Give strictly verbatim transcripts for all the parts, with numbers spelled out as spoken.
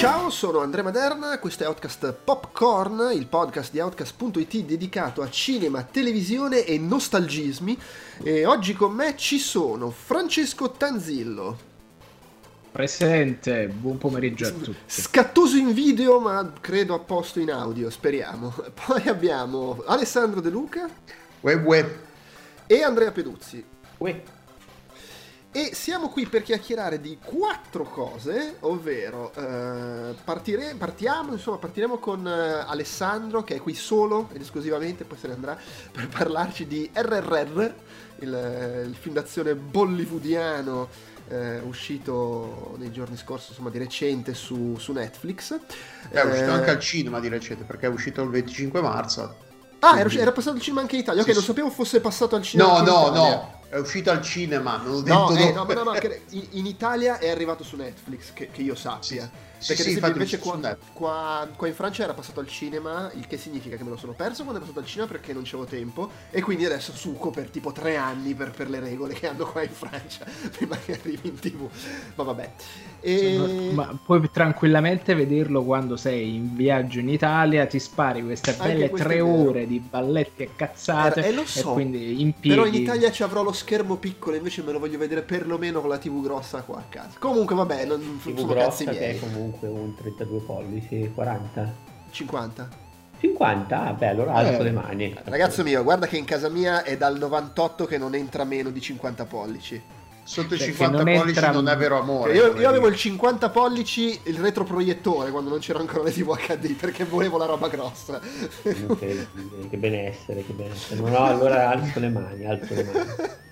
Ciao, sono Andrea Maderna, questo è Outcast Popcorn, il podcast di Outcast punto it dedicato a cinema, televisione e nostalgismi. E oggi con me ci sono Francesco Tanzillo. Presente, buon pomeriggio a tutti. Scattoso in video, ma credo a posto in audio, speriamo. Poi abbiamo Alessandro De Luca. Web web. E Andrea Peduzzi. Uè. E siamo qui per chiacchierare di quattro cose, ovvero eh, partire, partiamo, insomma, partiremo con eh, Alessandro, che è qui solo ed esclusivamente, poi se ne andrà, per parlarci di R R R, il, il film d'azione bollywoodiano eh, uscito nei giorni scorsi, insomma di recente su, su Netflix. È uscito eh, anche al cinema di recente, perché è uscito il venticinque marzo. Ah, era, era passato al cinema anche in Italia, ok, Sì, non sì. sapevo fosse passato al cinema No, anche in no, Italia. no, è uscito al cinema, non ho detto No, eh, dopo. no, no, no, che in, in Italia è arrivato su Netflix, che, che io sappia. Sì, Perché sì, ad esempio infatti invece su qua, Netflix. qua, qua in Francia era passato al cinema, il che significa che me lo sono perso quando è passato al cinema perché non c'avevo tempo, e quindi adesso suco per tipo tre anni per, per le regole che hanno qua in Francia prima che arrivi in tv. Ma vabbè. E... Ma puoi tranquillamente vederlo quando sei in viaggio in Italia, ti spari queste belle tre ore di balletti e cazzate. Eh, lo so, e quindi impieghi... però in Italia ci avrò lo schermo piccolo, invece me lo voglio vedere perlomeno con la tv grossa qua a casa. Comunque vabbè, non T V sono grossa cazzi che miei. è comunque un trentadue pollici, quaranta? cinquanta. cinquanta? Ah beh, allora alzo Eh, le mani. Ragazzo mio, guarda che in casa mia è dal novantotto che non entra meno di cinquanta pollici. Sotto i Perché cinquanta non pollici entra- non è vero amore. Io, io avevo il cinquanta pollici, il retroproiettore, quando non c'erano ancora le tv acca di, perché volevo la roba grossa. Che, che benessere, che benessere. No, no, allora alzo le mani, alzo le mani.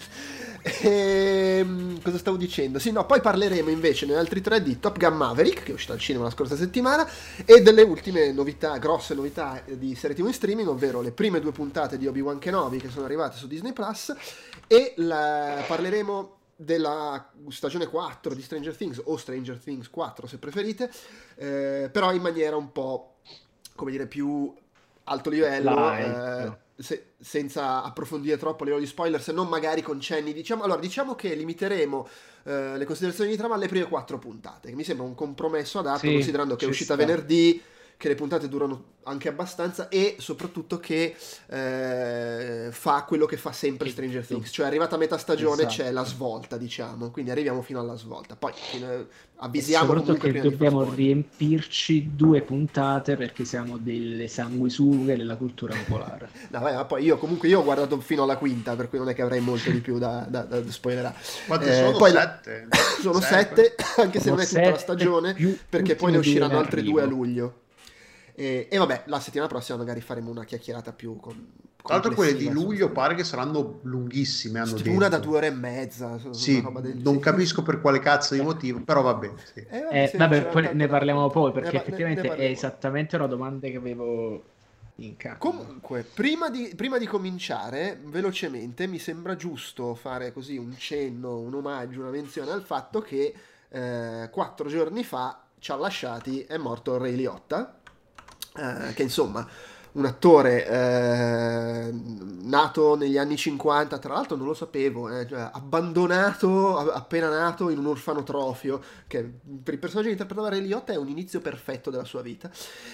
Ehm, cosa stavo dicendo? Sì, no, poi parleremo invece negli altri tre di Top Gun Maverick, che è uscito al cinema la scorsa settimana, e delle ultime novità, grosse novità di serie tv in streaming, ovvero le prime due puntate di Obi-Wan Kenobi che sono arrivate su Disney Plus, e la... parleremo della stagione quattro di Stranger Things, o Stranger Things quattro se preferite, eh, però in maniera un po', come dire, più alto livello, Light. eh, se- senza approfondire troppo a livello di spoiler, se non magari con cenni, diciamo. Allora, diciamo che limiteremo eh, le considerazioni di trama alle prime quattro puntate, che mi sembra un compromesso adatto, Sì, considerando che è ci uscita sta. venerdì, che le puntate durano anche abbastanza, e soprattutto che eh, fa quello che fa sempre Stranger Things, cioè arrivata a metà stagione Esatto. c'è la svolta, diciamo, quindi arriviamo fino alla svolta, poi fino- avvisiamo soprattutto comunque che prima di far dobbiamo spoiler. riempirci due puntate perché siamo delle sanguisughe della cultura popolare. No, vabbè, ma poi io comunque io ho guardato fino alla quinta, per cui non è che avrei molto di più da, da, da spoilerare. Quante Eh, sono? poi- Sette? Sono Sette? sette, anche se Sono non è tutta la sette stagione, più perché poi ne ultime usciranno due in altre due a arrivo. luglio. E, e vabbè, la settimana prossima magari faremo una chiacchierata più con, Tra l'altro quelle di complessiva, luglio insomma. pare che saranno lunghissime, hanno Tipo detto. una da due ore e mezza, una Sì, roba del non genere. capisco per quale cazzo di motivo, però va bene. Sì. Eh, Eh, se vabbè, c'era poi tanto ne da parliamo raccontare. poi perché Ne pa- ne- ne effettivamente è parleremo. esattamente una domanda che avevo in capo. Comunque, prima di, prima di cominciare, velocemente, mi sembra giusto fare così un cenno, un omaggio, una menzione al fatto che eh, quattro giorni fa ci ha lasciati, è morto Ray Liotta, eh, che insomma, un attore eh, nato negli anni cinquanta, tra l'altro non lo sapevo, eh, cioè, abbandonato a- appena nato in un orfanotrofio, che per il personaggio che interpretava Ray Liotta è un inizio perfetto della sua vita.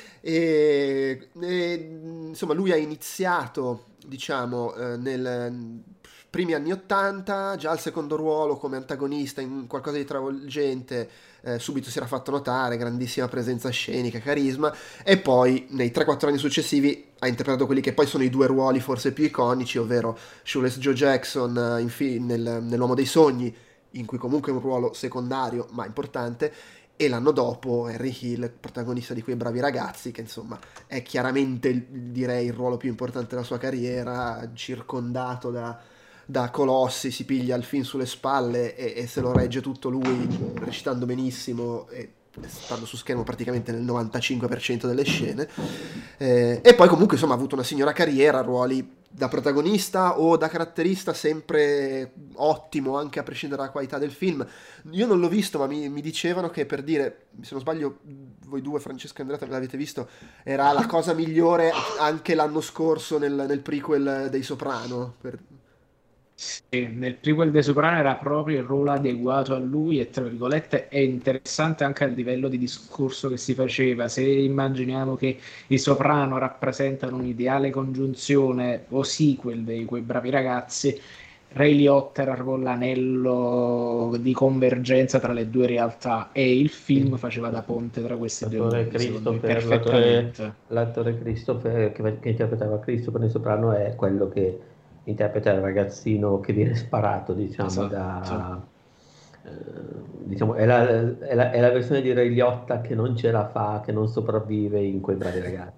E, e, insomma, lui ha iniziato, diciamo, eh, nel primi anni ottanta, già al secondo ruolo come antagonista in qualcosa di travolgente, eh, subito si era fatto notare, grandissima presenza scenica, carisma, e poi nei tre quattro anni successivi ha interpretato quelli che poi sono i due ruoli forse più iconici, ovvero Shoeless Joe Jackson eh, in fi- nel- nell'Uomo dei Sogni, in cui comunque è un ruolo secondario ma importante, e l'anno dopo Henry Hill, protagonista di Quei bravi ragazzi, che insomma è chiaramente il- direi il ruolo più importante della sua carriera, circondato da, da colossi, si piglia il film sulle spalle e, e se lo regge tutto lui, recitando benissimo e stando su schermo praticamente nel novantacinque per cento delle scene. Eh, e poi comunque insomma ha avuto una signora carriera, ruoli da protagonista o da caratterista sempre ottimo, anche a prescindere dalla qualità del film. Io non l'ho visto, ma mi, mi dicevano che, per dire, se non sbaglio, voi due, Francesco e Andrea, l'avete visto, era la cosa migliore anche l'anno scorso nel, nel prequel dei Soprano. Per... Sì, nel prequel dei Soprano era proprio il ruolo adeguato a lui e tra virgolette è interessante anche a livello di discorso che si faceva. Se immaginiamo che i Soprano rappresentano un'ideale congiunzione o sequel di quei bravi ragazzi, Ray Liotta era proprio l'anello di convergenza tra le due realtà e il film faceva da ponte tra questi due L'attore mondi, secondo me, Christopher, l'attore, perfettamente. l'attore Christopher che, che interpretava Christopher nel Soprano è quello che interpreta il ragazzino che viene sparato, diciamo, Esatto. da... eh, diciamo, è la, è la- è la versione di Ray Liotta che non ce la fa, che non sopravvive in quei bravi ragazzi.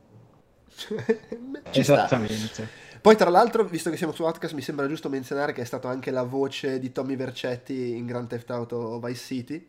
Ci sta. Esattamente. Poi tra l'altro, visto che siamo su Outcast, mi sembra giusto menzionare che è stato anche la voce di Tommy Vercetti in Grand Theft Auto Vice City.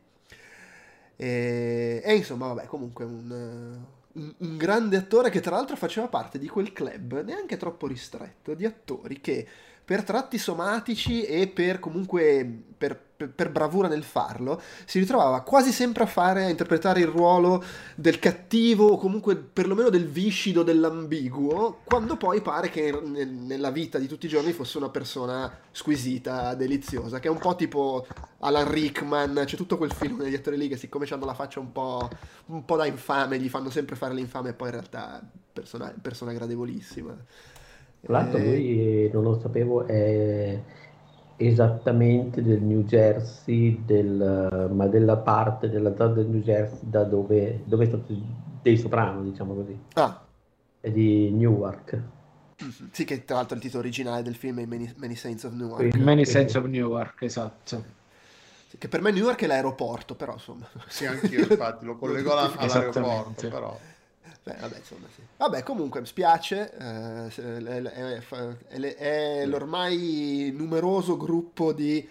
E, e insomma, vabbè, comunque un, un, un grande attore che tra l'altro faceva parte di quel club, neanche troppo ristretto, di attori che per tratti somatici e per comunque per, per- per bravura nel farlo, si ritrovava quasi sempre a fare, a interpretare il ruolo del cattivo o comunque perlomeno del viscido, dell'ambiguo, quando poi pare che nel- nella vita di tutti i giorni fosse una persona squisita, deliziosa, che è un po' tipo Alan Rickman, c'è tutto quel film degli attori lì che siccome hanno la faccia un po', un po' da infame, gli fanno sempre fare l'infame e poi in realtà persona, persona gradevolissima. Tra l'altro Eh, lui, non lo sapevo, è esattamente del New Jersey, del- ma della parte della zona del New Jersey da dove, dove è stato dei Soprano, diciamo così, ah, è di Newark. mhm. Sì, che tra l'altro il titolo originale del film è Many, Many Saints of Sì, Newark. Many sì, Sense sì. of Newark, esatto. Sì, che per me Newark è l'aeroporto, però insomma. Sì, anch'io infatti lo Lo collego alla- identifico. all'aeroporto, Esattamente. però. Beh, vabbè, insomma, sì. Vabbè, comunque, mi spiace. eh, se- è, è- è- è l'ormai numeroso gruppo di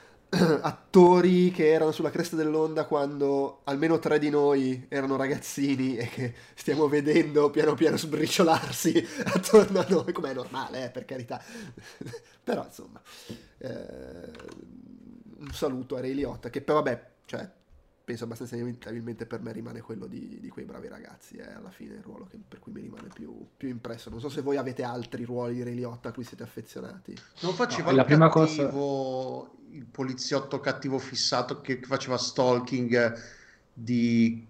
attori che erano sulla cresta dell'onda quando almeno tre di noi erano ragazzini e che stiamo vedendo piano piano sbriciolarsi attorno a noi, come è normale, eh, per carità. Però, insomma, eh, un saluto a Ray Liotta, che poi, vabbè, cioè, penso abbastanza inevitabilmente per me rimane quello di, di quei bravi ragazzi, è alla fine il ruolo che- per cui mi rimane più, più impresso. Non so se voi avete altri ruoli di Ray Liotta a cui siete affezionati. Non faceva No, il la prima cosa, cattivo, il poliziotto cattivo fissato che, che faceva stalking di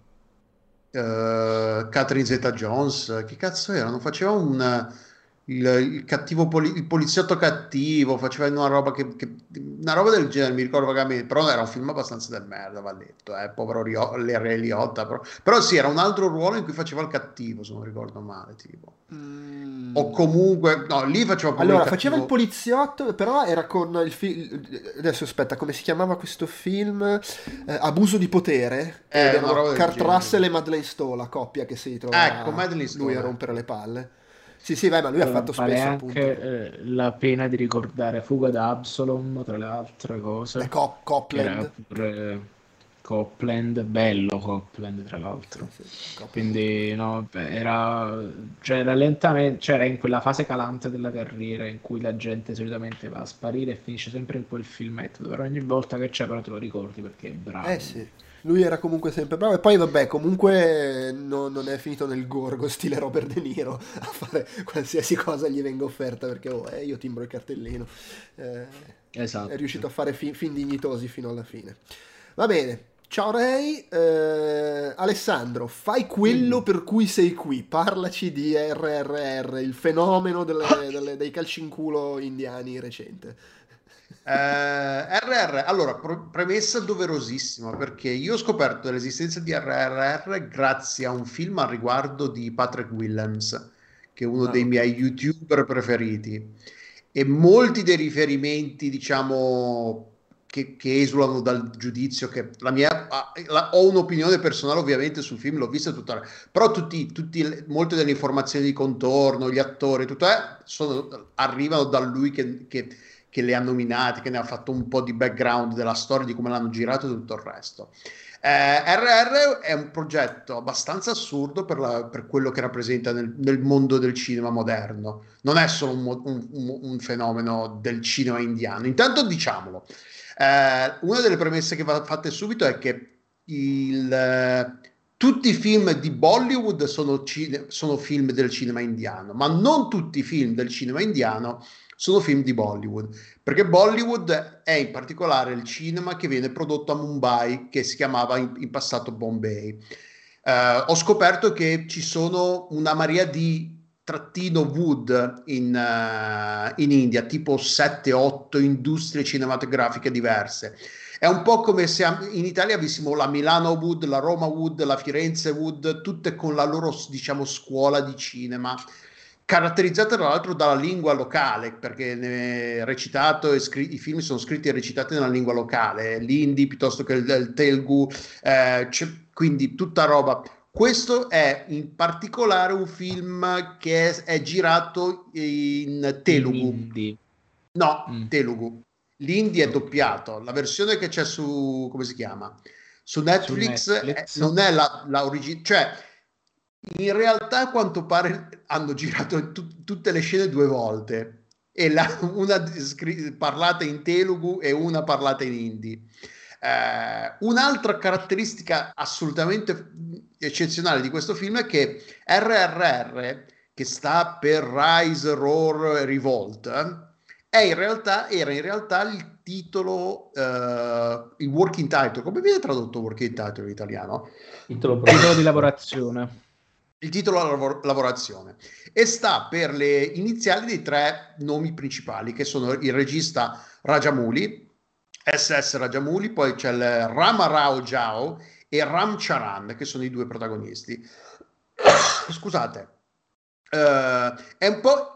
eh, Catherine Zeta-Jones. Che cazzo era? Non faceva un il, il cattivo poli- il poliziotto cattivo, faceva una roba che, che- una roba del genere, mi ricordo vagamente, però era un film abbastanza del merda, va detto, eh, povero Rio, le Re Liotta, però. Però sì, era un altro ruolo in cui faceva il cattivo, se non ricordo male, tipo. O Mm. comunque, no, lì faceva proprio il Allora, faceva il cattivo. poliziotto, però era con il film. Adesso aspetta, come si chiamava questo film? Eh, Abuso di potere. Ed È una erano roba del Kurt genere. Russell e Madeleine Stowe, la coppia che si Ecco, ritrova Madeline lui a Stowe, rompere ecco. le palle. Sì, sì, vai, ma lui ha allora, fatto vale spesso appunto. anche eh, la pena di ricordare Fuga da Absalom, tra le altre Beh, cose, Cop- che era Copland. pure Copland, bello Copland, tra Sì, l'altro. sì, Copland molto bello. Quindi, no, beh, era, cioè, era lentamente, cioè, era in quella fase calante della carriera in cui la gente solitamente va a sparire e finisce sempre in quel filmetto, però ogni volta che c'è però te lo ricordi perché è Eh bravo sì, lui. lui era comunque sempre bravo e poi vabbè, comunque no- non è finito nel gorgo stile Robert De Niro a fare qualsiasi cosa gli venga offerta perché oh, eh, io timbro il cartellino. Eh, è riuscito Esatto. a fare fi- film dignitosi fino alla fine. Va bene, ciao Ray. Eh, Alessandro, fai quello Dimmi. per cui sei qui, parlaci di R R R, il fenomeno delle- delle- dei calci in culo indiani recente. Eh, R R, allora, pro- premessa doverosissima, perché io ho scoperto l'esistenza di R R R grazie a un film al riguardo di Patrick Willems, che è uno Ah, dei ok. miei YouTuber preferiti. E molti dei riferimenti, diciamo, che, che esulano dal giudizio, che la mia, ah, la- ho un'opinione personale ovviamente sul film, l'ho visto tutta, però tutti, tutti le- molte delle informazioni di contorno, gli attori, tutto eh, sono- arrivano da lui che, che che le ha nominate, che ne ha fatto un po' di background della storia, di come l'hanno girato e tutto il resto. Eh, R R è un progetto abbastanza assurdo per, la- per quello che rappresenta nel, nel mondo del cinema moderno. Non è solo un, mo- un- un- un fenomeno del cinema indiano. Intanto diciamolo, eh, una delle premesse che va fatte subito è che il, eh, tutti i film di Bollywood sono, cine- sono film del cinema indiano, ma non tutti i film del cinema indiano sono film di Bollywood, perché Bollywood è in particolare il cinema che viene prodotto a Mumbai, che si chiamava in, in passato Bombay. Uh, ho scoperto che ci sono una marea di trattino Wood in, uh, in India, tipo sette otto industrie cinematografiche diverse. È un po' come se in Italia avessimo la Milano Wood, la Roma Wood, la Firenze Wood, tutte con la loro, diciamo, scuola di cinema, caratterizzata tra l'altro dalla lingua locale, perché recitato e scr- i film sono scritti e recitati nella lingua locale, l'indi piuttosto che il, il telugu, eh, quindi tutta roba. Questo è in particolare un film che è, è girato in telugu. In no, mm. telugu. L'indi è doppiato. La versione che c'è su, come si chiama? Su Netflix, su Netflix. È, non è la, la origine, cioè in realtà a quanto pare hanno girato tu, tutte le scene due volte, e la, una scri- parlata in telugu e una parlata in hindi. Eh, un'altra caratteristica assolutamente eccezionale di questo film è che R R R, che sta per Rise, Roar, Revolt, è in realtà, era in realtà il titolo, uh, il working title. Come viene tradotto working title in italiano? Titolo, titolo di lavorazione. Il titolo lavor- lavorazione. E sta per le iniziali dei tre nomi principali, che sono il regista Rajamouli, S S Rajamouli, poi c'è il Rama Rao Jao e Ram Charan, che sono i due protagonisti. Scusate. Uh, è un po'...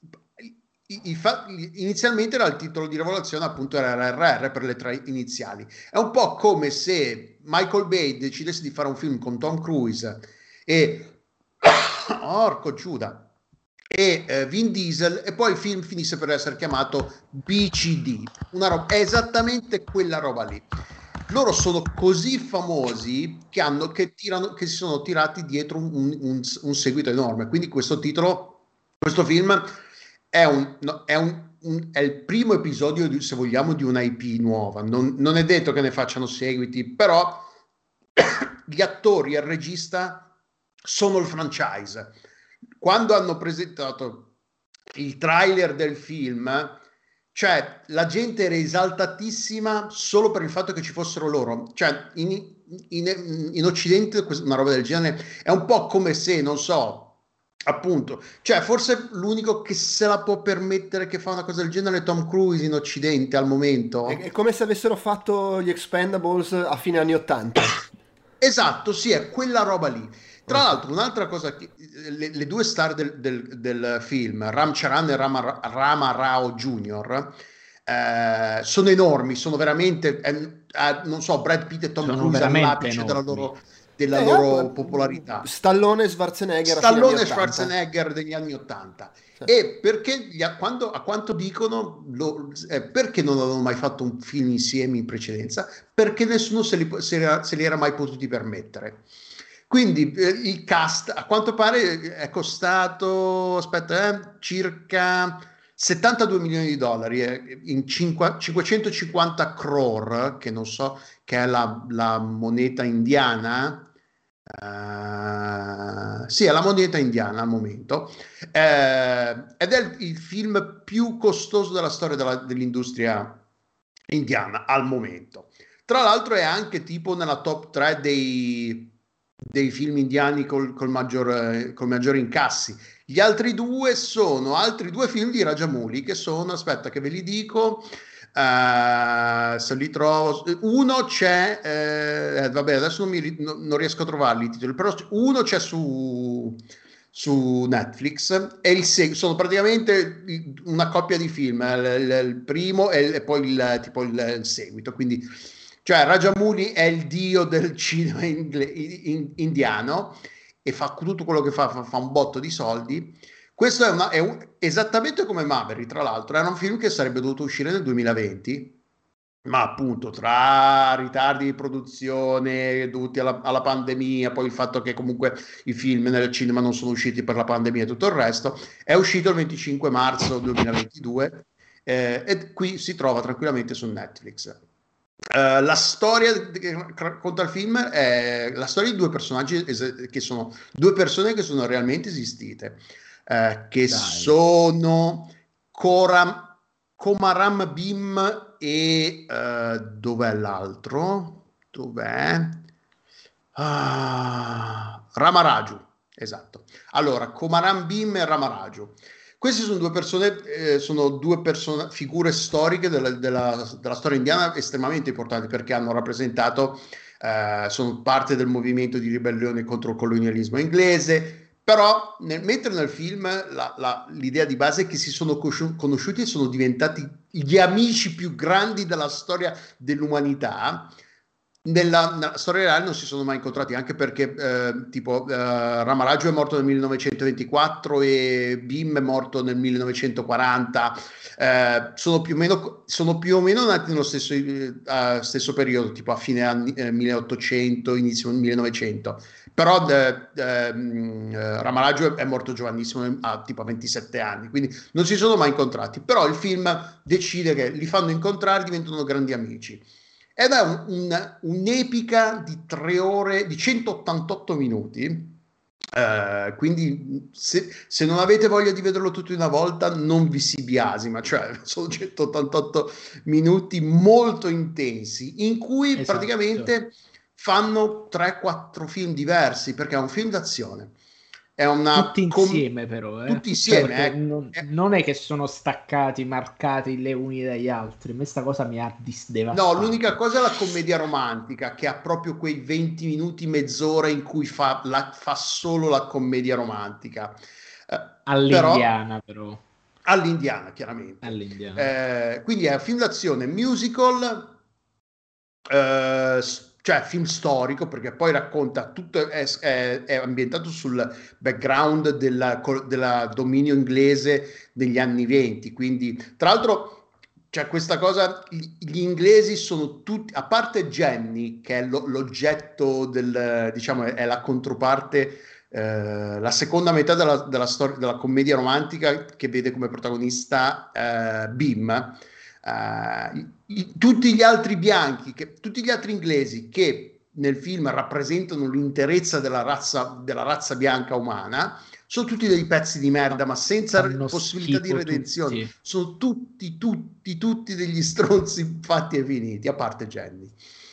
inizialmente era il titolo di lavorazione, appunto era R R R per le tre iniziali. È un po' come se Michael Bay decidesse di fare un film con Tom Cruise e orco Giuda e eh, Vin Diesel, e poi il film finisse per essere chiamato B C D, una roba, è esattamente quella roba lì. Loro sono così famosi che hanno che tirano che si sono tirati dietro un, un, un seguito enorme, quindi questo titolo, questo film è un, no, è un Un, è il primo episodio, di, se vogliamo, di una I P nuova. Non, non è detto che ne facciano seguiti, però gli attori e il regista sono il franchise. Quando hanno presentato il trailer del film, cioè la gente era esaltatissima solo per il fatto che ci fossero loro. Cioè in, in, in Occidente una roba del genere è un po' come se, non so, appunto, cioè forse l'unico che se la può permettere che fa una cosa del genere è Tom Cruise in Occidente al momento. È, è come se avessero fatto gli Expendables a fine anni ottanta. Esatto, sì, è quella roba lì. Tra l'altro, un'altra cosa, che, le, le due star del, del, del film, Ram Charan e Rama, Rama Rao Junior, eh, sono enormi, sono veramente, eh, eh, non so, Brad Pitt e Tom sono Cruise all'apice della loro, della eh, loro popolarità. Stallone e Schwarzenegger. Stallone e Schwarzenegger degli anni Ottanta. Sì. E perché, gli, a, quando, a quanto dicono, lo, eh, perché non avevano mai fatto un film insieme in precedenza? Perché nessuno se li, se era, se li era mai potuti permettere. Quindi eh, il cast a quanto pare è costato aspetta, eh, circa settantadue milioni di dollari, eh, in cinque, cinquecentocinquanta crore, che non so, che è la, la moneta indiana. Uh, sì, è la moneta indiana al momento, eh, ed è il, il film più costoso della storia della, dell'industria indiana al momento. Tra l'altro è anche tipo nella top tre dei dei film indiani col, col, maggior, col maggiore incassi. Gli altri due sono altri due film di Rajamouli, che sono, aspetta che ve li dico, uh, se li trovo, uno c'è, eh, vabbè adesso non, mi, no, non riesco a trovarli i titoli, però uno c'è su, su Netflix e il seg- sono praticamente una coppia di film, il, il, il primo e, e poi il, tipo il, il seguito, quindi cioè Rajamouli è il dio del cinema ingle- in- indiano e fa tutto quello che fa, fa, fa un botto di soldi. Questo è, una, è un, esattamente come Maverick, tra l'altro, era un film che sarebbe dovuto uscire nel duemilaventi, ma appunto tra ritardi di produzione dovuti alla, alla pandemia, poi il fatto che comunque i film nel cinema non sono usciti per la pandemia e tutto il resto, è uscito il venticinque marzo duemilaventidue eh, e qui si trova tranquillamente su Netflix. Uh, la storia che racconta il film è la storia di due personaggi es- che sono due persone che sono realmente esistite, uh, che Dai. sono Koram, Komaram Bim e uh, dov'è l'altro? Dov'è? Ah, Ramaraju, esatto. Allora, Komaram Bim e Ramaraju. Queste sono due persone, eh, sono due persone, figure storiche della, della, della storia indiana estremamente importanti, perché hanno rappresentato, eh, sono parte del movimento di ribellione contro il colonialismo inglese. Però nel, mentre nel film la, la, l'idea di base è che si sono conosciuti e sono diventati gli amici più grandi della storia dell'umanità, nella, nella storia reale non si sono mai incontrati, anche perché eh, tipo eh, Ramaraju è morto nel millenovecentoventiquattro e Bim è morto nel millenovecentoquaranta, eh, sono, più o meno, sono più o meno nati nello stesso, eh, stesso periodo, tipo a fine anni eh, milleottocento, inizio millenovecento. Però eh, eh, Ramaraju è morto giovanissimo, a tipo ventisette anni, quindi non si sono mai incontrati. Però il film decide che li fanno incontrare, diventano grandi amici. Ed è un, un, un'epica di tre ore, di centottantotto minuti, eh, quindi se, se non avete voglia di vederlo tutto in una volta non vi si biasima, cioè sono centottantotto minuti molto intensi, in cui esatto. praticamente fanno tre quattro film diversi, perché è un film d'azione. È una tutti insieme com- però eh? tutti insieme cioè, eh. non, non è che sono staccati, marcati le uni dagli altri. Questa cosa mi ha disdevastato. No, l'unica cosa è la commedia romantica, che ha proprio quei venti minuti, mezz'ora in cui fa, la, fa solo la commedia romantica eh, all'indiana però, però all'indiana chiaramente all'indiana. Eh, quindi è un film d'azione musical, eh, cioè film storico, perché poi racconta tutto, è, è, è ambientato sul background della, della dominio inglese degli anni venti, quindi tra l'altro c'è questa cosa, gli inglesi sono tutti, a parte Jenny che è lo, l'oggetto del, diciamo è la controparte, eh, la seconda metà della, della storia della commedia romantica, che vede come protagonista eh, Bim. Uh, i, tutti gli altri bianchi, che, tutti gli altri inglesi che nel film rappresentano l'interezza della razza, della razza bianca umana, sono tutti dei pezzi di merda, ma senza Fanno possibilità di redenzione. Tutti. Sono tutti, tutti, tutti degli stronzi fatti e finiti, a parte Jenny.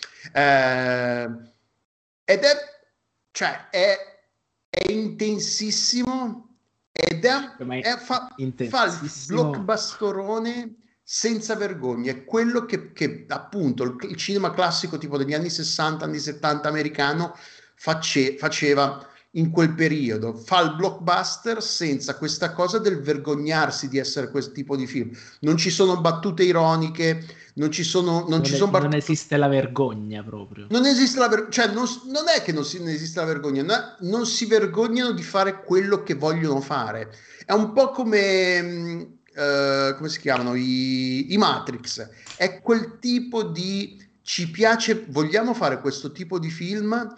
Uh, ed è, cioè, è, è intensissimo ed è, è fa, fa il blockbusterone senza vergogna. È quello che, che appunto il, il cinema classico tipo degli anni sessanta, anni settanta americano face, faceva in quel periodo. Fa il blockbuster senza questa cosa del vergognarsi di essere quel tipo di film. Non ci sono battute ironiche, non ci sono non, non, ci è, sono battute... non esiste la vergogna proprio. Non esiste la vergogna, cioè non, non è che non, si, non esiste la vergogna, no? Non si vergognano di fare quello che vogliono fare. È un po' come Uh, come si chiamano i, i Matrix, è quel tipo di ci piace, vogliamo fare questo tipo di film,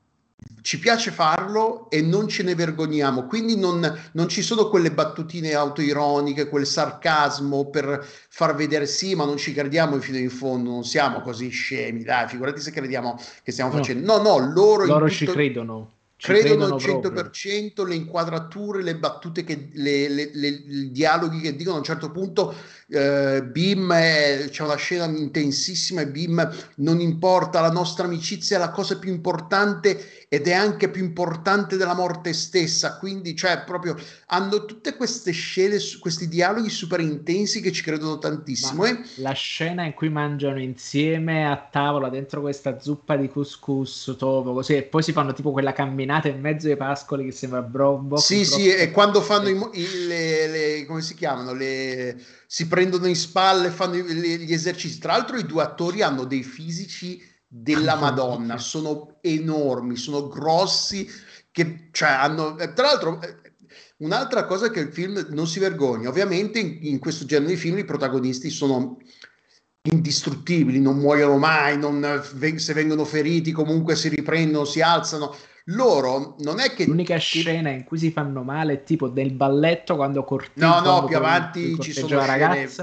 ci piace farlo e non ce ne vergogniamo, quindi non, non ci sono quelle battutine autoironiche, quel sarcasmo per far vedere sì ma non ci crediamo fino in fondo, non siamo così scemi, dai, figurati se crediamo che stiamo no. facendo, no no, loro, loro in tutto... ci credono. Ci credono al cento per cento, le inquadrature, le battute, che, le, le, le, i dialoghi che dicono. A un certo punto eh, Bim è, c'è una scena intensissima e Bim non importa, la nostra amicizia è la cosa più importante ed è anche più importante della morte stessa, quindi cioè proprio hanno tutte queste scene, questi dialoghi super intensi che ci credono tantissimo. Ma eh? La scena in cui mangiano insieme a tavola dentro questa zuppa di couscous topo così, e poi si fanno tipo quella camminata in mezzo ai pascoli che sembra bro, bro, sì bro, sì bro, e quando fanno i, i, le, le come si chiamano le si prendono in spalle, fanno gli, gli esercizi. Tra l'altro i due attori hanno dei fisici della Madonna, sono enormi, sono grossi, che cioè hanno, tra l'altro un'altra cosa che il film non si vergogna, ovviamente in, in questo genere di film i protagonisti sono indistruttibili, non muoiono mai, non, se vengono feriti comunque si riprendono, si alzano. Loro non è che l'unica che... scena in cui si fanno male è tipo del balletto quando corteggiano, no no più avanti ci sono la scene ragazza.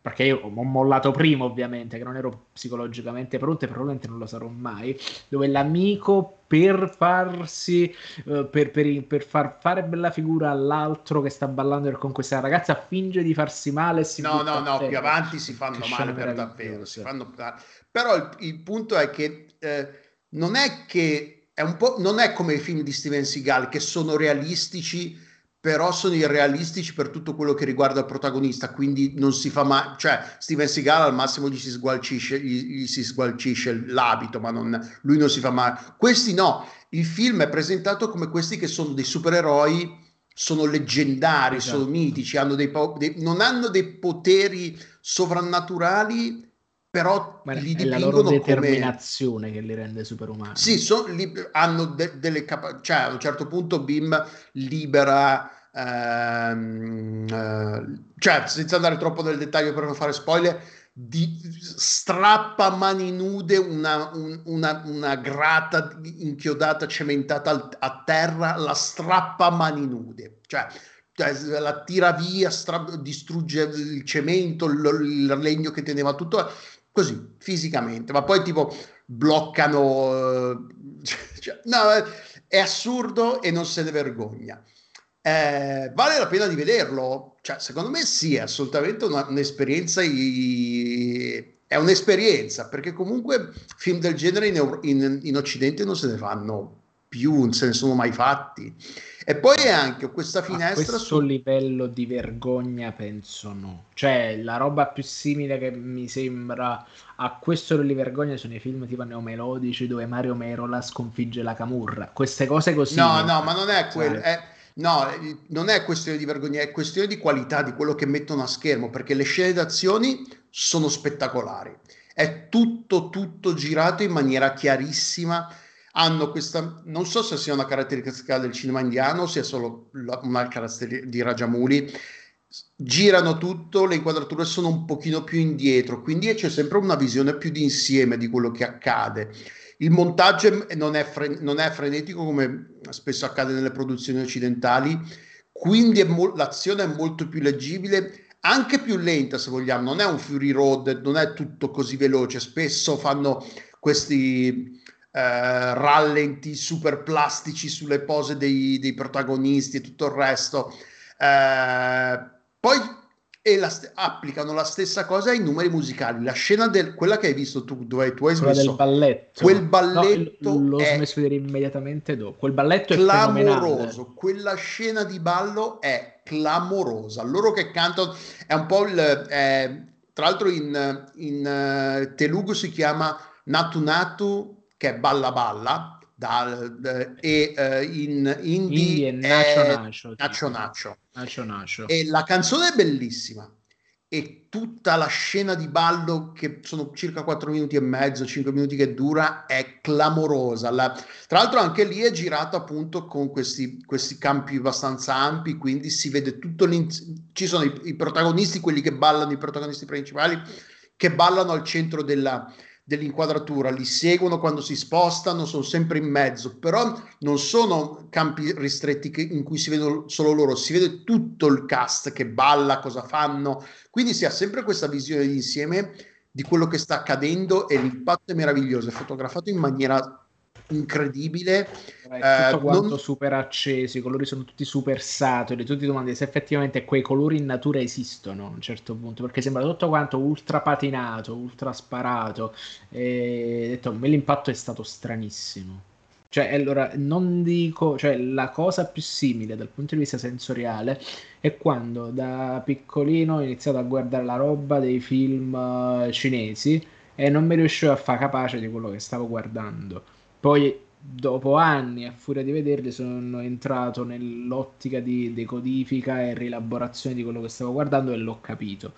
perché io ho mollato prima ovviamente, che non ero psicologicamente pronto e probabilmente non lo sarò mai, dove l'amico per farsi eh, per, per, per far fare bella figura all'altro che sta ballando per conquistare la ragazza finge di farsi male e si No, butta no, a no, più terra. avanti si fanno Che male scena per davvero, si meravigliosa. fanno... Però il, il punto è che eh, non è che è un po', non è come i film di Steven Seagal che sono realistici, però sono irrealistici per tutto quello che riguarda il protagonista, quindi non si fa mai, cioè Steven Seagal al massimo gli si sgualcisce, gli, gli si sgualcisce l'abito, ma non, lui non si fa mai. Questi no, il film è presentato come questi che sono dei supereroi, sono leggendari, Esatto. sono mitici, hanno dei, dei, non hanno dei poteri sovrannaturali, però Ma li è la loro dipingono come... determinazione che li rende superumani. Sì, so, li, hanno de, delle capacità, cioè a un certo punto Bim libera, ehm, eh, cioè senza andare troppo nel dettaglio per non fare spoiler, di, strappa a mani nude una, un, una, una grata inchiodata, cementata al, a terra, la strappa a mani nude, cioè, cioè la tira via, stra, distrugge il cemento, il, il legno che teneva tutto, così, fisicamente, ma poi tipo bloccano, cioè, no, è assurdo e non se ne vergogna. Eh, vale la pena di vederlo? Cioè, secondo me sì, è assolutamente una, un'esperienza, i, è un'esperienza, perché comunque film del genere in, in, in Occidente non se ne fanno più, non se ne sono mai fatti. E poi è anche questa finestra a questo su... livello di vergogna penso no, cioè la roba più simile che mi sembra a questo livello di vergogna sono i film tipo neomelodici dove Mario Merola sconfigge la camurra, queste cose così. No, no, ma non è quello, è, no, non è questione di vergogna, è questione di qualità di quello che mettono a schermo, perché le scene d'azioni sono spettacolari, è tutto, tutto girato in maniera chiarissima. Hanno questa, non so se sia una caratteristica del cinema indiano o sia solo la, una caratteristica di Rajamouli, girano tutto, le inquadrature sono un pochino più indietro, quindi c'è sempre una visione più d'insieme di quello che accade. Il montaggio non è, fre- non è frenetico come spesso accade nelle produzioni occidentali, quindi è mo- l'azione è molto più leggibile, anche più lenta se vogliamo, non è un Fury Road, non è tutto così veloce, spesso fanno questi eh, rallenti super plastici sulle pose dei, dei protagonisti e tutto il resto. Eh, poi e la st- applicano la stessa cosa ai numeri musicali. La scena del quella che hai visto tu, dove tu hai quella del smesso, balletto, quel no, balletto l'ho è smesso di vedere immediatamente dopo, quel balletto è clamoroso. fenomenale. Quella scena di ballo è clamorosa. Loro che cantano è un po' il eh, tra l'altro in, in uh, Telugu si chiama Natu Natu, che è balla balla. Dal, uh, e uh, in Indie Hindi è Nacho è Nacho, Nacho tipo. Nacho. Nacho Nacho. E la canzone è bellissima e tutta la scena di ballo, che sono circa quattro minuti e mezzo, cinque minuti che dura, è clamorosa. La, tra l'altro anche lì è girato appunto con questi, questi campi abbastanza ampi, quindi si vede tutto ci sono i, i protagonisti, quelli che ballano, i protagonisti principali che ballano al centro della dell'inquadratura, li seguono quando si spostano, sono sempre in mezzo, però non sono campi ristretti che, in cui si vedono solo loro, si vede tutto il cast che balla, cosa fanno, quindi si ha sempre questa visione d'insieme di quello che sta accadendo e l'impatto è meraviglioso, è fotografato in maniera incredibile. È tutto eh, quanto non... super acceso, i colori sono tutti super saturi, tu ti domandi se effettivamente quei colori in natura esistono a un certo punto, perché sembra tutto quanto ultra patinato, ultra sparato, e detto, a me l'impatto è stato stranissimo. Cioè, allora, non dico, cioè, la cosa più simile dal punto di vista sensoriale è quando da piccolino ho iniziato a guardare la roba dei film uh, cinesi e non mi riuscivo a fare capace di quello che stavo guardando. Poi dopo anni, a furia di vederli, sono entrato nell'ottica di decodifica e rielaborazione di quello che stavo guardando e l'ho capito.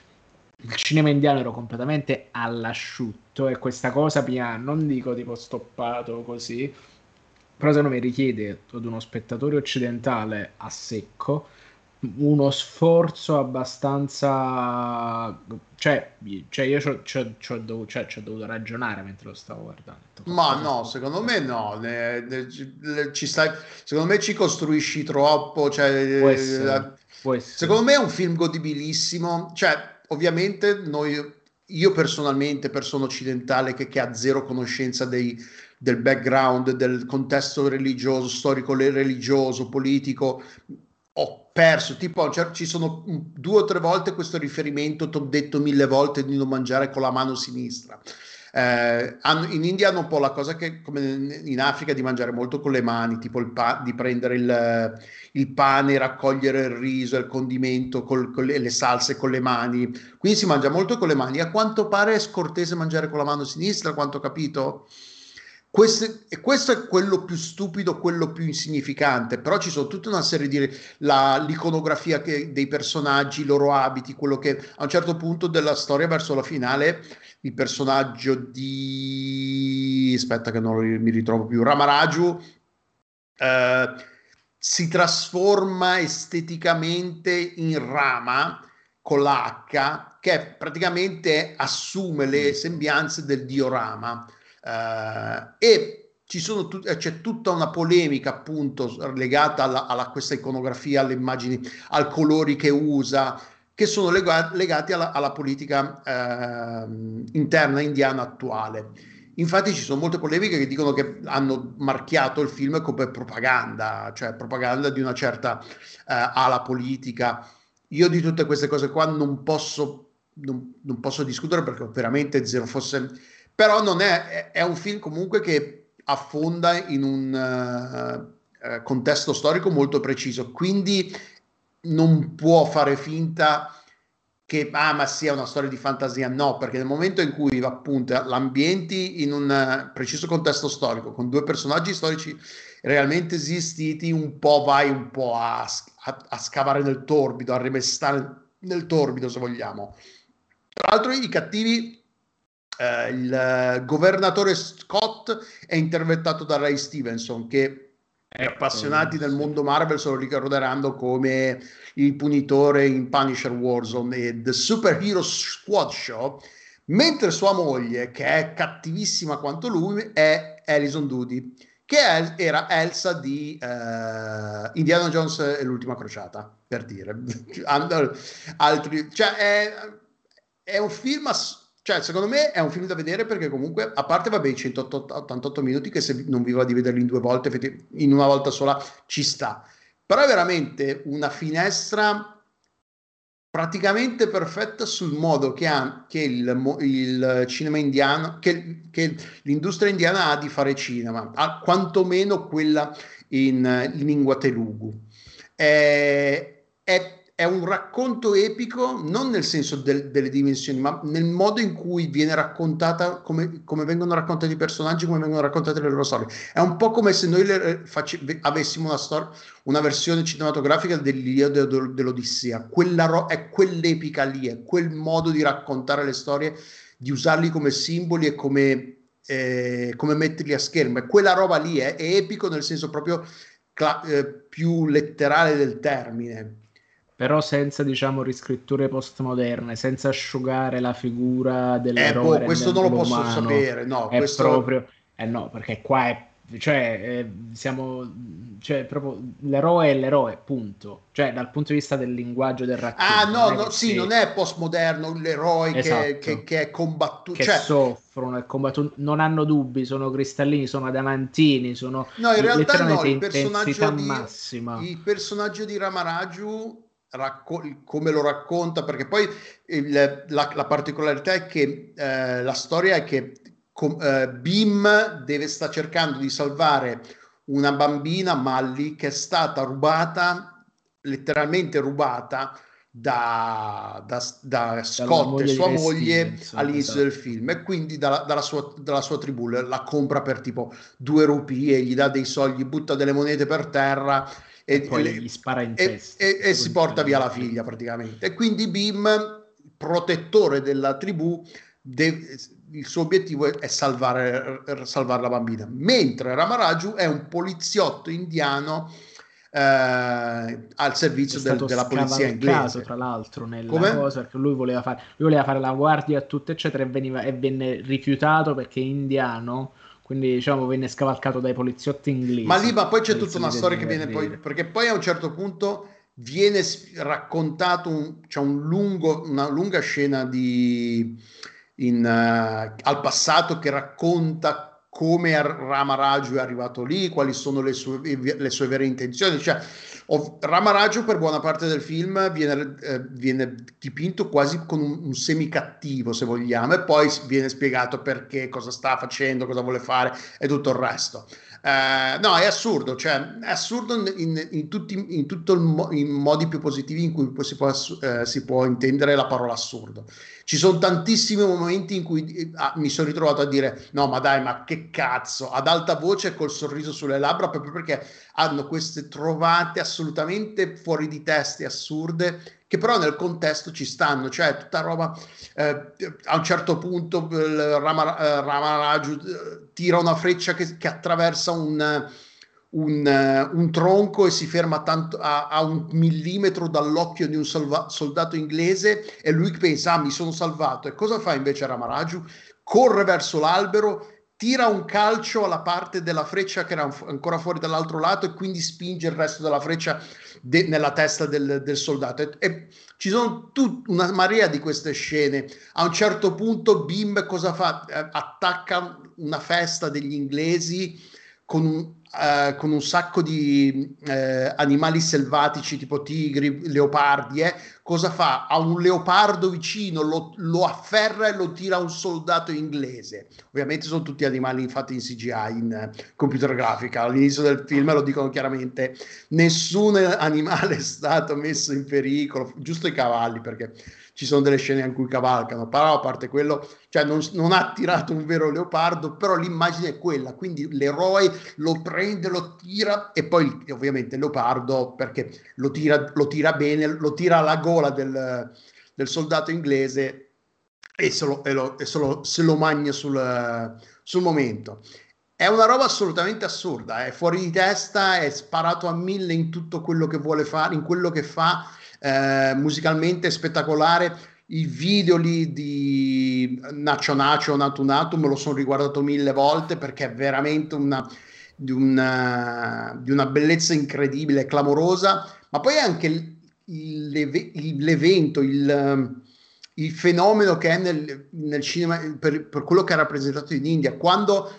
Il cinema indiano ero completamente all'asciutto e questa cosa mi ha, non dico tipo stoppato così, però secondo me richiede ad uno spettatore occidentale a secco uno sforzo abbastanza, cioè, cioè io ci ho dovuto, cioè, dovuto ragionare mentre lo stavo guardando. Ma no, secondo me no, ne, ne, ci stai, secondo me ci costruisci troppo, cioè, Può essere, eh, può essere. secondo me è un film godibilissimo, cioè ovviamente noi, io personalmente, persona occidentale che, che ha zero conoscenza dei, del background, del contesto religioso, storico religioso, politico, ho perso, tipo cioè, ci sono due o tre volte questo riferimento, ti ho detto mille volte di non mangiare con la mano sinistra. Eh, hanno, in India hanno un po' la cosa che come in Africa di mangiare molto con le mani, tipo il pa- di prendere il, il pane, raccogliere il riso, il condimento, col, con le, le salse con le mani, quindi si mangia molto con le mani. A quanto pare è scortese mangiare con la mano sinistra, a quanto ho capito. Questo, e questo è quello più stupido, quello più insignificante, però ci sono tutta una serie di la, l'iconografia che, dei personaggi, i loro abiti, quello che a un certo punto della storia verso la finale il personaggio di aspetta che non mi ritrovo più, Ramaraju eh, si trasforma esteticamente in Rama con la H, che praticamente assume le sembianze del dio Rama. Uh, e ci sono tu- c'è tutta una polemica appunto legata alla, alla questa iconografia, alle immagini, ai colori che usa, che sono lega- legati alla, alla politica uh, interna indiana attuale. Infatti ci sono molte polemiche che dicono che hanno marchiato il film come propaganda, cioè propaganda di una certa uh, ala politica. Io di tutte queste cose qua non posso, non, non posso discutere perché ho veramente zero fosse... Però non è, è un film comunque che affonda in un uh, contesto storico molto preciso, quindi non può fare finta che ah, ma sia una storia di fantasia, no, perché nel momento in cui appunto l'ambienti in un preciso contesto storico, con due personaggi storici realmente esistiti, un po' vai un po' a, a, a scavare nel torbido, a rimestare nel torbido se vogliamo. Tra l'altro i cattivi Uh, il governatore Scott è interpretato da Ray Stevenson, che gli appassionati del mondo Marvel se lo ricorderanno come il punitore in Punisher Warzone e The Superhero Squad Show, mentre sua moglie, che è cattivissima quanto lui, è Alison Doody, che è, era Elsa di uh, Indiana Jones e l'ultima crociata, per dire. Altri, cioè è, è un film ass- cioè secondo me è un film da vedere perché comunque a parte vabbè i centottantotto minuti che se non vi va di vederli in due volte in una volta sola ci sta, però è veramente una finestra praticamente perfetta sul modo che, ha, che il, il cinema indiano, che, che l'industria indiana ha di fare cinema, ha quantomeno quella in, in lingua telugu. È, è È un racconto epico, non nel senso del, delle dimensioni, ma nel modo in cui viene raccontata, come, come vengono raccontati i personaggi, come vengono raccontate le loro storie. È un po' come se noi le, face, avessimo una, storia, una versione cinematografica dell'Iliade o dell'Odissea. Quella ro- è quell'epica lì, è quel modo di raccontare le storie, di usarli come simboli e come, eh, come metterli a schermo. E quella roba lì è, è epico nel senso proprio cla- eh, più letterale del termine. Però senza, diciamo, riscritture postmoderne, senza asciugare la figura dell'eroe, eh, boh, questo non lo posso umano. sapere, no, È questo... proprio, eh no, perché qua è, cioè, eh, siamo, cioè, proprio l'eroe è l'eroe, punto. Cioè, dal punto di vista del linguaggio del racconto. Ah, no, non no, sì, non è postmoderno l'eroe esatto. che, che, che è combattuto, che cioè... soffrono e combattuto, non hanno dubbi, sono cristallini, sono adamantini, sono no, in realtà letteralmente no, il personaggio intensità di, massima. il personaggio di Ramaraju Racco- come lo racconta, perché poi il, la, la particolarità è che eh, la storia è che com, eh, Bim deve sta cercando di salvare una bambina, Mally, che è stata rubata, letteralmente rubata da, da, da Scott e sua moglie all'inizio esatto. del film, e quindi dalla, dalla, sua, dalla sua tribù la compra per tipo due rupie, gli dà dei soldi, butta delle monete per terra e, e poi le, gli spara in e, testa e, e si porta via la figlia praticamente. E quindi Bim, protettore della tribù, deve, il suo obiettivo è salvare, salvare la bambina, mentre Ramaraju è un poliziotto indiano eh, al servizio del, della polizia inglese. Tra l'altro nella Come? cosa, perché lui voleva fare lui voleva fare la guardia a tutto eccetera e, veniva, e venne rifiutato perché è indiano, quindi diciamo venne scavalcato dai poliziotti inglesi. Ma lì ma poi c'è tutta una storia che viene poi, perché poi a un certo punto viene raccontato un, c'è un lungo, una lunga scena di, in, uh, al passato che racconta come Ramaraju è arrivato lì, quali sono le sue, le sue vere intenzioni. Cioè, Ramaraju per buona parte del film viene, eh, viene dipinto quasi con un, un semicattivo, se vogliamo, e poi viene spiegato perché, cosa sta facendo, cosa vuole fare e tutto il resto. Uh, no, è assurdo, cioè è assurdo in, in, in tutti in tutto il mo- in modi più positivi in cui si può, uh, si può intendere la parola assurdo. Ci sono tantissimi momenti in cui ah, mi sono ritrovato a dire no, ma dai, ma che cazzo, ad alta voce col sorriso sulle labbra, proprio perché hanno queste trovate assolutamente fuori di testa e assurde, che però nel contesto ci stanno, cioè tutta roba, eh, a un certo punto il Rama, eh, Ramaraju eh, tira una freccia che, che attraversa un, un, un tronco e si ferma tanto, a, a un millimetro dall'occhio di un salva, soldato inglese, e lui pensa, ah, mi sono salvato. E cosa fa invece Ramaraju? Corre verso l'albero, tira un calcio alla parte della freccia che era ancora fuori dall'altro lato e quindi spinge il resto della freccia de- nella testa del, del soldato. E, e ci sono tut- una marea di queste scene. A un certo punto Bim cosa fa? Eh, attacca una festa degli inglesi con un, eh, con un sacco di eh, animali selvatici tipo tigri, leopardi. Eh. Cosa fa? Ha un leopardo vicino, lo, lo afferra e lo tira a un soldato inglese. Ovviamente sono tutti animali fatti in C G I, in uh, computer grafica. All'inizio del film lo dicono chiaramente, nessun animale è stato messo in pericolo, giusto i cavalli, perché ci sono delle scene in cui cavalcano, però a parte quello, cioè non, non ha tirato un vero leopardo, però l'immagine è quella, quindi l'eroe lo prende, lo tira, e poi ovviamente il leopardo, perché lo tira, lo tira bene, lo tira alla gola del, del soldato inglese e se lo, e lo, e se lo, se lo magna sul, sul momento. È una roba assolutamente assurda, è fuori di testa, è sparato a mille in tutto quello che vuole fare, in quello che fa. Eh, musicalmente è spettacolare. I video lì di Nacho Nacho, Natu Natu me lo sono riguardato mille volte, perché è veramente una, di, una, di una bellezza incredibile, clamorosa. Ma poi anche il, il, l'evento, il, il fenomeno che è nel, nel cinema, per, per quello che ha rappresentato in India, quando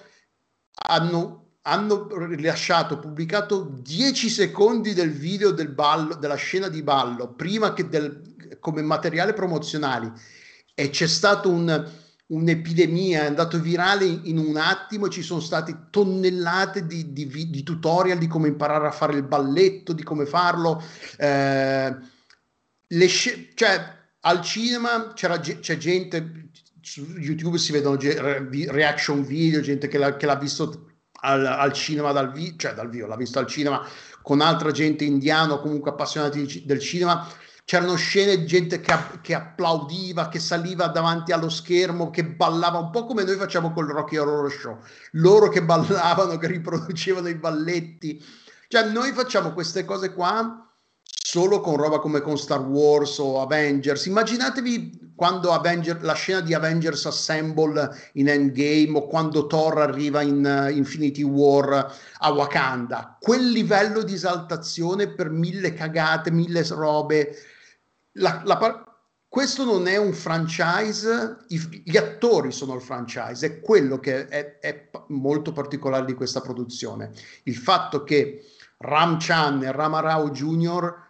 hanno hanno rilasciato, pubblicato dieci secondi del video del ballo, della scena di ballo, prima che del, come materiale promozionale, e c'è stato un, un'epidemia, è andato virale in, in un attimo, ci sono state tonnellate di, di, di tutorial di come imparare a fare il balletto, di come farlo, eh, le sc- cioè al cinema c'era, c'è gente, su YouTube si vedono reaction video, gente che l'ha, che l'ha visto Al, al cinema dal vivo, cioè dal vivo, l'ha visto al cinema con altra gente indiana o comunque appassionati del cinema. C'erano scene di gente che, che applaudiva, che saliva davanti allo schermo, che ballava un po' come noi facciamo col Rocky Horror Show, loro che ballavano, che riproducevano i balletti. Cioè noi facciamo queste cose qua solo con roba come con Star Wars o Avengers. Immaginatevi quando Avenger, la scena di Avengers Assemble in Endgame, o quando Thor arriva in uh, Infinity War a Wakanda. Quel livello di esaltazione per mille cagate, mille robe. La, la, questo non è un franchise, i, gli attori sono il franchise, è quello che è, è molto particolare di questa produzione. Il fatto che Ram Chan e Ramarao Junior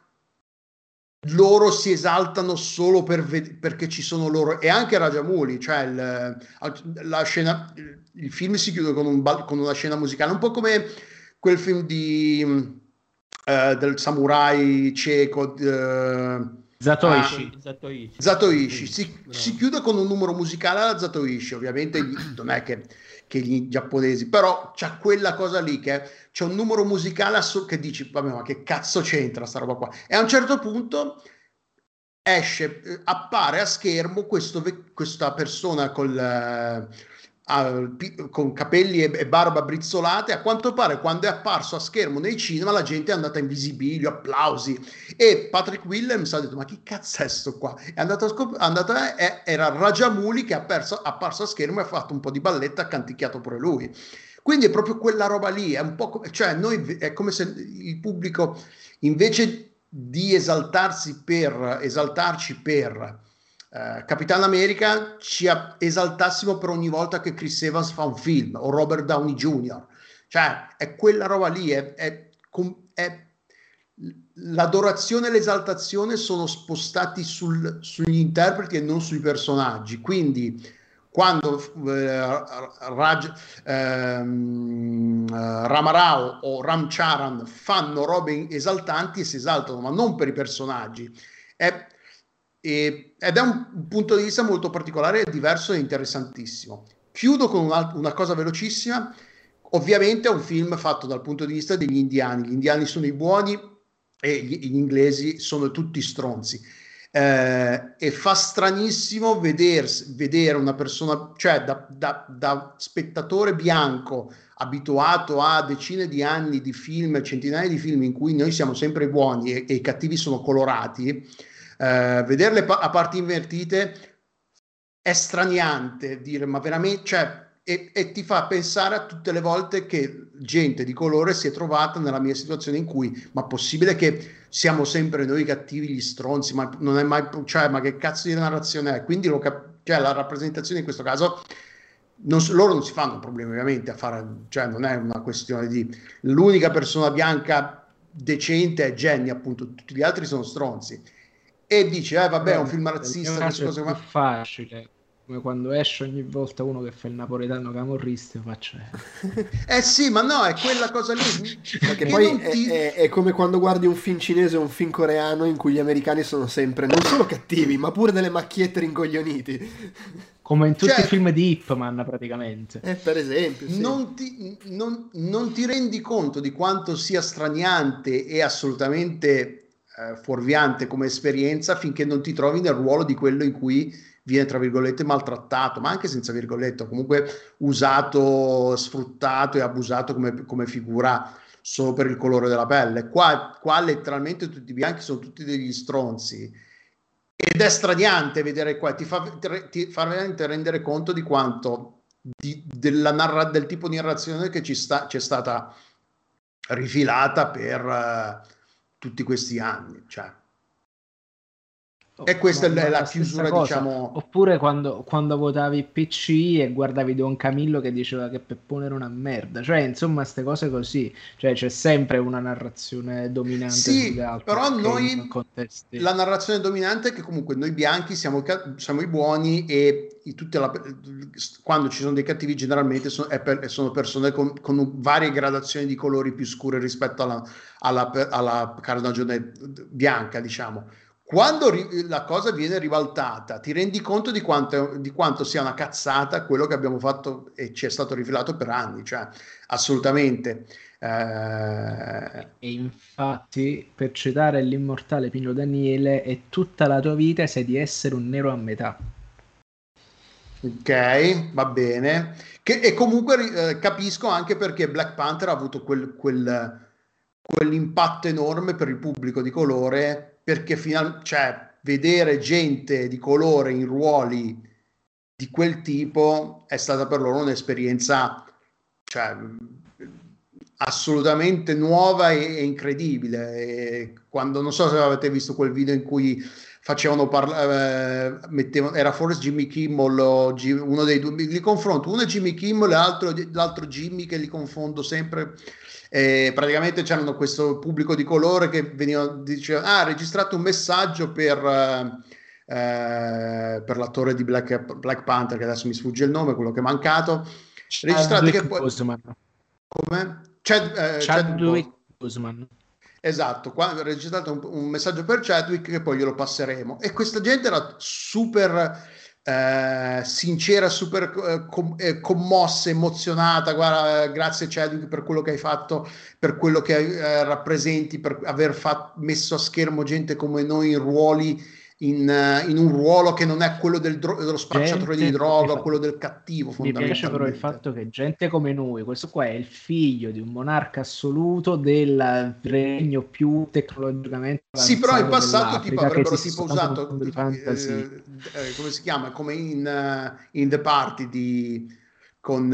loro si esaltano solo per ved- perché ci sono loro, e anche Rajamouli, cioè il, la scena, il film si chiude con, un con una scena musicale, un po' come quel film di uh, del samurai cieco, uh, Zatoichi. ah, Zatoichi. Zatoichi. Si, si chiude con un numero musicale alla Zatoichi, ovviamente non è che che gli giapponesi, però c'ha quella cosa lì che c'è un numero musicale ass- che dici, vabbè, ma che cazzo c'entra sta roba qua? E a un certo punto esce, eh, appare a schermo questo, questa persona col, eh, uh, con capelli e, e barba brizzolate. A quanto pare quando è apparso a schermo nei cinema la gente è andata in visibilio, applausi, e Patrick Williams ha detto, ma che cazzo è sto qua? È andato a scop- è andato a, è, era Rajamouli che è apparso, apparso a schermo e ha fatto un po' di balletta, ha canticchiato pure lui. Quindi è proprio quella roba lì, è un po' come, cioè noi, è come se il pubblico invece di esaltarsi per esaltarci per uh, Capitan America ci esaltassimo per ogni volta che Chris Evans fa un film, o Robert Downey junior Cioè è quella roba lì, è, è, è l'adorazione e l'esaltazione sono spostati sul, sugli interpreti e non sui personaggi. Quindi quando eh, Raj, ehm, Ramarao o Ramcharan fanno robe esaltanti e si esaltano, ma non per i personaggi. È, è, ed è un punto di vista molto particolare, diverso e interessantissimo. Chiudo con una, una cosa velocissima. Ovviamente è un film fatto dal punto di vista degli indiani. Gli indiani sono i buoni e gli, gli inglesi sono tutti stronzi. Eh, e fa stranissimo veder, vedere una persona, cioè da, da, da spettatore bianco abituato a decine di anni di film, centinaia di film in cui noi siamo sempre buoni e, e i cattivi sono colorati, eh, vederle pa- a parti invertite è straniante, dire ma veramente, cioè, e, e ti fa pensare a tutte le volte che gente di colore si è trovata nella mia situazione in cui, ma possibile che siamo sempre noi cattivi, gli stronzi, ma non è mai, cioè, ma che cazzo di narrazione è? Quindi lo cap- cioè, la rappresentazione in questo caso, non, loro non si fanno problemi ovviamente a fare, cioè non è una questione di, l'unica persona bianca decente è Jenny, appunto, tutti gli altri sono stronzi. E dice, eh vabbè, è un film razzista, queste cose qua. È più facile. Come quando esce ogni volta uno che fa il napoletano camorrista, io faccio eh sì, ma no, è quella cosa lì perché poi ti... è, è, è come quando guardi un film cinese o un film coreano in cui gli americani sono sempre non solo cattivi ma pure delle macchiette rincoglioniti, come in tutti cioè, i film di Ip Man praticamente, eh, per esempio sì. non, ti, non, non ti rendi conto di quanto sia straniante e assolutamente eh, fuorviante come esperienza finché non ti trovi nel ruolo di quello in cui viene tra virgolette maltrattato, ma anche senza virgolette, comunque usato, sfruttato e abusato come, come figura solo per il colore della pelle. Qua, qua letteralmente tutti i bianchi sono tutti degli stronzi ed è straniante vedere qua, ti fa, ti fa veramente rendere conto di quanto di, della narra, del tipo di narrazione che ci sta, ci è stata rifilata per uh, tutti questi anni, cioè. E questa ma, è la, la chiusura, cosa. diciamo. Oppure quando, quando votavi P C e guardavi Don Camillo che diceva che Peppone era una merda, cioè insomma queste cose così, cioè c'è sempre una narrazione dominante. Sì, però noi contesti... la narrazione dominante è che comunque noi bianchi siamo, siamo i buoni e tutta la, quando ci sono dei cattivi generalmente sono, è per, sono persone con, con varie gradazioni di colori più scure rispetto alla, alla, alla carnagione bianca, diciamo. Quando ri- la cosa viene ribaltata, ti rendi conto di quanto, di quanto sia una cazzata quello che abbiamo fatto e ci è stato rifilato per anni, cioè assolutamente. Eh... E infatti, per citare l'immortale Pino Daniele, è tutta la tua vita sei di essere un nero a metà. Ok, va bene. Che, e comunque eh, capisco anche perché Black Panther ha avuto quel, quel, quell'impatto enorme per il pubblico di colore, perché final, cioè, vedere gente di colore in ruoli di quel tipo è stata per loro un'esperienza, cioè, assolutamente nuova e, e incredibile. E quando, non so se avete visto quel video in cui facevano parlare, eh, mettevano, era forse Jimmy Kimmel o G, uno dei due, li confronto, uno è Jimmy Kimmel e l'altro, l'altro Jimmy, che li confondo sempre. Eh, praticamente c'erano questo pubblico di colore che veniva, diceva, ah, ha registrato un messaggio per, eh, per l'attore di Black, Black Panther, che adesso mi sfugge il nome, quello che è mancato. Registrate che poi... Come? Chad, eh, Chadwick Boseman. Esatto, qua ho registrato un, un messaggio per Chadwick che poi glielo passeremo. E questa gente era super eh, sincera, super eh, com- eh, commossa, emozionata. Guarda, grazie Chadwick per quello che hai fatto, per quello che eh, rappresenti, per aver fat- messo a schermo gente come noi in ruoli. In, in un ruolo che non è quello del dro- dello spacciatore gente, di droga, quello del cattivo. Mi piace però il fatto che gente come noi, questo qua è il figlio di un monarca assoluto del regno più tecnologicamente sì, però in passato tipo avrebbero tipo usato di fantasy. Eh, eh, come si chiama, come in, uh, in The Party di con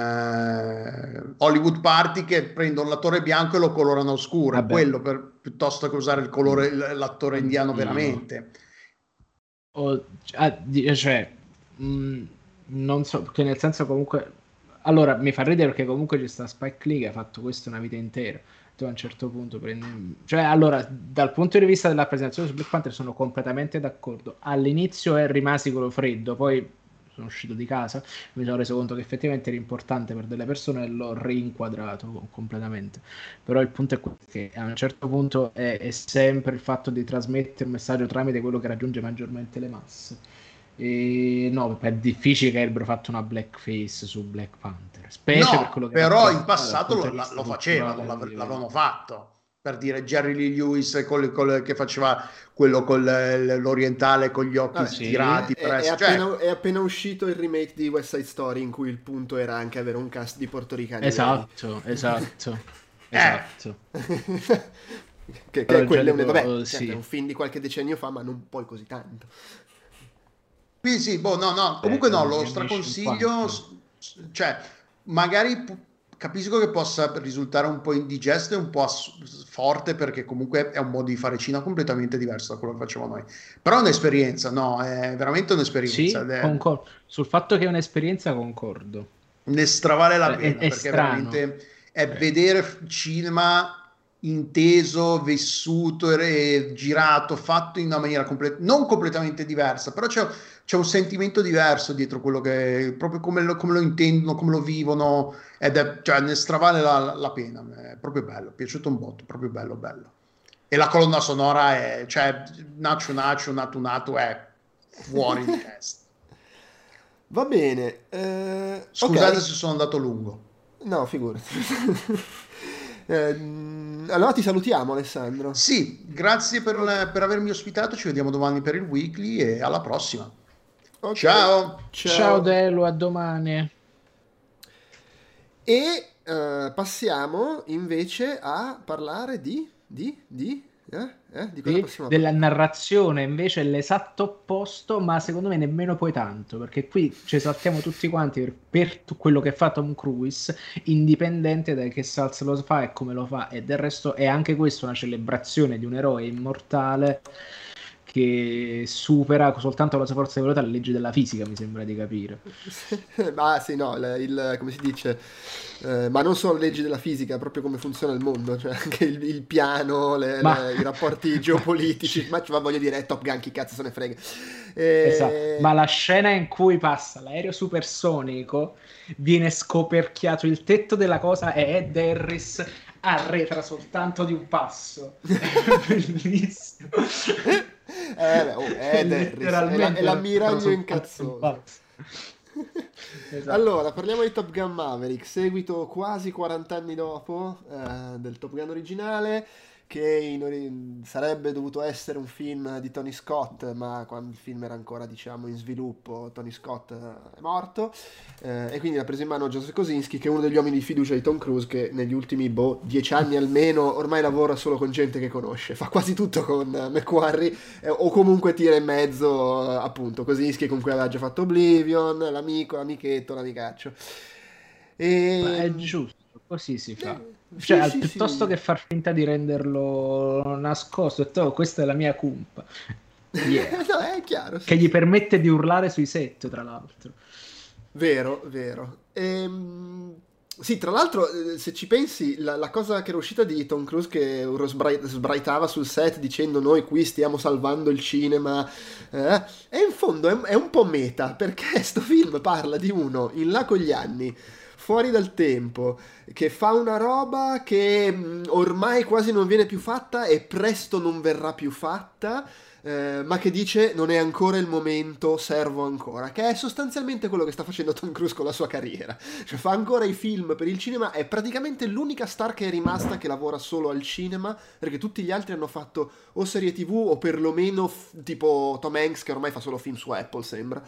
uh, Hollywood Party, che prendono l'attore bianco e lo colorano scuro, è quello per, piuttosto che usare il colore l'attore indiano veramente. O, cioè mh, non so, perché nel senso comunque, allora mi fa ridere perché comunque ci sta Spike Lee che ha fatto questo una vita intera. Tu a un certo punto prendi, cioè allora dal punto di vista della presentazione su Black Panther sono completamente d'accordo. All'inizio eh, rimasi quello freddo, poi sono uscito di casa, mi sono reso conto che effettivamente era importante per delle persone e l'ho rinquadrato completamente. Però il punto è che a un certo punto è, è sempre il fatto di trasmettere un messaggio tramite quello che raggiunge maggiormente le masse. E no, è difficile che avrebbero fatto una blackface su Black Panther, specie no, per quello che però in passato lo, lo facevano, l'avevano fatto. Per dire Jerry Lee Lewis col, col, che faceva quello con l'orientale con gli occhi Vabbè, stirati. Sì. È, è, appena, cioè... è appena uscito il remake di West Side Story in cui il punto era anche avere un cast di portoricani. Esatto, esatto, esatto. che, che è quello, dico, vabbè, oh, sì. Certo, è un film di qualche decennio fa, ma non poi così tanto. Sì, sì, boh, no, no, comunque eh, no, lo straconsiglio, cioè, magari capisco che possa risultare un po' indigesto e un po' ass- forte, perché comunque è un modo di fare cinema completamente diverso da quello che facciamo noi, però è un'esperienza, no, è veramente un'esperienza. Sì, è... concordo. Sul fatto che è un'esperienza concordo. Ne stravale la pena, è, è perché strano. veramente è eh. vedere cinema inteso, vissuto e girato, fatto in una maniera complet- non completamente diversa, però c'è, c'è un sentimento diverso dietro quello che proprio come lo, come lo intendono, come lo vivono, ed è, cioè, ne stravale la, la pena. È proprio bello, è piaciuto un botto, proprio bello bello. E la colonna sonora è, cioè, Nacho Nacho Natu Natu è fuori di testa. Va bene, eh, scusate okay. se sono andato lungo. No, figurati. eh, allora ti salutiamo, Alessandro. Sì, grazie per, la, per avermi ospitato, ci vediamo domani per il weekly e alla prossima. Okay. Ciao. Ciao. Ciao Delo, a domani. E uh, passiamo invece a parlare di di di eh? Eh? Di cosa di, possiamo della narrazione invece è l'esatto opposto, ma secondo me nemmeno poi tanto, perché qui ci saltiamo tutti quanti per, per quello che fa Tom Cruise, indipendente da che salsa lo fa e come lo fa, e del resto è anche questo una celebrazione di un eroe immortale che supera soltanto la sua forza di volontà le leggi della fisica, mi sembra di capire. Ah sì, no, il, il come si dice, eh, ma non solo le leggi della fisica, proprio come funziona il mondo, cioè anche il, il piano, le, ma... le, i rapporti geopolitici, ma cioè, voglio dire, è Top Gun, chi cazzo se ne frega. E... Esatto. Ma la scena in cui passa l'aereo supersonico, viene scoperchiato il tetto della cosa e Ed Harris arretra soltanto di un passo. È bellissimo. Eh, beh, oh, Ed Harris è l'ammiraglio incazzoso. Esatto. Allora, parliamo di Top Gun Maverick, seguito quasi quaranta anni dopo eh, del Top Gun originale, che in, sarebbe dovuto essere un film di Tony Scott, ma quando il film era ancora, diciamo, in sviluppo, Tony Scott è morto, eh, e quindi l'ha preso in mano Joseph Kosinski, che è uno degli uomini di fiducia di Tom Cruise, che negli ultimi, boh, dieci anni almeno, ormai lavora solo con gente che conosce, fa quasi tutto con uh, McQuarrie, eh, o comunque tira in mezzo, uh, appunto, Kosinski, con cui aveva già fatto Oblivion, l'amico, l'amichetto, l'amicaccio. E... Ma è giusto, così si fa. Eh, cioè, sì, piuttosto sì, che far finta di renderlo nascosto, e oh, questa è la mia cumpa. Yeah. No, è chiaro. Sì, che sì. gli permette di urlare sui set, tra l'altro. Vero, vero. Ehm... Sì, tra l'altro, se ci pensi, la, la cosa che era uscita di Tom Cruise che sbra- sbraitava sul set dicendo noi qui stiamo salvando il cinema, eh, e in fondo è, è un po' meta, perché sto film parla di uno in là con gli anni, fuori dal tempo, che fa una roba che mh, ormai quasi non viene più fatta e presto non verrà più fatta, eh, ma che dice non è ancora il momento, servo ancora, che è sostanzialmente quello che sta facendo Tom Cruise con la sua carriera, cioè fa ancora i film per il cinema, è praticamente l'unica star che è rimasta che lavora solo al cinema, perché tutti gli altri hanno fatto o serie tv o perlomeno f- tipo Tom Hanks, che ormai fa solo film su Apple, sembra.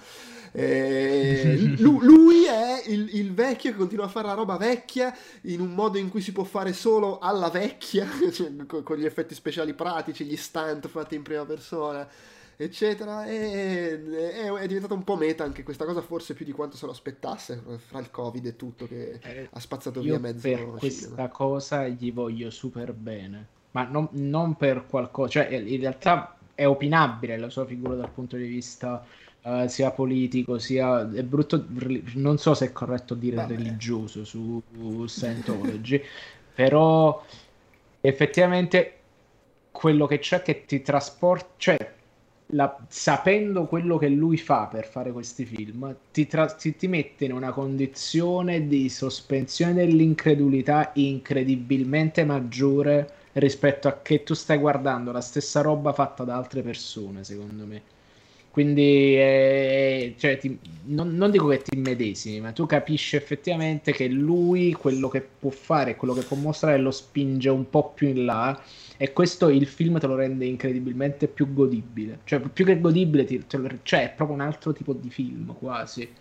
Eh, lui è il, il vecchio che continua a fare la roba vecchia in un modo in cui si può fare solo alla vecchia, cioè, con, con gli effetti speciali pratici, gli stunt fatti in prima persona, buona, eccetera, e è, è diventata un po' meta anche questa cosa, forse più di quanto se lo aspettasse, fra il Covid e tutto che Eh, ha spazzato io via mezzo per cinema. questa cosa gli voglio super bene, ma non, non per qualcosa, cioè in realtà è opinabile la sua figura dal punto di vista eh, sia politico, sia è brutto, non so se è corretto dire Vabbè. religioso su Scientology, però effettivamente quello che c'è che ti trasporta, cioè la- sapendo quello che lui fa per fare questi film, ti, tra- ti- ti mette in una condizione di sospensione dell'incredulità incredibilmente maggiore rispetto a che tu stai guardando la stessa roba fatta da altre persone, secondo me. Quindi, eh, cioè, ti- non, non dico che ti immedesimi, ma tu capisci effettivamente che lui quello che può fare, quello che può mostrare, lo spinge un po' più in là. E questo il film te lo rende incredibilmente più godibile. Cioè, più che godibile, ti- te lo- cioè, è proprio un altro tipo di film, quasi.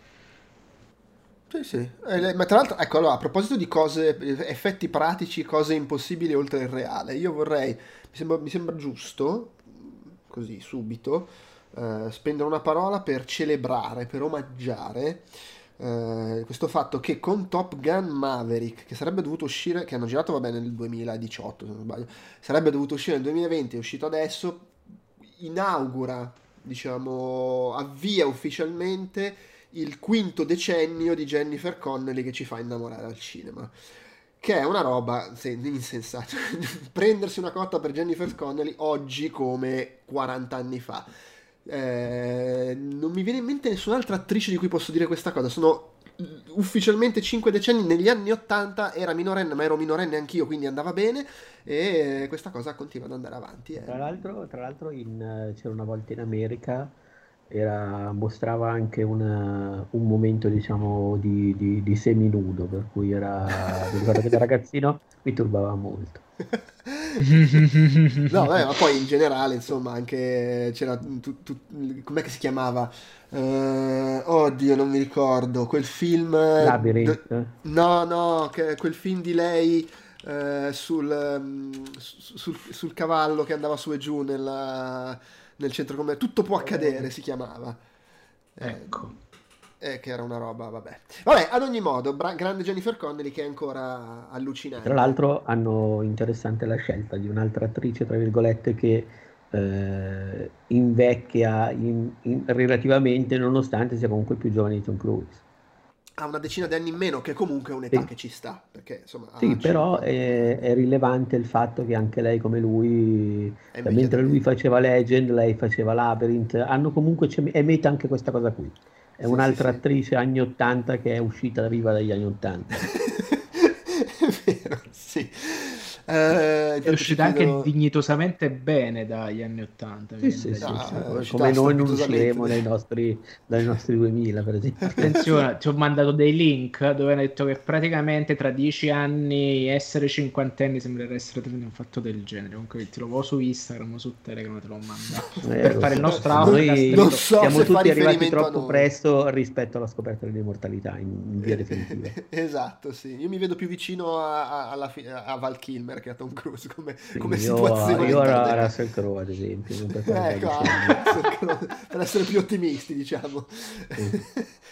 Sì, sì. Eh, le- ma tra l'altro, ecco, allora, a proposito di cose, effetti pratici, cose impossibili oltre il reale, io vorrei, mi sembra, mi sembra giusto, così subito, eh, spendere una parola per celebrare, per omaggiare eh, questo fatto che con Top Gun Maverick, che sarebbe dovuto uscire, che hanno girato, va bene, nel duemiladiciotto, se non sbaglio, sarebbe dovuto uscire nel duemilaventi, è uscito adesso, inaugura, diciamo, avvia ufficialmente il quinto decennio di Jennifer Connelly che ci fa innamorare al cinema. Che è una roba se- insensata. Prendersi una cotta per Jennifer Connelly oggi come quaranta anni fa. Eh, non mi viene in mente nessun'altra attrice di cui posso dire questa cosa. Sono ufficialmente cinque decenni. Negli anni ottanta era minorenne, ma ero minorenne anch'io, quindi andava bene. E questa cosa continua ad andare avanti. eh. Tra l'altro, tra l'altro in, eh, c'era una volta in America, era- mostrava anche una- un momento, diciamo, di, di, di seminudo, per cui era, mi ricordo che da ragazzino mi turbava molto. No, vabbè, ma poi in generale, insomma, anche c'era tu- tu- com'è che si chiamava? Eh, oddio, non mi ricordo. Quel film. eh, d- Labyrinth. no, no, che, quel film di lei eh, sul, ehm, su- sul, sul cavallo che andava su e giù nella- nel centro commerciale. Tutto può accadere, si chiamava. Eh, Ecco. eh, che era una roba, vabbè. Vabbè, ad ogni modo, bra- grande Jennifer Connelly che è ancora Tra allucinante. l'altro hanno interessante la scelta di un'altra attrice, tra virgolette, che eh, invecchia in- in- relativamente, nonostante sia comunque più giovane di Tom Cruise. Ha una decina di anni in meno, che comunque è un'età Sì. che ci sta, perché insomma Sì, ha però cinquanta. è, è rilevante il fatto che anche lei, come lui, È cioè, invecchiata mentre lui bene. faceva Legend, lei faceva Labyrinth, hanno comunque, c'è- è meta anche questa cosa qui. È Sì, sì, un'altra sì. attrice anni ottanta che è uscita viva dagli anni ottanta. È vero, sì. Eh, È intanto ci uscita anche chiedono. dignitosamente bene dagli anni Ottanta, mi Sì, viene sì, da sì, No, dire. sì, è come uscita come noi non strepitosamente. usciremo dai nostri, dai nostri duemila, per esempio. Attenzione, ti ho mandato dei link dove hanno detto che praticamente tra dieci anni essere cinquantenni sembrerebbe essere un fatto del genere. Comunque ti lo avevo su Instagram, su Telegram te l'ho mandato. Eh, Per lo fare il so. nostro Non, outcast. Noi non so siamo se fa tutti arrivati riferimento a troppo noi. presto rispetto alla scoperta dell'immortalità, in, in via definitiva. Esatto, sì. Io mi vedo più vicino a, a- alla fi- a Val Kilmer che a Tom Cruise come, Sì, come io, situazione io in ero tarda a età. Russell Crowe, ad esempio, non per fare Ecco, grandi anche scelte. per per essere più ottimisti, diciamo. Sì.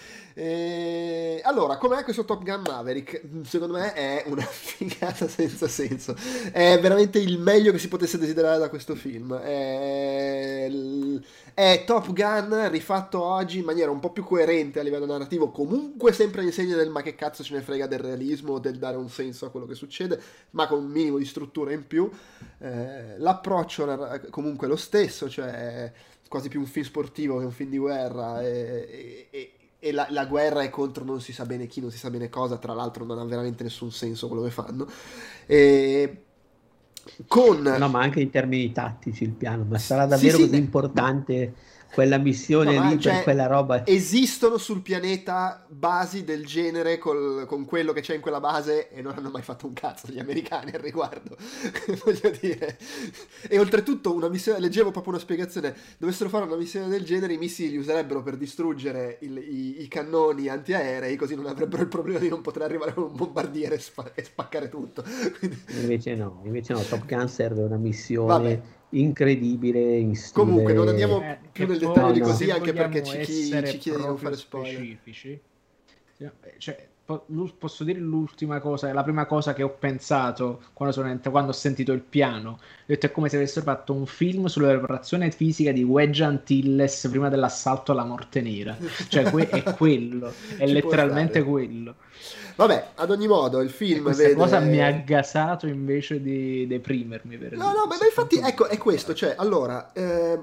E allora, com'è questo Top Gun Maverick? Secondo me è una figata senza senso. È veramente il meglio che si potesse desiderare da questo film. È, l- è Top Gun rifatto oggi in maniera un po' più coerente a livello narrativo, comunque sempre all'insegna del ma che cazzo ce ne frega del realismo, del dare un senso a quello che succede, ma con un minimo di struttura in più. Eh, l'approccio narra- comunque è lo stesso, cioè quasi più un film sportivo che un film di guerra e, e- e- e la, la guerra è contro non si sa bene chi, non si sa bene cosa, tra l'altro non ha veramente nessun senso quello che fanno. E con No, ma anche in termini tattici il piano, ma sarà sì, davvero sì, così ne- importante quella no, missione ma lì per cioè, quella roba? esistono sul pianeta basi del genere col- con quello che c'è in quella base e non hanno mai fatto un cazzo gli americani al riguardo. Voglio dire. E oltretutto una missione, leggevo proprio una spiegazione, dovessero fare una missione del genere, i missili li userebbero per distruggere il- i, i cannoni antiaerei, così non avrebbero il problema di non poter arrivare con un bombardiere e, spa- e spaccare tutto. Quindi, Invece no, invece no, Top Gun serve una missione vabbè. incredibile in stile... Comunque non andiamo Eh, più che nel poi, dettaglio di No, no. così, se anche perché vogliamo ci, chi- essere ci chiede di non proprio fare spoiler. specifici, sì, cioè, po- l'ul- posso dire l'ultima cosa, la prima cosa che ho pensato quando, sono entrato, quando ho sentito il piano. Ho detto è come se avessero fatto un film sulla preparazione fisica di Wedge Antilles prima dell'assalto alla Morte Nera. Cioè, que- è quello, è Ci può letteralmente stare. quello. Vabbè, ad ogni modo il E film questa cosa mi ha vede... gasato invece di deprimermi, per No, no, ma, dire. ma infatti ecco, è questo, cioè, allora, eh,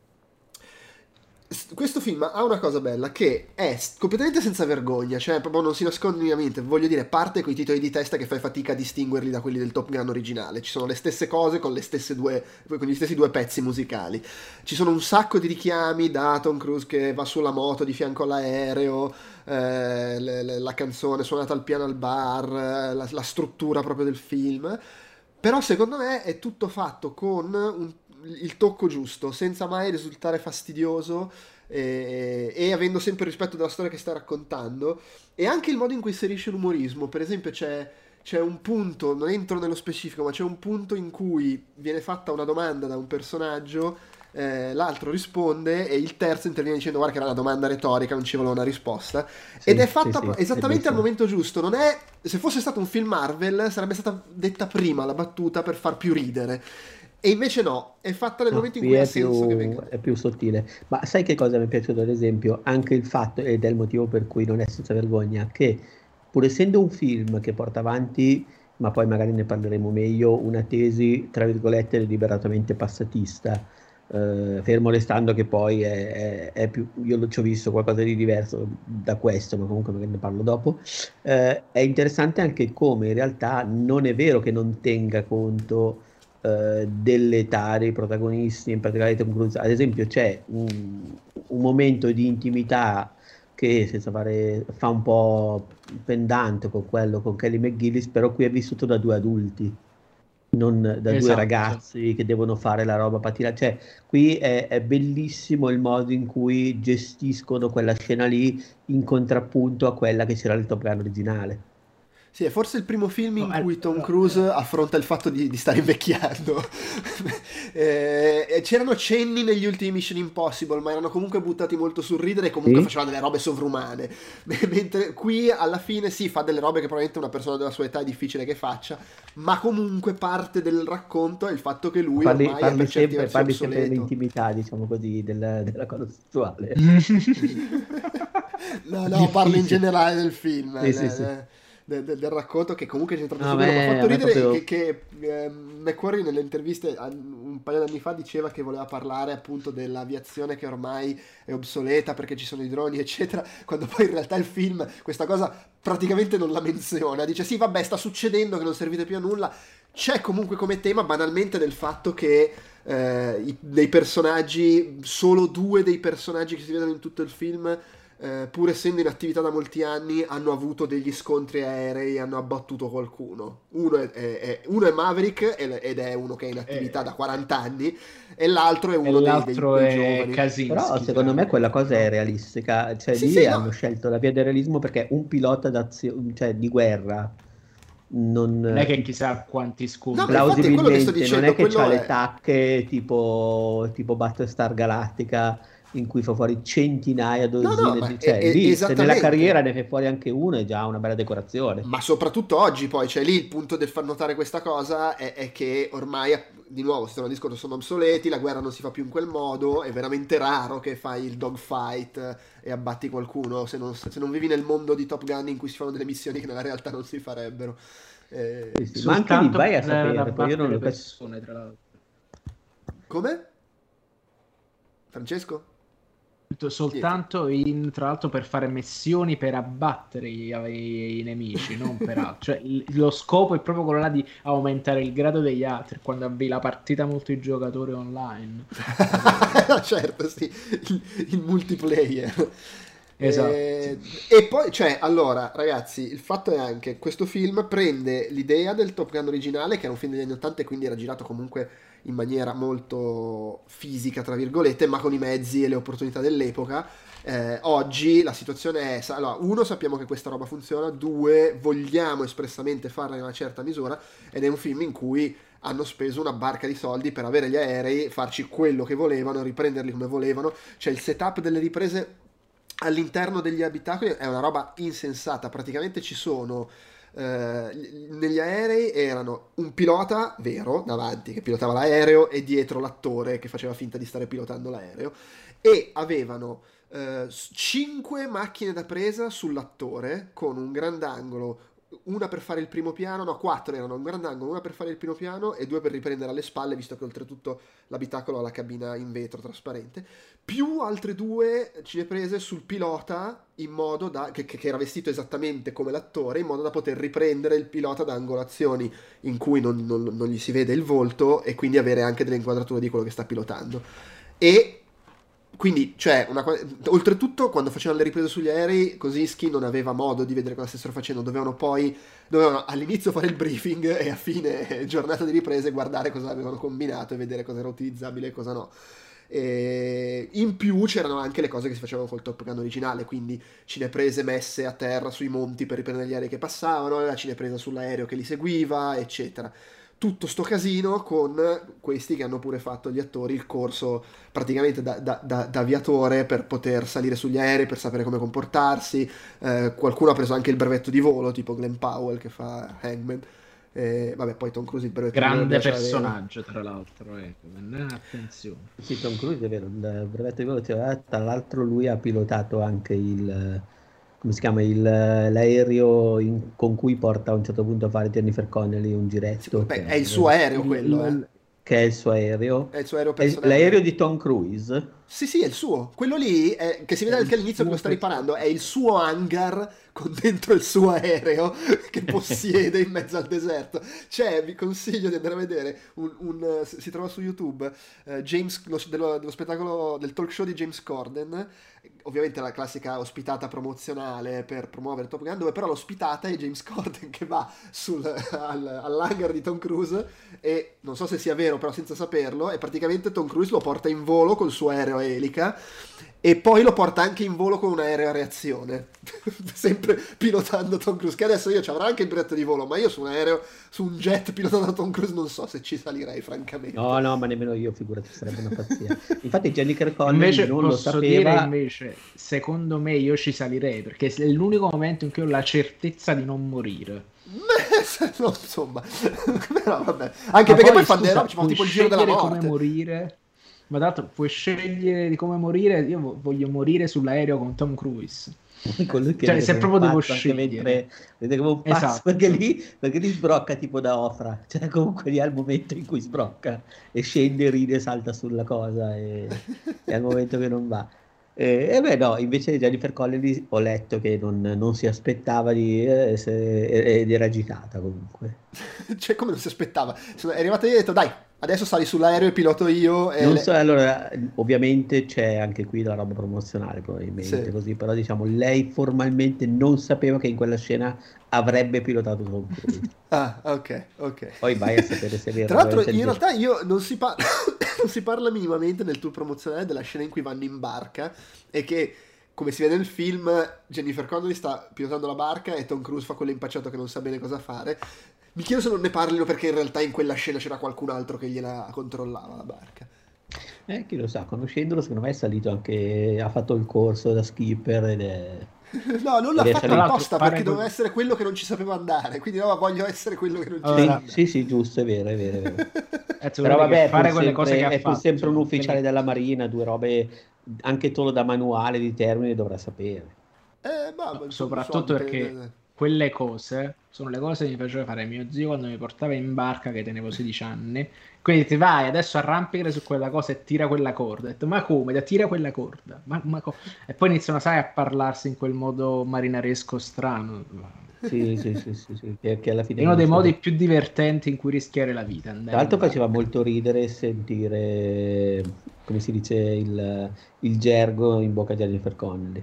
s- questo film ha una cosa bella che è s- completamente senza vergogna, cioè proprio non si nasconde minimamente, voglio dire, parte con i titoli di testa che fai fatica a distinguerli da quelli del Top Gun originale, ci sono le stesse cose con le stesse due, con gli stessi due pezzi musicali, ci sono un sacco di richiami da Tom Cruise che va sulla moto di fianco all'aereo, eh, le- le- la canzone suonata al piano al bar, eh, la, la struttura proprio del film. Però secondo me è tutto fatto con un- il tocco giusto, senza mai risultare fastidioso e, e avendo sempre rispetto della storia che sta raccontando e anche il modo in cui inserisce l'umorismo. Per esempio c'è, c'è un punto, non entro nello specifico, ma c'è un punto in cui viene fatta una domanda da un personaggio, eh, l'altro risponde e il terzo interviene dicendo guarda che era una domanda retorica, non ci voleva una risposta. Sì, Ed è sì, fatta sì, esattamente al bellissimo. momento giusto. Non è, se fosse stato un film Marvel, sarebbe stata detta prima la battuta per far più ridere. E invece no, è fatta nel No, momento in qui cui ha è senso che più, venga. è più sottile. Ma sai che cosa mi è piaciuto, ad esempio? Anche il fatto, ed è il motivo per cui non è senza vergogna, che pur essendo un film che porta avanti, ma poi magari ne parleremo meglio, una tesi, tra virgolette, deliberatamente passatista, eh, fermo restando che poi è, è- è più, io ci ho visto qualcosa di diverso da questo, ma comunque magari ne parlo dopo. Eh, è interessante anche come in realtà non è vero che non tenga conto eh, dell'età dei protagonisti, in particolare Tom Cruise. Ad esempio, c'è un, un momento di intimità che senza fare fa un po' pendante con quello con Kelly McGillis, però qui è vissuto da due adulti, non da due Esatto. ragazzi che devono fare la roba patina. Cioè, qui è, è bellissimo il modo in cui gestiscono quella scena lì in contrappunto a quella che c'era nel Top Gun originale. Sì, è forse il primo film No, in eh, cui Tom no, Cruise eh, affronta il fatto di, di stare invecchiando. Eh, e c'erano cenni negli ultimi Mission Impossible, ma erano comunque buttati molto sul ridere e comunque Sì? faceva delle robe sovrumane. Mentre qui alla fine sì, fa delle robe che probabilmente una persona della sua età è difficile che faccia, ma comunque parte del racconto è il fatto che lui Parli, ormai è parli per certi sempre, versi parli sempre obsoleto. dell'intimità, diciamo così, del- della cosa sessuale. No, no, parlo in Difficile. generale del film, Sì, eh, sì, sì. de- de- de- del racconto che comunque è centrato No, su a quello. Mi ha me, fatto a me ridere proprio... che, che ehm, McQuarrie nelle interviste an- un paio d'anni fa diceva che voleva parlare appunto dell'aviazione che ormai è obsoleta perché ci sono i droni, eccetera, quando poi in realtà il film questa cosa praticamente non la menziona. Dice sì, vabbè, sta succedendo che non servite più a nulla. C'è comunque come tema banalmente del fatto che eh, i- dei personaggi, solo due dei personaggi che si vedono in tutto il film, eh, pur essendo in attività da molti anni, hanno avuto degli scontri aerei, hanno abbattuto qualcuno. Uno è, è- è- uno è Maverick ed ed è uno che è in attività da eh, quaranta anni, e l'altro è e uno dei, dei- l'altro dei è giovani. Però Kaczynski, tra secondo me quella l'altro, cosa è no? realistica, cioè Sì, lì sì, no. hanno scelto la via del realismo perché un pilota d'azione, cioè di guerra, Non è non, che chissà quanti No, ma scontri infatti è quello che sto plausibilmente non è dicendo, che c'ha quello le è... tacche tipo, tipo Battlestar Galactica in cui fa fuori centinaia, No, no, dozzine ma di... è, Cioè è- lì se nella esattamente. carriera ne fai fuori anche uno è già una bella decorazione. Ma soprattutto oggi poi, cioè lì il punto del far notare questa cosa è, è che ormai, di nuovo, si torna al discorso, sono obsoleti, la guerra non si fa più in quel modo, è veramente raro che fai il dogfight e abbatti qualcuno, se non, se non vivi nel mondo di Top Gun in cui si fanno delle missioni che nella realtà non si farebbero. Eh, Sì, sì, ma anche lì Soltanto vai a per sapere, poi io non abbattere lo capisco. persone, tra l'altro. come? Francesco? Niente. Soltanto in, tra l'altro per fare missioni per abbattere i, i- i nemici, non per altro. Cioè, il- lo scopo è proprio quello là di aumentare il grado degli altri quando avvii la partita multigiocatore online. No, certo, sì, il, il multiplayer. Esatto. E, e poi, cioè, allora, ragazzi, il fatto è anche che questo film prende l'idea del Top Gun originale, che era un film degli anni ottanta e quindi era girato comunque in maniera molto fisica, tra virgolette, ma con i mezzi e le opportunità dell'epoca. Eh, oggi la situazione è, sa- allora, uno, sappiamo che questa roba funziona, due, vogliamo espressamente farla in una certa misura, ed è un film in cui hanno speso una barca di soldi per avere gli aerei, farci quello che volevano, riprenderli come volevano. Cioè il setup delle riprese all'interno degli abitacoli è una roba insensata. Praticamente ci sono eh, negli aerei erano un pilota vero davanti che pilotava l'aereo e dietro l'attore che faceva finta di stare pilotando l'aereo, e avevano eh, cinque macchine da presa sull'attore con un grandangolo, una per fare il primo piano, no, quattro erano un grandangolo, una per fare il primo piano e due per riprendere alle spalle, visto che oltretutto l'abitacolo ha la cabina in vetro trasparente, più altre due cineprese sul pilota in modo da che, che era vestito esattamente come l'attore, in modo da poter riprendere il pilota da angolazioni in cui non, non, non gli si vede il volto e quindi avere anche delle inquadrature di quello che sta pilotando. E quindi, cioè, una cosa... oltretutto, quando facevano le riprese sugli aerei, Kosinski non aveva modo di vedere cosa stessero facendo. Dovevano poi, dovevano all'inizio fare il briefing e a fine giornata di riprese guardare cosa avevano combinato e vedere cosa era utilizzabile e cosa no. E in più c'erano anche le cose che si facevano col Top Gun originale, quindi cineprese messe a terra sui monti per riprendere gli aerei che passavano, la cinepresa sull'aereo che li seguiva, eccetera. Tutto sto casino con questi che hanno pure fatto gli attori il corso praticamente da, da, da, da aviatore per poter salire sugli aerei, per sapere come comportarsi. Eh, qualcuno ha preso anche il brevetto di volo, tipo Glenn Powell che fa Hangman. Eh, vabbè, poi Tom Cruise il brevetto grande di volo personaggio tra l'altro, ecco. Attenzione. Sì, Tom Cruise è vero, il brevetto di volo, tra l'altro lui ha pilotato anche il... come si chiama, il, l'aereo in, con cui porta a un certo punto a fare Jennifer Connelly un giretto. Beh, è il suo aereo quello, eh. Che è il suo aereo. È il suo aereo È personale. l'aereo di Tom Cruise. Sì, sì, è il suo. Quello lì, è, che si vede anche all'inizio che lo sta riparando, è il suo hangar con dentro il suo aereo che possiede in mezzo al deserto. Cioè, vi consiglio di andare a vedere, un, un, si trova su YouTube, uh, James, lo, dello, dello spettacolo, del talk show di James Corden, ovviamente la classica ospitata promozionale per promuovere Top Gun, dove però l'ospitata è James Corden che va sul, al, all'hangar di Tom Cruise e non so se sia vero, però senza saperlo, e praticamente Tom Cruise lo porta in volo col suo aereo a elica e poi lo porta anche in volo con un aereo a reazione sempre pilotando Tom Cruise, che adesso io ci avrò anche il brevetto di volo, ma io su un aereo, su un jet pilotato da Tom Cruise non so se ci salirei francamente. No, no, ma nemmeno io, figurati, sarebbe una pazzia. Infatti Jennifer Connelly invece non lo posso sapeva. dire, invece, secondo me io ci salirei, perché è l'unico momento in cui ho la certezza di non morire. No, insomma, però vabbè, anche ma perché poi, poi fanno scusa, ci fa tipo il giro della morte. Come morire, ma tanto puoi scegliere di come morire. Io voglio morire sull'aereo con Tom Cruise. Cioè, se proprio devo scegliere, vedete come un pazzo, esatto. perché, lì, perché lì sbrocca tipo da Ofra, cioè comunque lì è il momento in cui sbrocca e scende, ride, salta sulla cosa e è al momento che non va. E eh, beh no, invece Jennifer Connelly ho letto che non, non si aspettava di eh, se, ed era agitata comunque. Cioè, come non si aspettava? È arrivata lì e ha detto dai, adesso sali sull'aereo e piloto io. E non le... so, allora, ovviamente c'è anche qui la roba promozionale probabilmente, sì. Così, però diciamo lei formalmente non sapeva che in quella scena avrebbe pilotato Tom Cruise. Ah, ok, ok. Poi vai a sapere se è vero. Tra l'altro, in realtà io non si parla non si parla minimamente nel tour promozionale della scena in cui vanno in barca e che, come si vede nel film, Jennifer Connelly sta pilotando la barca e Tom Cruise fa quello impacciato che non sa bene cosa fare. Mi chiedo se non ne parlino perché in realtà in quella scena c'era qualcun altro che gliela controllava la barca. Eh, chi lo sa, conoscendolo secondo me è salito anche, ha fatto il corso da skipper ed è... No, non l'ha fatto apposta perché doveva con... essere quello che non ci sapeva andare, quindi no, voglio essere quello che non ci allora, sa andare. Sì, sì, giusto, è vero, è vero, è vero. eh, Però vabbè, fare quelle sempre, cose che ha è fatto, sempre un ufficiale quindi... della Marina, due robe, anche solo da manuale di termini dovrà sapere. Eh, ma, no, soprattutto so, perché dipende... quelle cose sono le cose che mi faceva fare mio zio quando mi portava in barca, che tenevo sedici anni. Quindi ti vai adesso arrampicare su quella cosa e tira quella corda. Ho detto, ma come? Da tira quella corda? Ma, ma co-? E poi iniziano, sai, a parlarsi in quel modo marinaresco strano. Sì, sì, sì, sì, sì. Che, che alla fine è uno dei modi più divertenti in cui rischiare la vita. Tra l'altro faceva molto ridere sentire, come si dice, il, il gergo in bocca di Jennifer Connelly.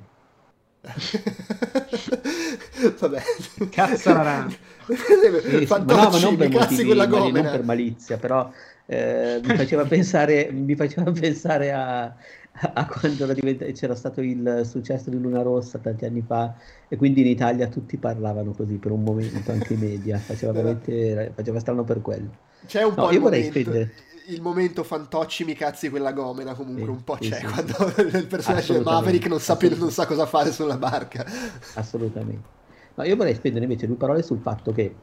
Vabbè, cazzo la rana. Sì, ma no, ma non per motivi, ma non per malizia, però eh, mi faceva pensare mi faceva pensare a, a quando era diventa- c'era stato il successo di Luna Rossa tanti anni fa e quindi in Italia tutti parlavano così per un momento, anche i media, faceva veramente faceva strano per quello. C'è un No, po' il io vorrei momento, spendere. il momento Fantocci mi cazzi quella gomena, comunque Sì, un po' sì, c'è sì, sì. quando il personaggio di Maverick Assolutamente, non sa, più- non assolutamente. sa cosa fare sulla barca. Assolutamente. No, io vorrei spendere invece due parole sul fatto che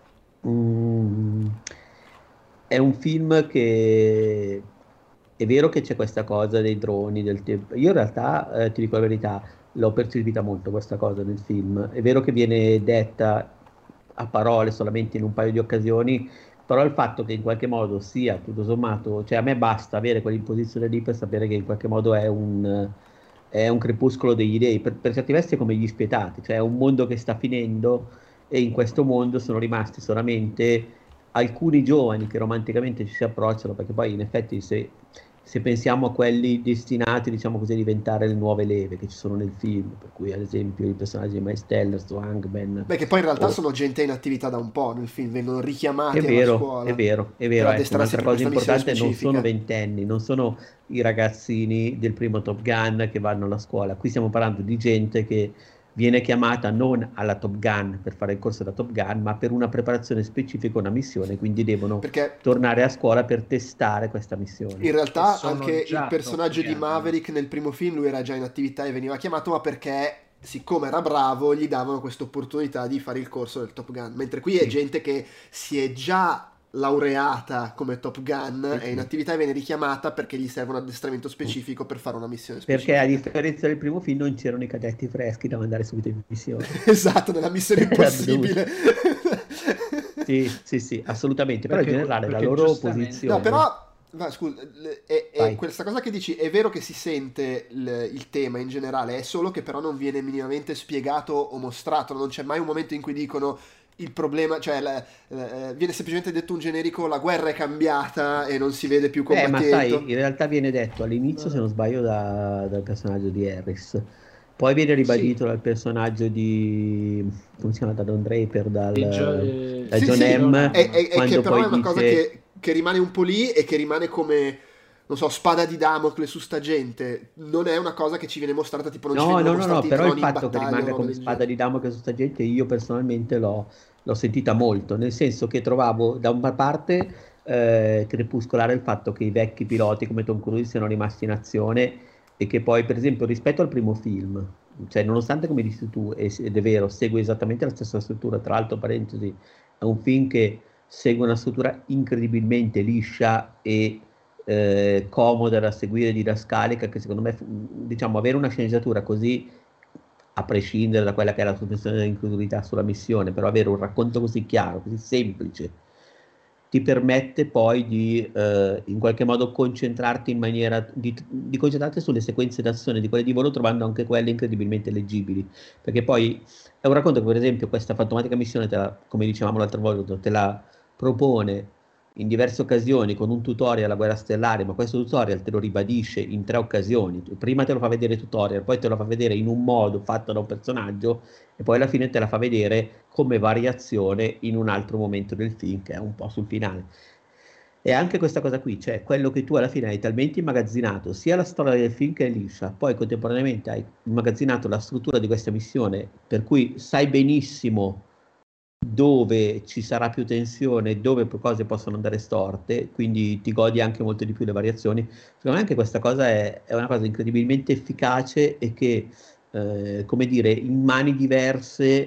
mm, è un film che è vero che c'è questa cosa dei droni, del tempo. Io in realtà, eh, ti dico la verità, l'ho percepita molto questa cosa nel film. È vero che viene detta a parole solamente in un paio di occasioni, però il fatto che in qualche modo sia tutto sommato, cioè a me basta avere quell'imposizione lì per sapere che in qualche modo è un, è un crepuscolo degli dei, per, per certi versi è come gli spietati, cioè è un mondo che sta finendo e in questo mondo sono rimasti solamente alcuni giovani che romanticamente ci si approcciano, perché poi in effetti se, se pensiamo a quelli destinati, diciamo così, a diventare le nuove leve che ci sono nel film, per cui ad esempio i personaggi di Miles Teller, Swangman, Beh, che poi in realtà o sono gente in attività da un po' nel film, vengono è richiamati alla vero, è scuola vero, è per vero. Ecco, addestrarsi un'altra per cosa questa missione importante, non sono specifica. ventenni, non sono i ragazzini del primo Top Gun che vanno alla scuola. Qui stiamo parlando di gente che viene chiamata non alla Top Gun per fare il corso da Top Gun, ma per una preparazione specifica, una missione, quindi devono Perché tornare a scuola per testare questa missione. in E realtà anche sono il già Top personaggio di Gun. Maverick nel primo film lui era già in attività e veniva chiamato, ma perché siccome era bravo gli davano questa opportunità di fare il corso del Top Gun. Mentre qui è Sì, gente che si è già laureata come Top Gun, sì, è in sì. attività e viene richiamata perché gli serve un addestramento specifico per fare una missione Perché a specifica. differenza del primo film non c'erano i cadetti freschi da mandare subito in missione. Esatto, nella missione Sarebbe dovuto. impossibile. Sì, sì, sì, assolutamente, però in Perché, generale la perché loro No, giustamente, posizione, però, va, scusa, l- è, è- vai. questa cosa che dici è vero che si sente il, il tema in generale, è solo che però non viene minimamente spiegato o mostrato, non c'è mai un momento in cui dicono il problema, cioè la- eh, viene semplicemente detto un generico la guerra è cambiata e non si vede più Eh, ma sai, combattendo. in realtà viene detto all'inizio, se non sbaglio, da- dal personaggio di Harris, poi viene Sì, ribadito dal personaggio di, come si chiama, da Don Draper, di Gio- dal, eh, da sì, John di sì, John M, è, Hamm. è- è che quando però è poi una cosa dice, che, che rimane un po' lì e che rimane come, non so, spada di Damocle su sta gente. Non è una cosa che ci viene mostrata, tipo non ci no, vengono no, no, no, mostrati i però il droni in fatto che battaglia o rimanga roba come del spada genere. di Damocle su sta gente, io personalmente l'ho l'ho sentita molto, nel senso che trovavo da una parte eh, crepuscolare il fatto che i vecchi piloti come Tom Cruise siano rimasti in azione e che poi, per esempio, rispetto al primo film, cioè nonostante come dici tu, e- ed è vero, segue esattamente la stessa struttura, tra l'altro, parentesi, è un film che segue una struttura incredibilmente liscia e eh, comoda da seguire, didascalica, che secondo me, fu- diciamo, avere una sceneggiatura così, a prescindere da quella che è la sospensione dell'incredulità sulla missione, però avere un racconto così chiaro, così semplice, ti permette poi di eh, in qualche modo concentrarti in maniera di, di concentrarti sulle sequenze d'azione di quelle di volo, trovando anche quelle incredibilmente leggibili. Perché poi è un racconto che, per esempio, questa fantomatica missione, te la- come dicevamo l'altra volta, te la propone in diverse occasioni con un tutorial alla guerra stellare, ma questo tutorial te lo ribadisce in tre occasioni. Prima te lo fa vedere il tutorial, poi te lo fa vedere in un modo fatto da un personaggio e poi alla fine te la fa vedere come variazione in un altro momento del film, che è un po' sul finale. E anche questa cosa qui, cioè quello che tu alla fine hai talmente immagazzinato, sia la storia del film che è liscia, poi contemporaneamente hai immagazzinato la struttura di questa missione, per cui sai benissimo dove ci sarà più tensione, dove cose possono andare storte, quindi ti godi anche molto di più le variazioni. Secondo me anche questa cosa è, è una cosa incredibilmente efficace e che, eh, come dire, in mani diverse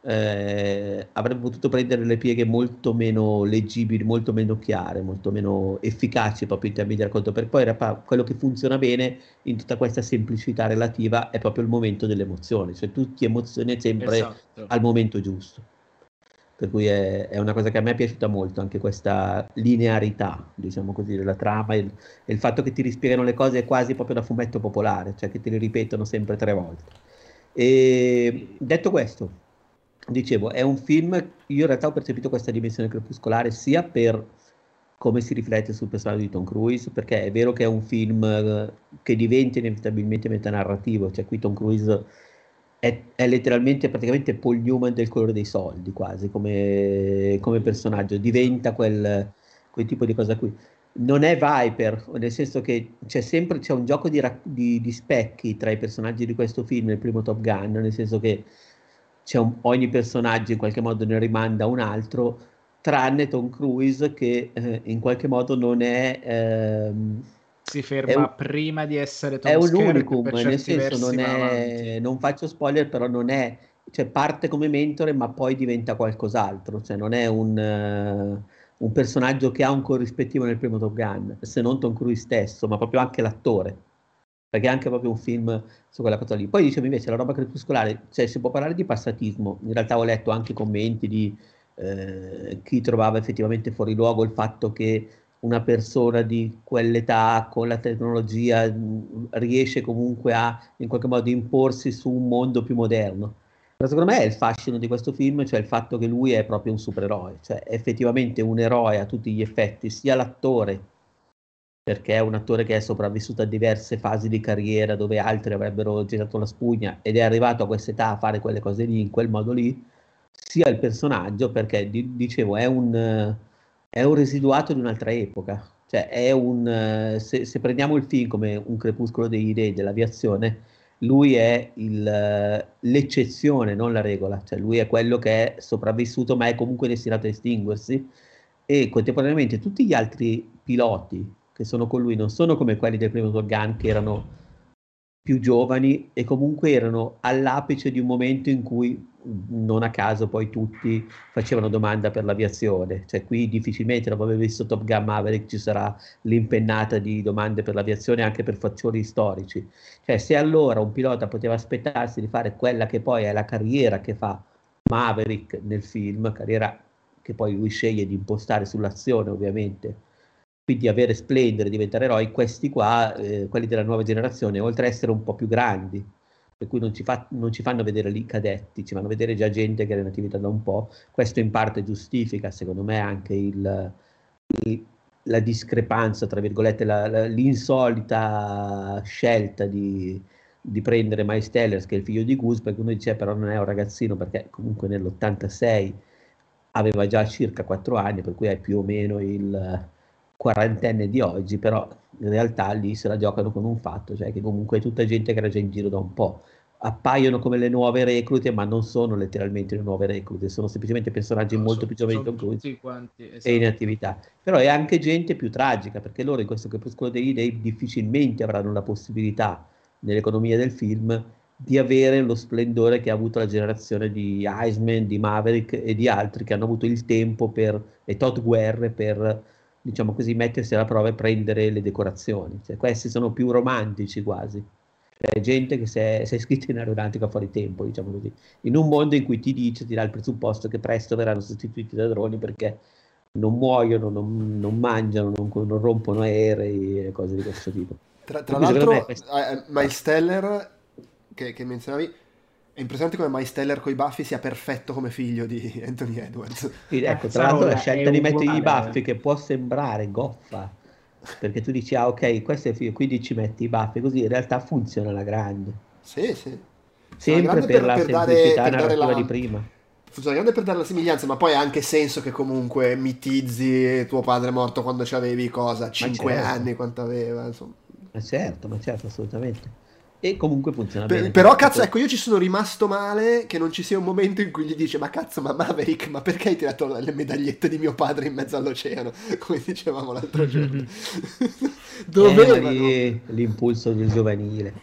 eh, avrebbe potuto prendere le pieghe molto meno leggibili, molto meno chiare, molto meno efficaci proprio in termini di racconto. Per poi in realtà quello che funziona bene in tutta questa semplicità relativa è proprio il momento delle emozioni, cioè tu ti emozioni sempre Esatto. al momento giusto. Per cui è, è una cosa che a me è piaciuta molto, anche questa linearità, diciamo così, della trama e il, e il fatto che ti rispiegano le cose quasi proprio da fumetto popolare, cioè che te le ripetono sempre tre volte. E detto questo, dicevo, è un film, io in realtà ho percepito questa dimensione crepuscolare sia per come si riflette sul personaggio di Tom Cruise, perché è vero che è un film eh, che diventa inevitabilmente metanarrativo, cioè qui Tom Cruise è, è letteralmente praticamente Paul Newman del colore dei soldi, quasi come, come personaggio, diventa quel, quel tipo di cosa qui. Non è Viper, nel senso che c'è sempre c'è un gioco di, ra- di- di specchi tra i personaggi di questo film e il primo Top Gun, nel senso che c'è un- ogni personaggio in qualche modo ne rimanda a un altro, tranne Tom Cruise che eh, in qualche modo non è... ehm, Si è ferma un, prima di essere è Tom un Skerritt e unicum, per nel certi senso versi non va avanti. è, non faccio spoiler, però non è, cioè parte come mentore ma poi diventa qualcos'altro, cioè non è un, eh, un personaggio che ha un corrispettivo nel primo Top Gun, se non Tom Cruise stesso, ma proprio anche l'attore, perché è anche proprio un film su quella cosa lì. Poi dicevo invece la roba crepuscolare, cioè si può parlare di passatismo, in realtà ho letto anche commenti di eh, chi trovava effettivamente fuori luogo il fatto che una persona di quell'età con la tecnologia mh, riesce comunque a in qualche modo imporsi su un mondo più moderno. Però secondo me è il fascino di questo film, cioè il fatto che lui è proprio un supereroe, cioè è effettivamente un eroe a tutti gli effetti, sia l'attore, perché è un attore che è sopravvissuto a diverse fasi di carriera dove altri avrebbero girato la spugna ed è arrivato a quest'età a fare quelle cose lì, in quel modo lì, sia il personaggio, perché di- dicevo, è un, eh, è un residuato di un'altra epoca. Cioè, è un, eh, se, se prendiamo il film come un crepuscolo dei dei dell'aviazione, lui è il, eh, l'eccezione, non la regola. Cioè, lui è quello che è sopravvissuto, ma è comunque destinato a estinguersi. E contemporaneamente tutti gli altri piloti che sono con lui non sono come quelli del primo Top Gun, che erano più giovani e comunque erano all'apice di un momento in cui non a caso poi tutti facevano domanda per l'aviazione, cioè qui difficilmente dopo aver visto Top Gun Maverick ci sarà l'impennata di domande per l'aviazione anche per fattori storici, cioè se allora un pilota poteva aspettarsi di fare quella che poi è la carriera che fa Maverick nel film, carriera che poi lui sceglie di impostare sull'azione ovviamente, quindi avere splendere, diventare eroi, questi qua, eh, quelli della nuova generazione, oltre a essere un po' più grandi, per cui non ci, fa, non ci fanno vedere lì cadetti, ci fanno vedere già gente che era in attività da un po', questo in parte giustifica secondo me anche il, il, la discrepanza, tra virgolette, la, la, l'insolita scelta di, di prendere Miles Teller, che è il figlio di Goose, perché uno dice però non è un ragazzino, perché comunque nell'ottantasei aveva già circa quattro anni, per cui è più o meno il quarantenne di oggi, però in realtà lì se la giocano con un fatto, cioè che comunque è tutta gente che era già in giro da un po'. Appaiono come le nuove reclute, ma non sono letteralmente le nuove reclute, sono semplicemente personaggi No, molto so- più giovani di sono Tom Cruise tutti quanti, e in esatto. attività. Però è anche gente più tragica, perché loro in questo crepuscolo degli dei difficilmente avranno la possibilità, nell'economia del film, di avere lo splendore che ha avuto la generazione di Iceman, di Maverick e di altri che hanno avuto il tempo per, e Todd Guerre per, diciamo così, mettersi alla prova e prendere le decorazioni. Cioè, questi sono più romantici quasi. Cioè, gente che si è, si è iscritta in aeronautica fuori tempo, diciamo così. In un mondo in cui ti dice, ti dà il presupposto che presto verranno sostituiti da droni perché non muoiono, non, non mangiano, non, non rompono aerei e cose di questo tipo. Tra, Per tra cui secondo me l'altro, questo... eh, Miles Teller, che, che menzionavi, è impressionante come Miles Teller coi baffi sia perfetto come figlio di Anthony Edwards. Sì, ecco, tra l'altro la Cazzarola è scelta di mettergli i baffi uguale. che può sembrare goffa, perché tu dici, ah ok, questo è figo, quindi ci metti i baffi, così in realtà funziona alla grande. Sì, sì. Sono Sempre grande per per, la per dare, semplicità per dare narrativa di la... prima. Funziona grande per dare la somiglianza, ma poi ha anche senso che comunque mitizzi tuo padre morto quando c'avevi cosa? Ma cinque certo, anni, quanto aveva, insomma. ma certo, ma certo, assolutamente. E comunque funziona Per- bene però perché cazzo, proprio... ecco, io ci sono rimasto male che non ci sia un momento in cui gli dice ma cazzo, ma Maverick, ma perché hai tirato le medagliette di mio padre in mezzo all'oceano? Come dicevamo l'altro giorno. Eh, ma Dovevano. lì l'impulso del giovanile.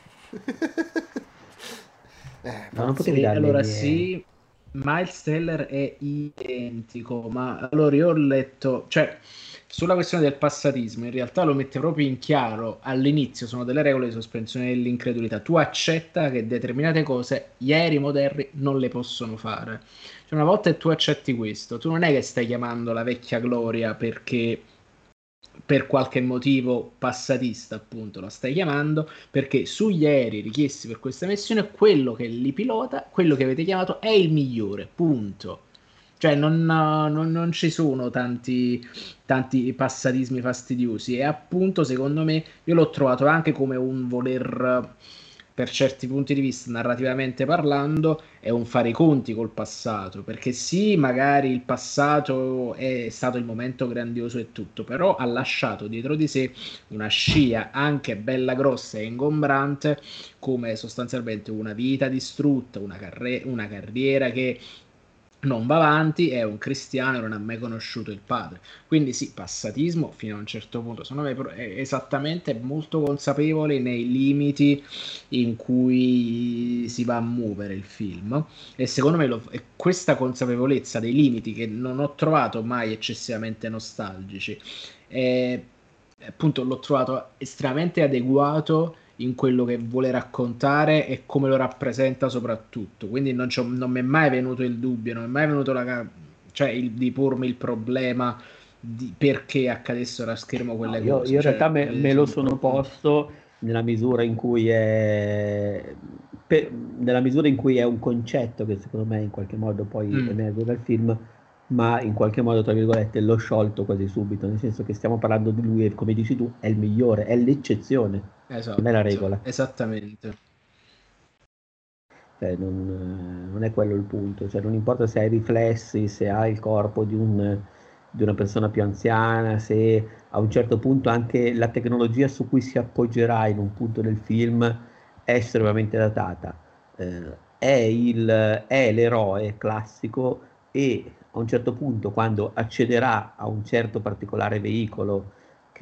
Eh, No, non pazzo. potevi E darle allora niente. sì, Miles Teller è identico, ma allora io ho letto, cioè sulla questione del passatismo, in realtà lo mette proprio in chiaro all'inizio, sono delle regole di sospensione dell'incredulità. Tu accetta che determinate cose gli aerei moderni non le possono fare. Cioè, una volta che tu accetti questo, tu non è che stai chiamando la vecchia gloria perché per qualche motivo passatista, appunto, la stai chiamando perché sugli aerei richiesti per questa missione, quello che li pilota, quello che avete chiamato, è il migliore, punto. Cioè, non, non- non ci sono tanti, tanti passatismi fastidiosi. E appunto, secondo me, io l'ho trovato anche come un voler, per certi punti di vista, narrativamente parlando, è un fare i conti col passato. Perché sì, magari il passato è stato il momento grandioso e tutto, però ha lasciato dietro di sé una scia anche bella grossa e ingombrante, come sostanzialmente una vita distrutta, una, carre- una carriera che non va avanti, è un cristiano e non ha mai conosciuto il padre. Quindi sì, passatismo fino a un certo punto, secondo me però è esattamente molto consapevole nei limiti in cui si va a muovere il film, e secondo me lo- è questa consapevolezza dei limiti che non ho trovato mai eccessivamente nostalgici, e appunto l'ho trovato estremamente adeguato in quello che vuole raccontare e come lo rappresenta soprattutto. Quindi non, c'ho- non mi è mai venuto il dubbio, non mi è mai venuto la, ca- cioè il, di pormi il problema di perché accadessero a schermo No, quelle io, cose. io in Cioè, realtà me, eh, me lo sono sono proprio... posto nella misura in cui è, per- nella misura in cui è un concetto che secondo me in qualche modo poi Mm, emerge dal film, ma in qualche modo, tra virgolette, l'ho sciolto quasi subito, nel senso che stiamo parlando di lui e come dici tu è il migliore, è l'eccezione, non è la esatto, regola. esattamente. Cioè, non, non è quello il punto, cioè, non importa se hai riflessi, se hai il corpo di, un- di una persona più anziana, se a un certo punto anche la tecnologia su cui si appoggerà in un punto del film è estremamente datata. Eh, è il- è l'eroe classico e a un certo punto, quando accederà a un certo particolare veicolo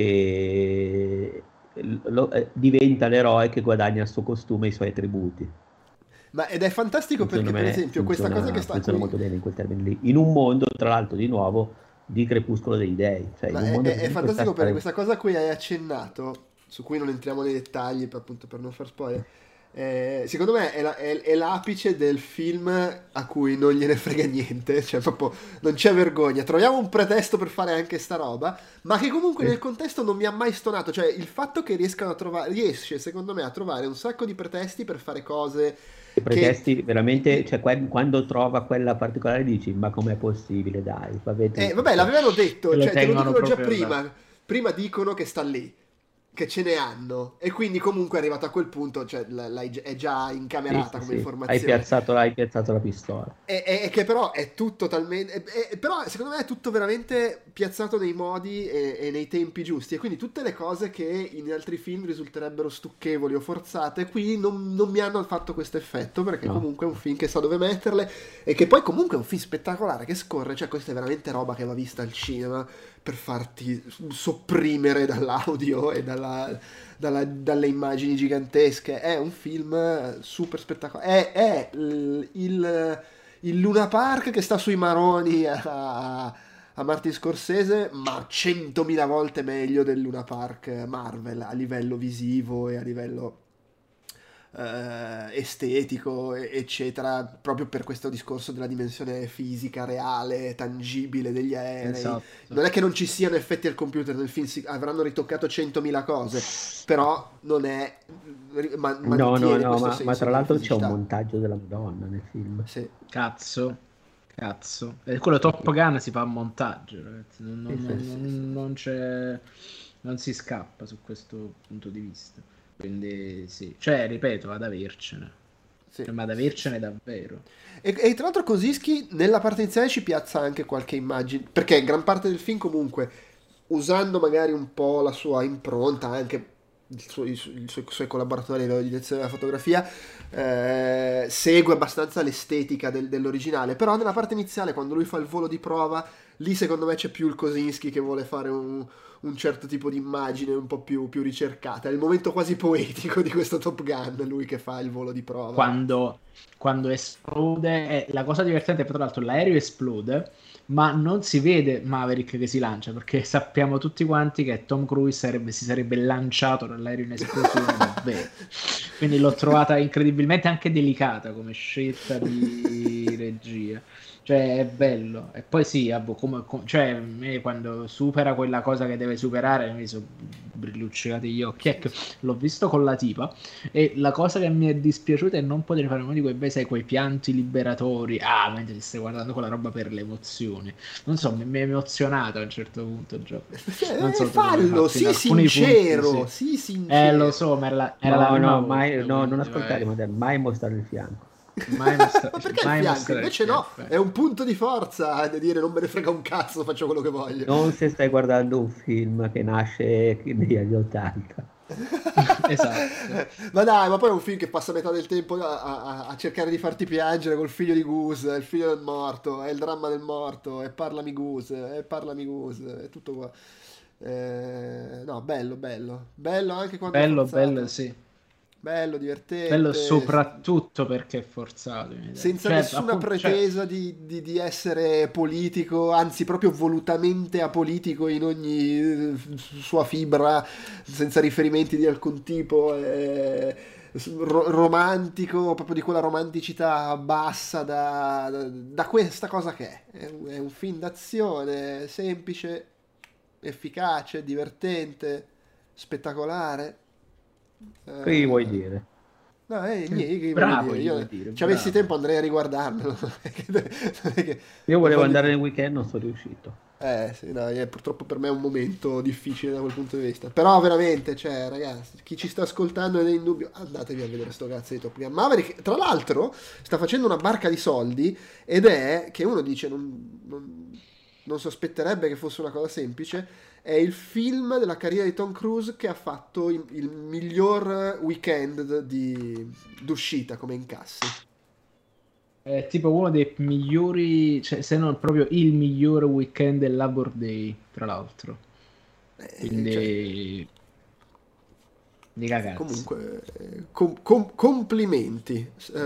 che lo- eh, diventa l'eroe che guadagna il suo costume e i suoi attributi. Ma ed è fantastico perché, Secondo per me esempio, questa cosa che funziona, sta a funziona cui... molto bene in quel termine lì. In un mondo, tra l'altro, di nuovo, di Crepuscolo dei Dei, cioè in Ma un è, mondo è- che è comunque sta fantastico perché stare... questa cosa a cui hai accennato, su cui non entriamo nei dettagli per, appunto per non far spoiler, eh, secondo me è, la- è- è l'apice del film a cui non gliene frega niente, cioè proprio non c'è vergogna. Troviamo un pretesto per fare anche sta roba, ma che comunque nel Sì. contesto non mi ha mai stonato, cioè il fatto che riescano a trovare, riesce secondo me a trovare un sacco di pretesti per fare cose I che... pretesti veramente, cioè que- quando trova quella particolare dici, ma com'è possibile, dai, vabbè Eh, tutto. vabbè, Cioè, l'avevano E detto, lo cioè te lo tengono dicono già proprio là. prima. Prima dicono che sta lì, che ce ne hanno. E quindi comunque è arrivato a quel punto, cioè l- l'hai gi- è già sì, incamerata sì, come sì, hai informazione. piazzato, hai piazzato la pistola. E, e- e che però è tutto talmente... e- e- però secondo me è tutto veramente piazzato nei modi e, e nei tempi giusti. E quindi tutte le cose che in altri film risulterebbero stucchevoli o forzate, qui non, non mi hanno fatto questo effetto, perché No, comunque è un film che sa dove metterle e che poi comunque è un film spettacolare che scorre. Cioè questa è veramente roba che va vista al cinema per farti sopprimere dall'audio e dalla, dalla- dalle immagini gigantesche. È un film super spettacolare. È, è il, il, il Luna Park che sta sui maroni a, a Martin Scorsese, ma centomila volte meglio del Luna Park Marvel a livello visivo e a livello eh, estetico, e- eccetera, proprio per questo discorso della dimensione fisica, reale, tangibile degli aerei. Esatto. Non è che non ci siano effetti al computer nel film, si- avranno ritoccato centomila cose, però non è, ma- no, no, mantiene no, questo ma, ma senso tra di l'altro c'è un fisicità. montaggio della Madonna nel film. Sì. Cazzo, cazzo. E quello Top Gun si fa a montaggio, ragazzi. Non, Sì, non- sì. Sì, sì, sì. non- non c'è, non si scappa su questo punto di vista. Quindi sì, cioè, ripeto, ad avercene. Sì, Cioè, ma ad sì, sì. avercene davvero. E, e tra l'altro Kosinski nella parte iniziale ci piazza anche qualche immagine, perché gran parte del film comunque, usando magari un po' la sua impronta, anche il suo- i, su- i suoi, i suoi collaboratori a livello di direzione della fotografia, eh, segue abbastanza l'estetica del- dell'originale, però nella parte iniziale, quando lui fa il volo di prova, lì secondo me c'è più il Kosinski che vuole fare un, un certo tipo di immagine un po' più, più ricercata. È il momento quasi poetico di questo Top Gun, lui che fa il volo di prova. Quando, quando esplode, è- la cosa divertente è tra l'altro l'aereo esplode, ma non si vede Maverick che si lancia, perché sappiamo tutti quanti che Tom Cruise sarebbe- si sarebbe lanciato dall'aereo in esplosione davvero. Quindi l'ho trovata incredibilmente anche delicata come scelta di regia. Cioè, è bello. E poi sì, ah, boh, come, com- cioè, a me quando supera quella cosa che deve superare, mi sono brilluccicati gli occhi. Ecco, l'ho visto con la tipa e la cosa che mi è dispiaciuta è non poter fare uno di quei bei, sai, quei pianti liberatori. Ah, mentre ti stai guardando quella roba per le emozioni. Non so, mi, mi è emozionato a un certo punto, Gio. Non Eh, so tu come hai fallo, fatto in sii alcuni sincero, punti, sì. sii Eh, sincero. lo so, ma era la, era la No, prima no, volta, mai, no, non quindi ascoltare, vai. Modern, mai mostrare il fianco. Mai mostra- Ma perché mai il fianco? mostrare il Invece no, fianco, è eh. un punto di forza di dire non me ne frega un cazzo, faccio quello che voglio. Non se stai guardando un film che nasce negli anni ottanta. Esatto. Ma dai, ma poi è un film che passa metà del tempo a, a- a cercare di farti piangere col figlio di Goose, è il figlio del morto, è il dramma del morto, è parlami Goose, è parlami Goose, è tutto qua. Eh, no, bello, bello. Bello anche quando è Bello, bello, forzato. sì. Bello, Bello divertente, soprattutto perché è forzato. in Italia. senza Cioè, nessuna appunto, cioè, pretesa di, di- di essere politico, anzi proprio volutamente apolitico in ogni eh, sua fibra, senza riferimenti di alcun tipo, eh, ro- romantico, proprio di quella romanticità bassa da, da- da questa cosa che è. È un, è un film d'azione semplice, efficace, divertente, spettacolare. Che gli vuoi Eh, dire? No, eh, niente, che voglio bravo, dire, gli vuoi io dire, se avessi bravo. tempo andrei a riguardarmelo. Non è che- non è che- Io non volevo voglio andare dire. nel weekend, non sono riuscito. Eh, sì, no, è- purtroppo per me è un momento difficile da quel punto di vista. Però veramente, cioè, ragazzi, chi ci sta ascoltando ed è in dubbio, andatevi a vedere sto cazzo di Top Gun Maverick, che tra l'altro sta facendo una barca di soldi ed è, che uno dice, non, non- non sospetterebbe che fosse una cosa semplice, è il film della carriera di Tom Cruise che ha fatto il, il miglior weekend di, d'uscita come incassi. È tipo uno dei migliori, cioè, se non proprio il miglior weekend del Labor Day, tra l'altro. Eh, cioè, Quindi, di cagazzi. comunque, eh, com- com- complimenti. Eh,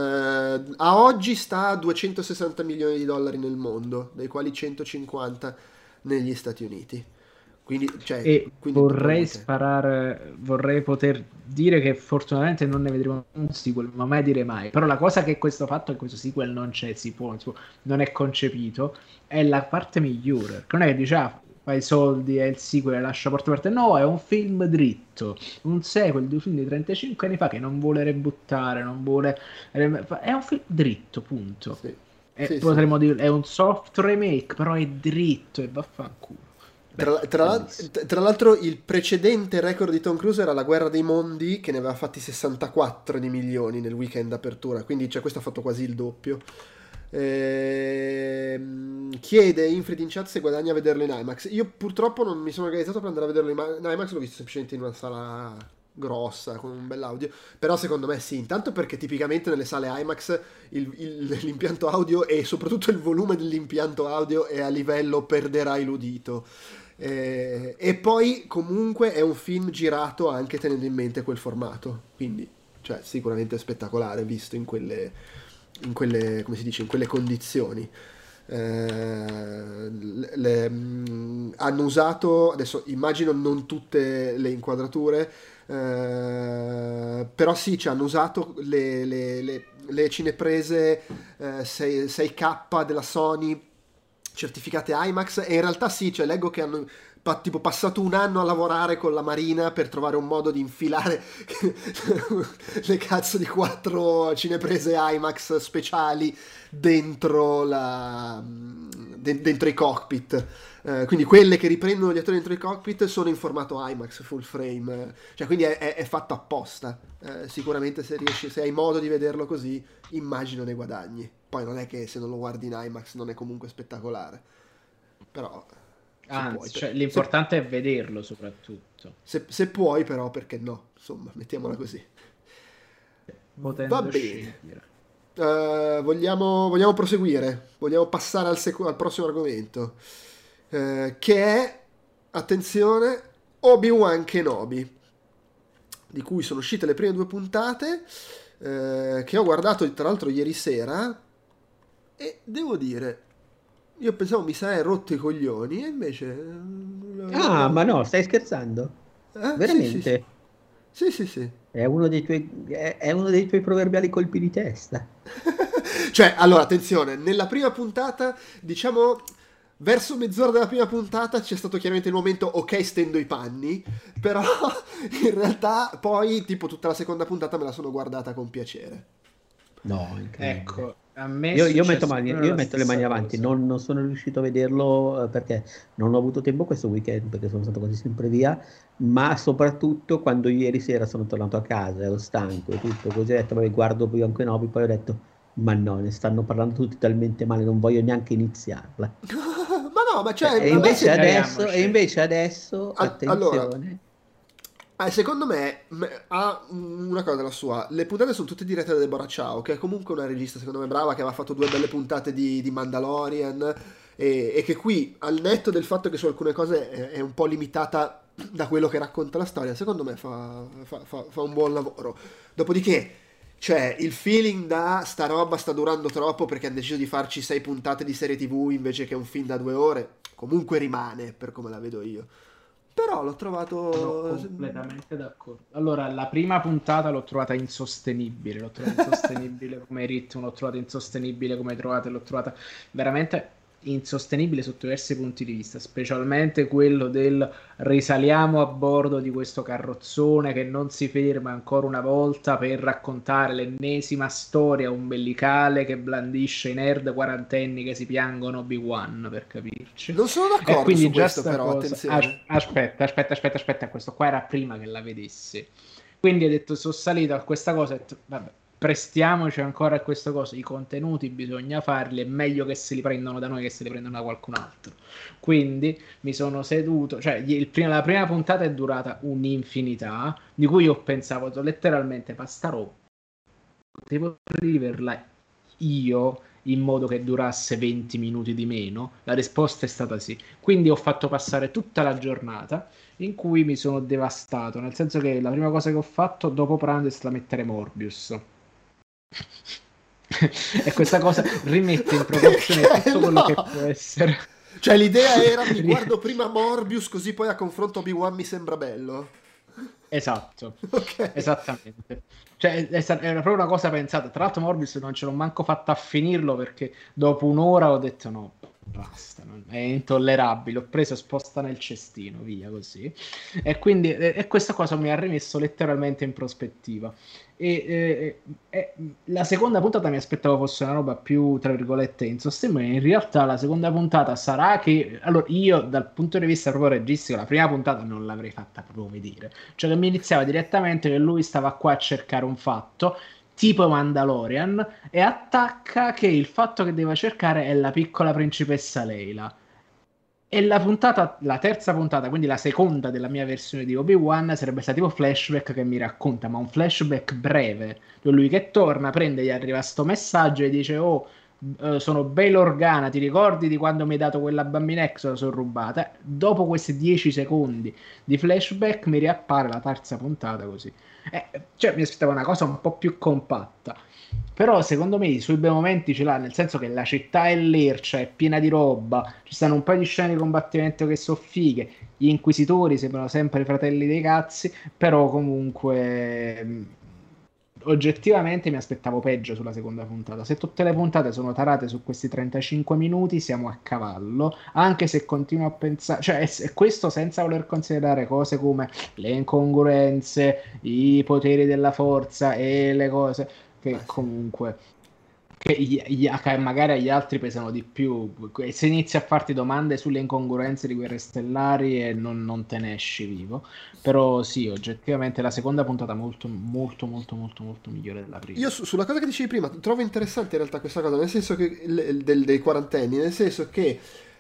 a oggi sta a duecentosessanta milioni di dollari nel mondo, dei quali centocinquanta negli Stati Uniti. Quindi, cioè, E quindi dopo vorrei molte- sparare, vorrei poter dire che fortunatamente non ne vedremo un sequel, ma mai dire mai. Però la cosa che questo fatto che questo sequel non c'è, si può, non si può- non è concepito, è la parte migliore. Perché non è che dice, ah, fai i soldi, è il sequel, lascia porta per te. No, è un film dritto, un sequel di un film di trentacinque anni fa che non vuole rebuttare, non vuole... È un film dritto, punto. Sì. E Sì, sì. potremmo dire, è un soft remake, però è dritto e vaffanculo. Tra, Beh, tra l'al- bellissimo. tra l'altro il precedente record di Tom Cruise era La Guerra dei Mondi, che ne aveva fatti sessantaquattro di milioni nel weekend d'apertura, quindi cioè, questo ha fatto quasi il doppio. Ehm, chiede Infrid in chat se guadagna a vederlo in IMAX. Io purtroppo non mi sono organizzato per andare a vederlo in ma- in IMAX, l'ho visto semplicemente in una sala grossa con un bell'audio, però secondo me sì, intanto perché tipicamente nelle sale IMAX il- il- l'impianto audio e soprattutto il volume dell'impianto audio è a livello perderai l'udito. Eh, e poi comunque è un film girato anche tenendo in mente quel formato, quindi cioè, sicuramente spettacolare visto in quelle, in quelle, come si dice, in quelle condizioni. Eh, le- le- mh, hanno usato, adesso immagino non tutte le inquadrature, eh, però sì, ci hanno usato le, le- le- le cineprese eh, sei- sei K della Sony certificate IMAX e in realtà sì, cioè leggo che hanno pa- tipo passato un anno a lavorare con la Marina per trovare un modo di infilare le cazzo di quattro cineprese IMAX speciali dentro la de- dentro i cockpit. Eh, quindi quelle che riprendono gli attori dentro i cockpit sono in formato IMAX full frame, cioè quindi è, è- è fatto apposta. Eh, sicuramente se riesci, se hai modo di vederlo così, immagino ne guadagni. Poi non è che se non lo guardi in IMAX non è comunque spettacolare, però se puoi, Anzi, cioè, se, l'importante è vederlo soprattutto. se- se puoi però perché no, insomma, mettiamola così. Potendo Va bene. scegliere. Eh, vogliamo, vogliamo proseguire, vogliamo passare al, secu- al prossimo argomento, eh, che è, attenzione, Obi-Wan Kenobi, di cui sono uscite le prime due puntate, eh, che ho guardato tra l'altro ieri sera, e devo dire, io pensavo mi sarei rotto i coglioni, e invece... eh, Ah, ma no, stai scherzando? eh, sì, sì, Veramente? sì, sì, sì. È uno dei tuoi, è, è uno dei tuoi proverbiali colpi di testa. Cioè, allora, attenzione, nella prima puntata, diciamo, verso mezz'ora della prima puntata c'è stato chiaramente il momento ok, stendo i panni, però in realtà poi, tipo, tutta la seconda puntata me la sono guardata con piacere. No, incredibile. Ecco, a me è Io, io metto, successo mani- proprio io la metto le mani stessa avanti, cosa. non, non sono riuscito a vederlo eh, perché non ho avuto tempo questo weekend perché sono stato quasi sempre via, ma soprattutto quando ieri sera sono tornato a casa, ero stanco e tutto, così ho detto, vabbè, guardo Obi-Wan Kenobi, poi ho detto, ma no, ne stanno parlando tutti talmente male, non voglio neanche iniziarla. Ma no, ma cioè, E a me invece sem- adesso, e Speriamoci. invece adesso, Al- allora, attenzione, eh, secondo me me- ha una cosa della sua. Le puntate sono tutte dirette da Deborah Chow, che è comunque una regista, secondo me, brava, che aveva fatto due belle puntate di, di Mandalorian. E, e che qui, al netto del fatto che su alcune cose è, è un po' limitata da quello che racconta la storia, secondo me fa, fa- fa- fa un buon lavoro. Dopodiché, cioè, il feeling da sta roba sta durando troppo perché hanno deciso di farci sei puntate di serie tivù invece che un film da due ore, comunque rimane per come la vedo io. Però l'ho Sono trovato. completamente d'accordo. Allora, la prima puntata l'ho trovata insostenibile, l'ho trovata insostenibile come ritmo, l'ho trovata insostenibile come trovate, l'ho trovata veramente insostenibile sotto diversi punti di vista, specialmente quello del risaliamo a bordo di questo carrozzone che non si ferma ancora una volta per raccontare l'ennesima storia umbilicale che blandisce i nerd quarantenni che si piangono Obi-Wan, per capirci. Non sono E d'accordo quindi su già questo, sta però, cosa. As- attenzione. aspetta, aspetta, aspetta, aspetta, questo qua era prima che la vedessi. Quindi ho detto, sono salito a questa cosa e ho detto, vabbè, prestiamoci ancora a questa cosa. I contenuti bisogna farli, è meglio che se li prendono da noi che se li prendono da qualcun altro. Quindi mi sono seduto, cioè gli- il prima- la prima puntata è durata un'infinità, di cui io pensavo letteralmente, pasta roba, potevo scriverla io in modo che durasse venti minuti di meno? La risposta è stata sì. Quindi ho fatto passare tutta la giornata in cui mi sono devastato, nel senso che la prima cosa che ho fatto dopo pranzo è stata mettere Morbius. E questa cosa rimette in proporzione Perché tutto quello che no? può essere. Cioè, l'idea era mi guardo prima Morbius, così poi a confronto Obi-Wan mi sembra bello. Esatto, Ok. esattamente. Cioè, è, sta- era proprio una cosa pensata. Tra l'altro, Morbius non ce l'ho manco fatta a finirlo perché dopo un'ora ho detto no, basta, non- è intollerabile. Ho preso sposta nel cestino, via così. E quindi e, e questa cosa mi ha rimesso letteralmente in prospettiva. E, e- e- la seconda puntata mi aspettavo fosse una roba più, tra virgolette, insostenibile. In realtà la seconda puntata sarà che, allora io dal punto di vista proprio registico, la prima puntata non l'avrei fatta proprio vedere, cioè che mi iniziava direttamente che lui stava qua a cercare un fatto tipo Mandalorian e attacca che il fatto che deve cercare è la piccola principessa Leila. E la puntata, la terza puntata, quindi la seconda della mia versione di Obi-Wan, sarebbe stato tipo flashback che mi racconta, ma un flashback breve. Cioè lui che torna, prende, gli arriva sto messaggio e dice: Oh, eh, sono Bail Organa, ti ricordi di quando mi hai dato quella bambina che se la sono rubata? Dopo questi dieci secondi di flashback mi riappare la terza puntata così. Eh, cioè mi aspettavo una cosa un po' più compatta. Però secondo me i suoi bei momenti ce l'ha, nel senso che la città è lercia, è piena di roba, ci stanno un paio di scene di combattimento che sono fighe, gli inquisitori sembrano sempre i fratelli dei cazzi, però comunque mh, oggettivamente mi aspettavo peggio sulla seconda puntata. Se tutte le puntate sono tarate su questi trentacinque minuti, siamo a cavallo, anche se continuo a pensare, cioè e e questo senza voler considerare cose come le incongruenze, i poteri della forza e le cose che Beh, sì. comunque che gli- gli- che magari agli altri pesano di più. E se inizi a farti domande sulle incongruenze di Guerre Stellari e non, non te ne esci vivo. Però sì, oggettivamente la seconda puntata è molto molto molto molto molto migliore della prima. Io su- sulla cosa che dicevi prima trovo interessante in realtà questa cosa, nel senso che il- del- dei quarantenni, nel senso che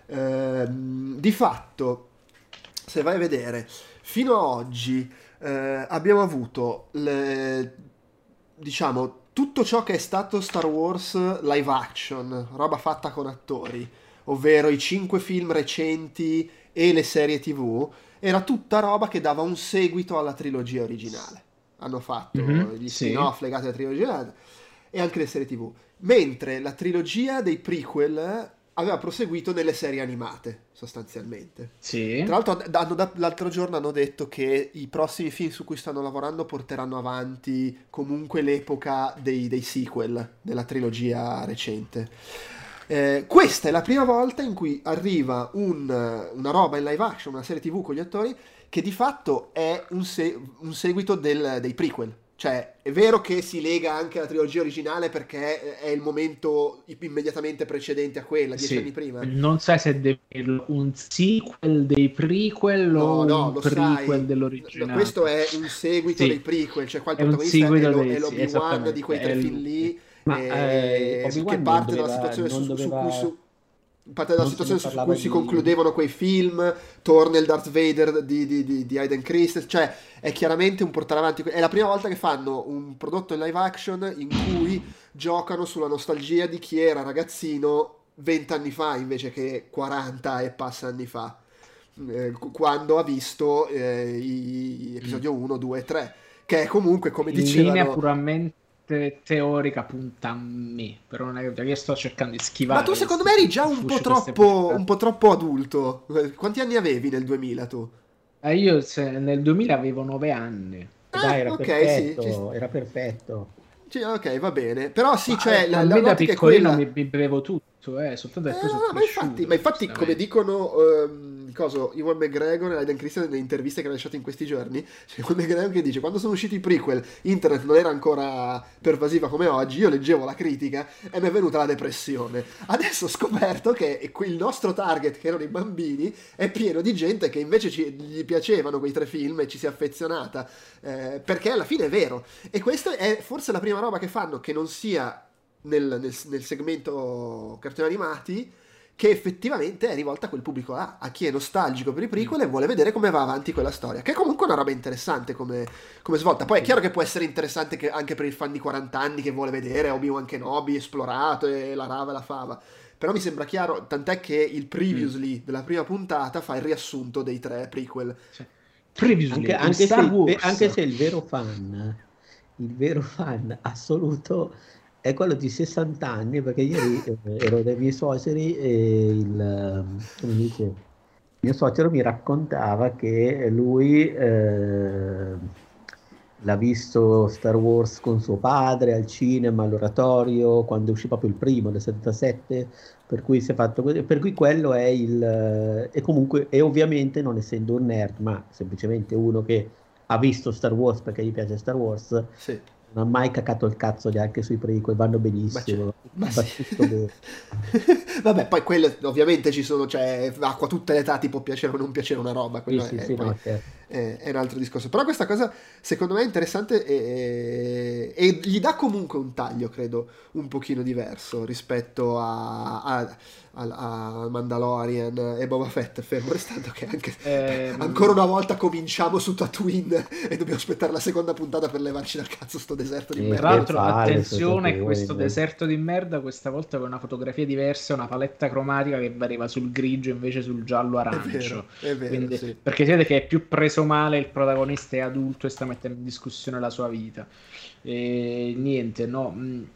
ehm, di fatto, se vai a vedere, fino a oggi eh, abbiamo avuto le- diciamo tutto ciò che è stato Star Wars live action, roba fatta con attori, ovvero i cinque film recenti e le serie tivù, era tutta roba che dava un seguito alla trilogia originale. Hanno fatto Mhm, gli sì, spin-off legati alla trilogia originale e anche le serie tivù. Mentre la trilogia dei prequel aveva proseguito nelle serie animate, sostanzialmente. sì. Tra l'altro, d- hanno da- l'altro giorno hanno detto che i prossimi film su cui stanno lavorando porteranno avanti comunque l'epoca dei, dei sequel della trilogia recente. Eh, questa è la prima volta in cui arriva un- una roba in live action, una serie tivù con gli attori, che di fatto è un, se- un seguito del- dei prequel. Cioè, è vero che si lega anche alla trilogia originale perché è il momento immediatamente precedente a quella, dieci Sì. anni prima. Non sai se deve dirlo un sequel dei prequel No, o no, un lo prequel sai. dell'originale. No, questo è un seguito Sì. dei prequel, cioè qua il È un protagonista è, seguito lo- dei- è sì, l'Obi-Wan esattamente, di quei è tre lui. film lì, Ma e- eh, che Obi-Wan non parte dalla doveva, situazione su, non su doveva, cui su, parte dalla non se ne situazione su parlava cui si di... concludevano quei film, torna il Darth Vader di, di, di, di Hayden Christensen, cioè è chiaramente un portare avanti, è la prima volta che fanno un prodotto in live action in cui giocano sulla nostalgia di chi era ragazzino vent'anni fa invece che quaranta e passa anni fa, eh, quando ha visto eh, i, i episodio uno, due e tre, che è comunque, come In linea dicevano... puramente teorica punta a me, però non è che io sto cercando di schivare. Ma tu secondo me eri già un po' fusci, troppo, un po' troppo adulto. Quanti anni avevi nel duemila tu? Eh, io se- nel duemila avevo nove anni. Eh, Ah, dai, era ok, perfetto, sì, ci- era perfetto. sì, ok, va bene. Però sì, Ma, cioè, eh, la, a la me da logica è piccolino quella. mi, mi bevevo tutto, eh, soltanto Eh, che poi sono no, ma infatti, cresciuto, ma infatti, come giustamente. dicono ehm, coso, Ewan McGregor e Hayden Christensen nelle interviste che hanno lasciato in questi giorni, c'è Ewan McGregor che dice: quando sono usciti i prequel, internet non era ancora pervasiva come oggi. Io leggevo la critica e mi è venuta la depressione. Adesso ho scoperto che il nostro target, che erano i bambini, è pieno di gente che invece ci, gli piacevano quei tre film e ci si è affezionata. Eh, perché alla fine è vero. E questa è forse la prima roba che fanno che non sia nel, nel, nel segmento cartoni animati, che effettivamente è rivolta a quel pubblico là, a chi è nostalgico per i prequel e vuole vedere come va avanti quella storia, che è comunque una roba interessante come, come svolta. Poi è chiaro che può essere interessante che anche per il fan di quaranta anni che vuole vedere Obi-Wan Kenobi esplorato e la rava e la fava, però mi sembra chiaro, tant'è che il previously della prima puntata fa il riassunto dei tre prequel. Cioè, previously, Anche, in anche se, Star il- Wars. anche se il vero fan, il vero fan assoluto è quello di sessanta anni, perché ieri eh, ero dai miei suoceri e il, ehm, come dice, mio suocero mi raccontava che lui eh, l'ha visto Star Wars con suo padre al cinema, all'oratorio, quando uscì proprio il primo, del settantasette, per cui si è fatto così, per cui quello è il... eh, e comunque, e ovviamente non essendo un nerd, ma semplicemente uno che ha visto Star Wars perché gli piace Star Wars, Sì. non ha mai cacato il cazzo neanche sui prequel, vanno benissimo, Ma va sì. tutto bene. Vabbè, poi quelle ovviamente ci sono, cioè, acqua tutte le età ti può piacere o non piacere una roba, quello Sì, sì, è, sì, poi no, certo. è- è un altro discorso. Però questa cosa secondo me è interessante e, e gli dà comunque un taglio, credo, un pochino diverso rispetto a, a, a- a Mandalorian e Boba Fett, fermo restando che anche Ehm, ancora una volta cominciamo su Tatooine e dobbiamo aspettare la seconda puntata per levarci dal cazzo sto deserto di Sì, merda. Tra l'altro, palle, attenzione, sono questo tuoi, eh. deserto di merda questa volta con una fotografia diversa, una paletta cromatica che variava sul grigio invece sul giallo È arancio. vero, è vero, Quindi, sì. perché si vede che è più preso male, il protagonista è adulto e sta mettendo in discussione la sua vita. E niente, no. mh,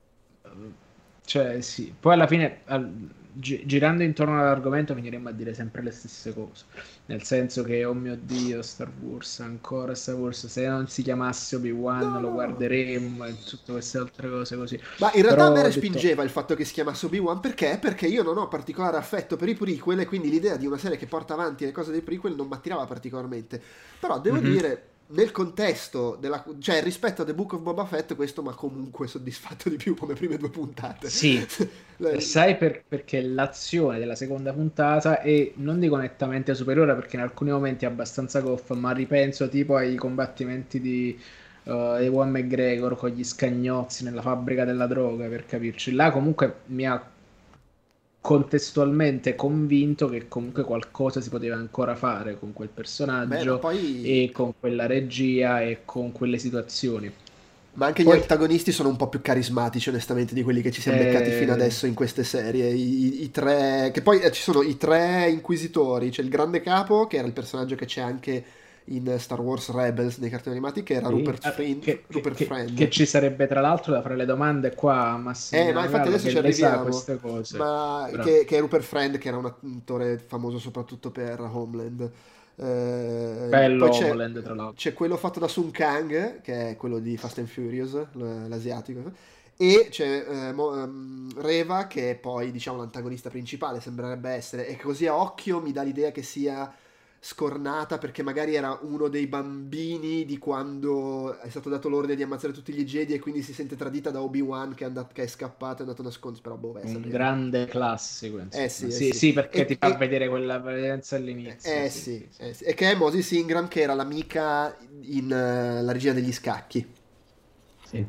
Cioè, sì. Poi alla fine, al- gi- girando intorno all'argomento, finiremmo a dire sempre le stesse cose. Nel senso che, oh mio Dio, Star Wars, ancora Star Wars, se non si chiamasse Obi-Wan No. lo guarderemmo e tutte queste altre cose così. Ma in realtà Però a me ho respingeva il fatto che si chiamasse Obi-Wan, perché? Perché io non ho particolare affetto per i prequel e quindi l'idea di una serie che porta avanti le cose dei prequel non mi attirava particolarmente. Però devo Mhm. dire, nel contesto della, cioè rispetto a The Book of Boba Fett, questo mi ha comunque soddisfatto di più come prime due puntate. Sì, Le- sai per- perché l'azione della seconda puntata è, non dico nettamente superiore perché in alcuni momenti è abbastanza goffa, ma ripenso tipo ai combattimenti di uh, Ewan McGregor con gli scagnozzi nella fabbrica della droga, per capirci. Là comunque mi ha contestualmente convinto che comunque qualcosa si poteva ancora fare con quel Beh, ma personaggio poi... e con quella regia e con quelle situazioni. Ma anche gli Poi- antagonisti sono un po' più carismatici, onestamente, di quelli che ci siamo Eh, beccati fino adesso in queste serie. I, i tre. Che poi eh, ci sono i tre inquisitori. C'è il grande capo, che era il personaggio che c'è anche in Star Wars Rebels nei cartoni animati, che era Sì. Rupert, Ah, Friend, che, che- Rupert che- Friend. che ci sarebbe tra l'altro da fare le domande qua a Eh, Massimiliano ma infatti Gallo, adesso che ci lei sa arriviamo. queste cose. Ma Però- che, che è Rupert Friend, che era un attore famoso soprattutto per Homeland. Eh, Bello poi c'è, Homeland, tra l'altro. c'è quello fatto da Sun Kang, che è quello di Fast and Furious, l- l'asiatico. E c'è eh, Mo- ehm, Reva, che è poi diciamo l'antagonista principale, sembrerebbe essere. E così a occhio mi dà l'idea che sia scornata perché magari era uno dei bambini di quando è stato dato l'ordine di ammazzare tutti gli Jedi e quindi si sente tradita da Obi-Wan che è, andato, che è scappato e è andato a nascondersi, però boh, un grande classico, eh sì, eh sì, sì. sì, perché e, ti fa e, vedere quella presenza all'inizio, eh sì, sì, sì, sì. Eh sì. E che è Moses Ingram, che era l'amica in uh, La regina degli scacchi. Sì.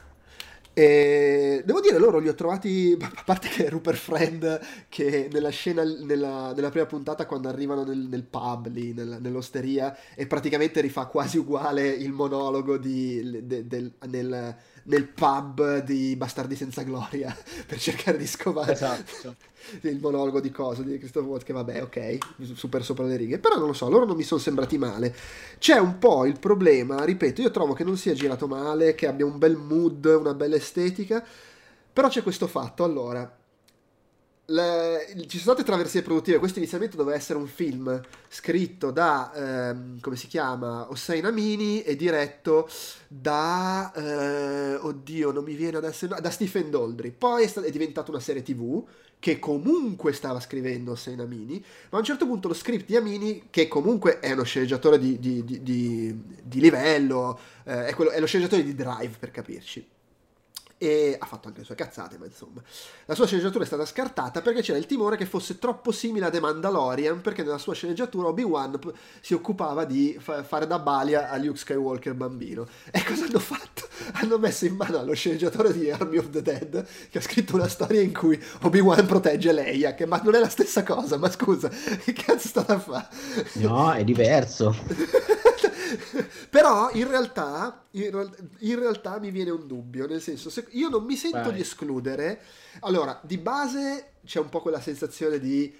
E devo dire, loro li ho trovati, a parte che Rupert Friend, che nella scena, nella, nella prima puntata, quando arrivano nel, nel pub lì, nel, nell'osteria, e praticamente rifà quasi uguale il monologo di, de, del, nel, nel pub di Bastardi senza gloria, per cercare di scovare. Esatto. Il monologo di cosa di Christoph Waltz, che vabbè, ok, super sopra le righe, però non lo so, loro non mi sono sembrati male. C'è un po' il problema, ripeto, io trovo che non sia girato male, che abbia un bel mood, una bella estetica, però c'è questo fatto. Allora, le, ci sono state traversie produttive. Questo inizialmente doveva essere un film scritto da ehm, come si chiama, Hossein Amini, e diretto da eh, oddio, non mi viene adesso, no, da Stephen Daldry. Poi è, sta- è diventata una serie tv che comunque stava scrivendo Hossein Amini, ma a un certo punto lo script di Amini, che comunque è uno sceneggiatore di, di, di, di, di livello, eh, è, quello, è lo sceneggiatore di Drive, per capirci, e ha fatto anche le sue cazzate, ma insomma la sua sceneggiatura è stata scartata perché c'era il timore che fosse troppo simile a The Mandalorian, perché nella sua sceneggiatura Obi-Wan p- si occupava di fa- fare da balia a Luke Skywalker bambino. E cosa hanno fatto? Hanno messo in mano allo sceneggiatore di Army of the Dead, che ha scritto una storia in cui Obi-Wan protegge Leia, che ma non è la stessa cosa, ma scusa, che cazzo sta da fare? No, è diverso. Però in realtà, in, real- in realtà mi viene un dubbio, nel senso, se io non mi sento Vai. di escludere. Allora, di base c'è un po' quella sensazione di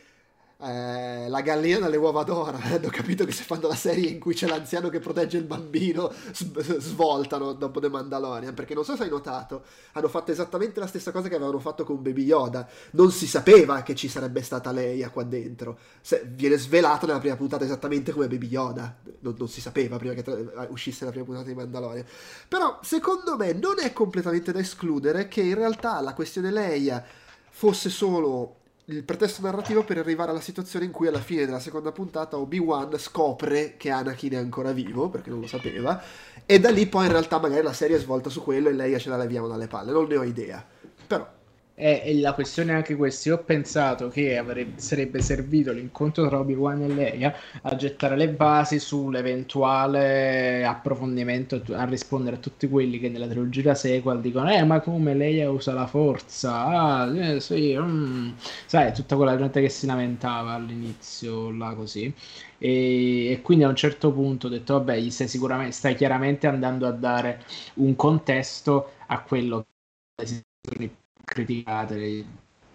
eh, la gallina dalle uova d'oro. Hanno capito che se fanno la serie in cui c'è l'anziano che protegge il bambino, s- svoltano dopo The Mandalorian, perché non so se hai notato, hanno fatto esattamente la stessa cosa che avevano fatto con Baby Yoda. Non si sapeva che ci sarebbe stata Leia qua dentro. Se- viene svelato nella prima puntata esattamente come Baby Yoda. Non, non si sapeva prima che tra- uscisse la prima puntata di Mandalorian. Però secondo me non è completamente da escludere che in realtà la questione Leia fosse solo il pretesto narrativo per arrivare alla situazione in cui alla fine della seconda puntata Obi-Wan scopre che Anakin è ancora vivo, perché non lo sapeva, e da lì poi in realtà magari la serie è svolta su quello e Leia ce la leviamo dalle palle. Non ne ho idea, però E, e la questione è anche questa. Io ho pensato che avrebbe, sarebbe servito l'incontro tra Obi-Wan e Leia a gettare le basi sull'eventuale approfondimento, a rispondere a tutti quelli che nella trilogia sequel dicono eh ma come Leia usa la forza, ah eh, sì, mm. sai, tutta quella gente che si lamentava all'inizio là così, e, e quindi a un certo punto ho detto vabbè, gli stai sicuramente, stai chiaramente andando a dare un contesto a quello che si criticate dei,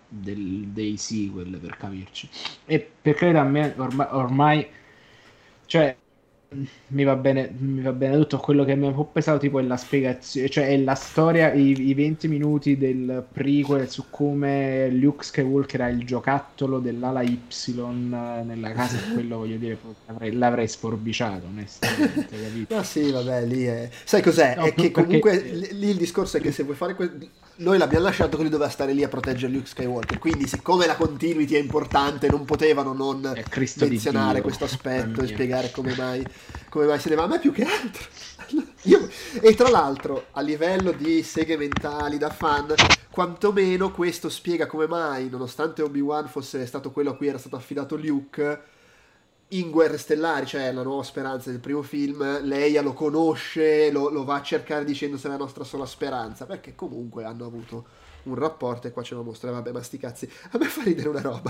del, dei sequel, per capirci. E per carità, a me ormai, ormai cioè mi va bene, mi va bene tutto. Quello che mi è un po' pesato tipo è la spiegazione, cioè è la storia, i, i venti minuti del prequel su come Luke Skywalker ha il giocattolo dell'ala Y nella casa, e quello voglio dire l'avrei, l'avrei sforbiciato onestamente, capito? no, sì, vabbè, lì è... Sai cos'è? No, è che perché- comunque lì lì il discorso è che se vuoi fare que- noi l'abbiamo lasciato che lui doveva stare lì a proteggere Luke Skywalker, quindi siccome la continuity è importante non potevano non È Cristo di menzionare Dio, questo aspetto mamma e mia. spiegare come mai, come mai se ne va. A me più che altro io- e tra l'altro a livello di seghe mentali da fan, quantomeno questo spiega come mai, nonostante Obi-Wan fosse stato quello a cui era stato affidato Luke in Guerre Stellari, cioè la nuova speranza del primo film, Leia lo conosce, lo, lo va a cercare dicendo sei la nostra sola speranza, perché comunque hanno avuto un rapporto e qua ce lo mostra. Vabbè, ma sti cazzi, a me fa ridere una roba.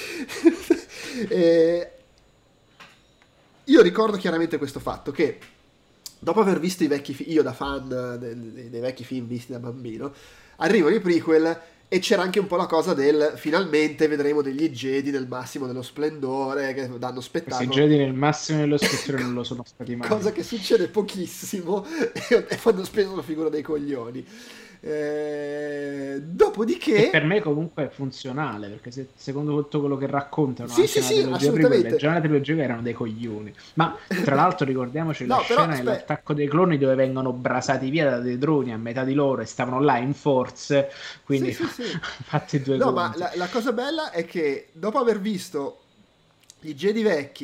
E io ricordo chiaramente questo fatto, che dopo aver visto i vecchi film, io da fan del- dei, dei vecchi film visti da bambino, arrivano i prequel e c'era anche un po' la cosa del finalmente vedremo degli Jedi nel massimo dello splendore, che danno Questi spettacolo. Jedi nel massimo dello scrittore non lo sono stati mai. Cosa che succede pochissimo e, e fanno spesso la figura dei coglioni. Eh, Che dopodiché, per me comunque è funzionale, perché se, secondo tutto quello che raccontano sì, anche sì, nella sì, trilogia prequel, assolutamente. già nella trilogia erano dei coglioni. Ma tra l'altro ricordiamoci la No, però scena aspetta, dell'attacco dei cloni dove vengono brasati via da dei droni a metà di loro e stavano là in forze, sì, quindi sì, sì. fatti due No, ma conti. la, la cosa bella è che dopo aver visto i Jedi vecchi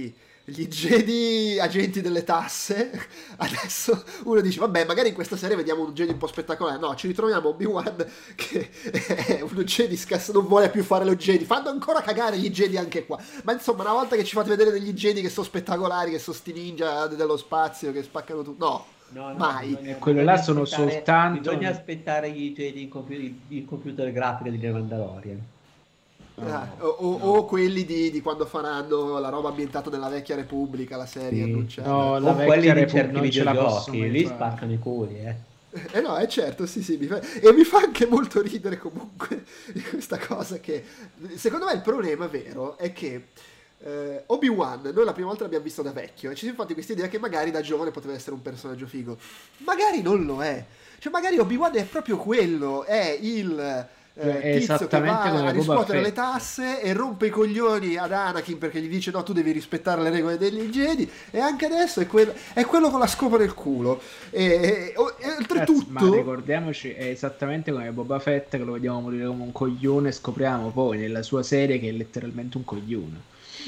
gli Jedi agenti delle tasse. Adesso uno dice vabbè, magari in questa serie vediamo un Jedi un po' spettacolare. No, ci ritroviamo Obi-Wan che è uno Jedi scasso, non vuole più fare lo Jedi. Fanno ancora cagare gli Jedi anche qua, ma insomma, una volta che ci fate vedere degli Jedi che sono spettacolari, che sono sti ninja dello spazio che spaccano tutto, no, No, no, mai. bisogna- Quello bisogna là sono aspettare- soltanto- Bisogna aspettare i Jedi in, compu- in computer grafica di The Mandalorian. Ah, o, o- o quelli di, di quando faranno la roba ambientata nella vecchia Repubblica, la serie Sì. annunciata. No, la O quelli vecchia di Repubblica certi non ce la posso videogiochi, mai lì fare. spaccano i culi, eh. Eh no, è certo, sì, sì, mi fa- e mi fa anche molto ridere comunque di questa cosa che, secondo me il problema vero è che eh, Obi-Wan, noi la prima volta l'abbiamo visto da vecchio e ci siamo fatti questa idea che magari da giovane poteva essere un personaggio figo. Magari non lo è. Cioè magari Obi-Wan è proprio quello, è il... Eh, È tizio che esattamente va come a Boba riscuotere le Fett. tasse e rompe i coglioni ad Anakin perché gli dice no, tu devi rispettare le regole degli Jedi, e anche adesso è, quel- è quello con la scopa nel culo e, e- o- e Ragazzi, oltretutto ma ricordiamoci, è esattamente come Boba Fett, che lo vediamo morire come un coglione, e scopriamo poi nella sua serie che è letteralmente un coglione.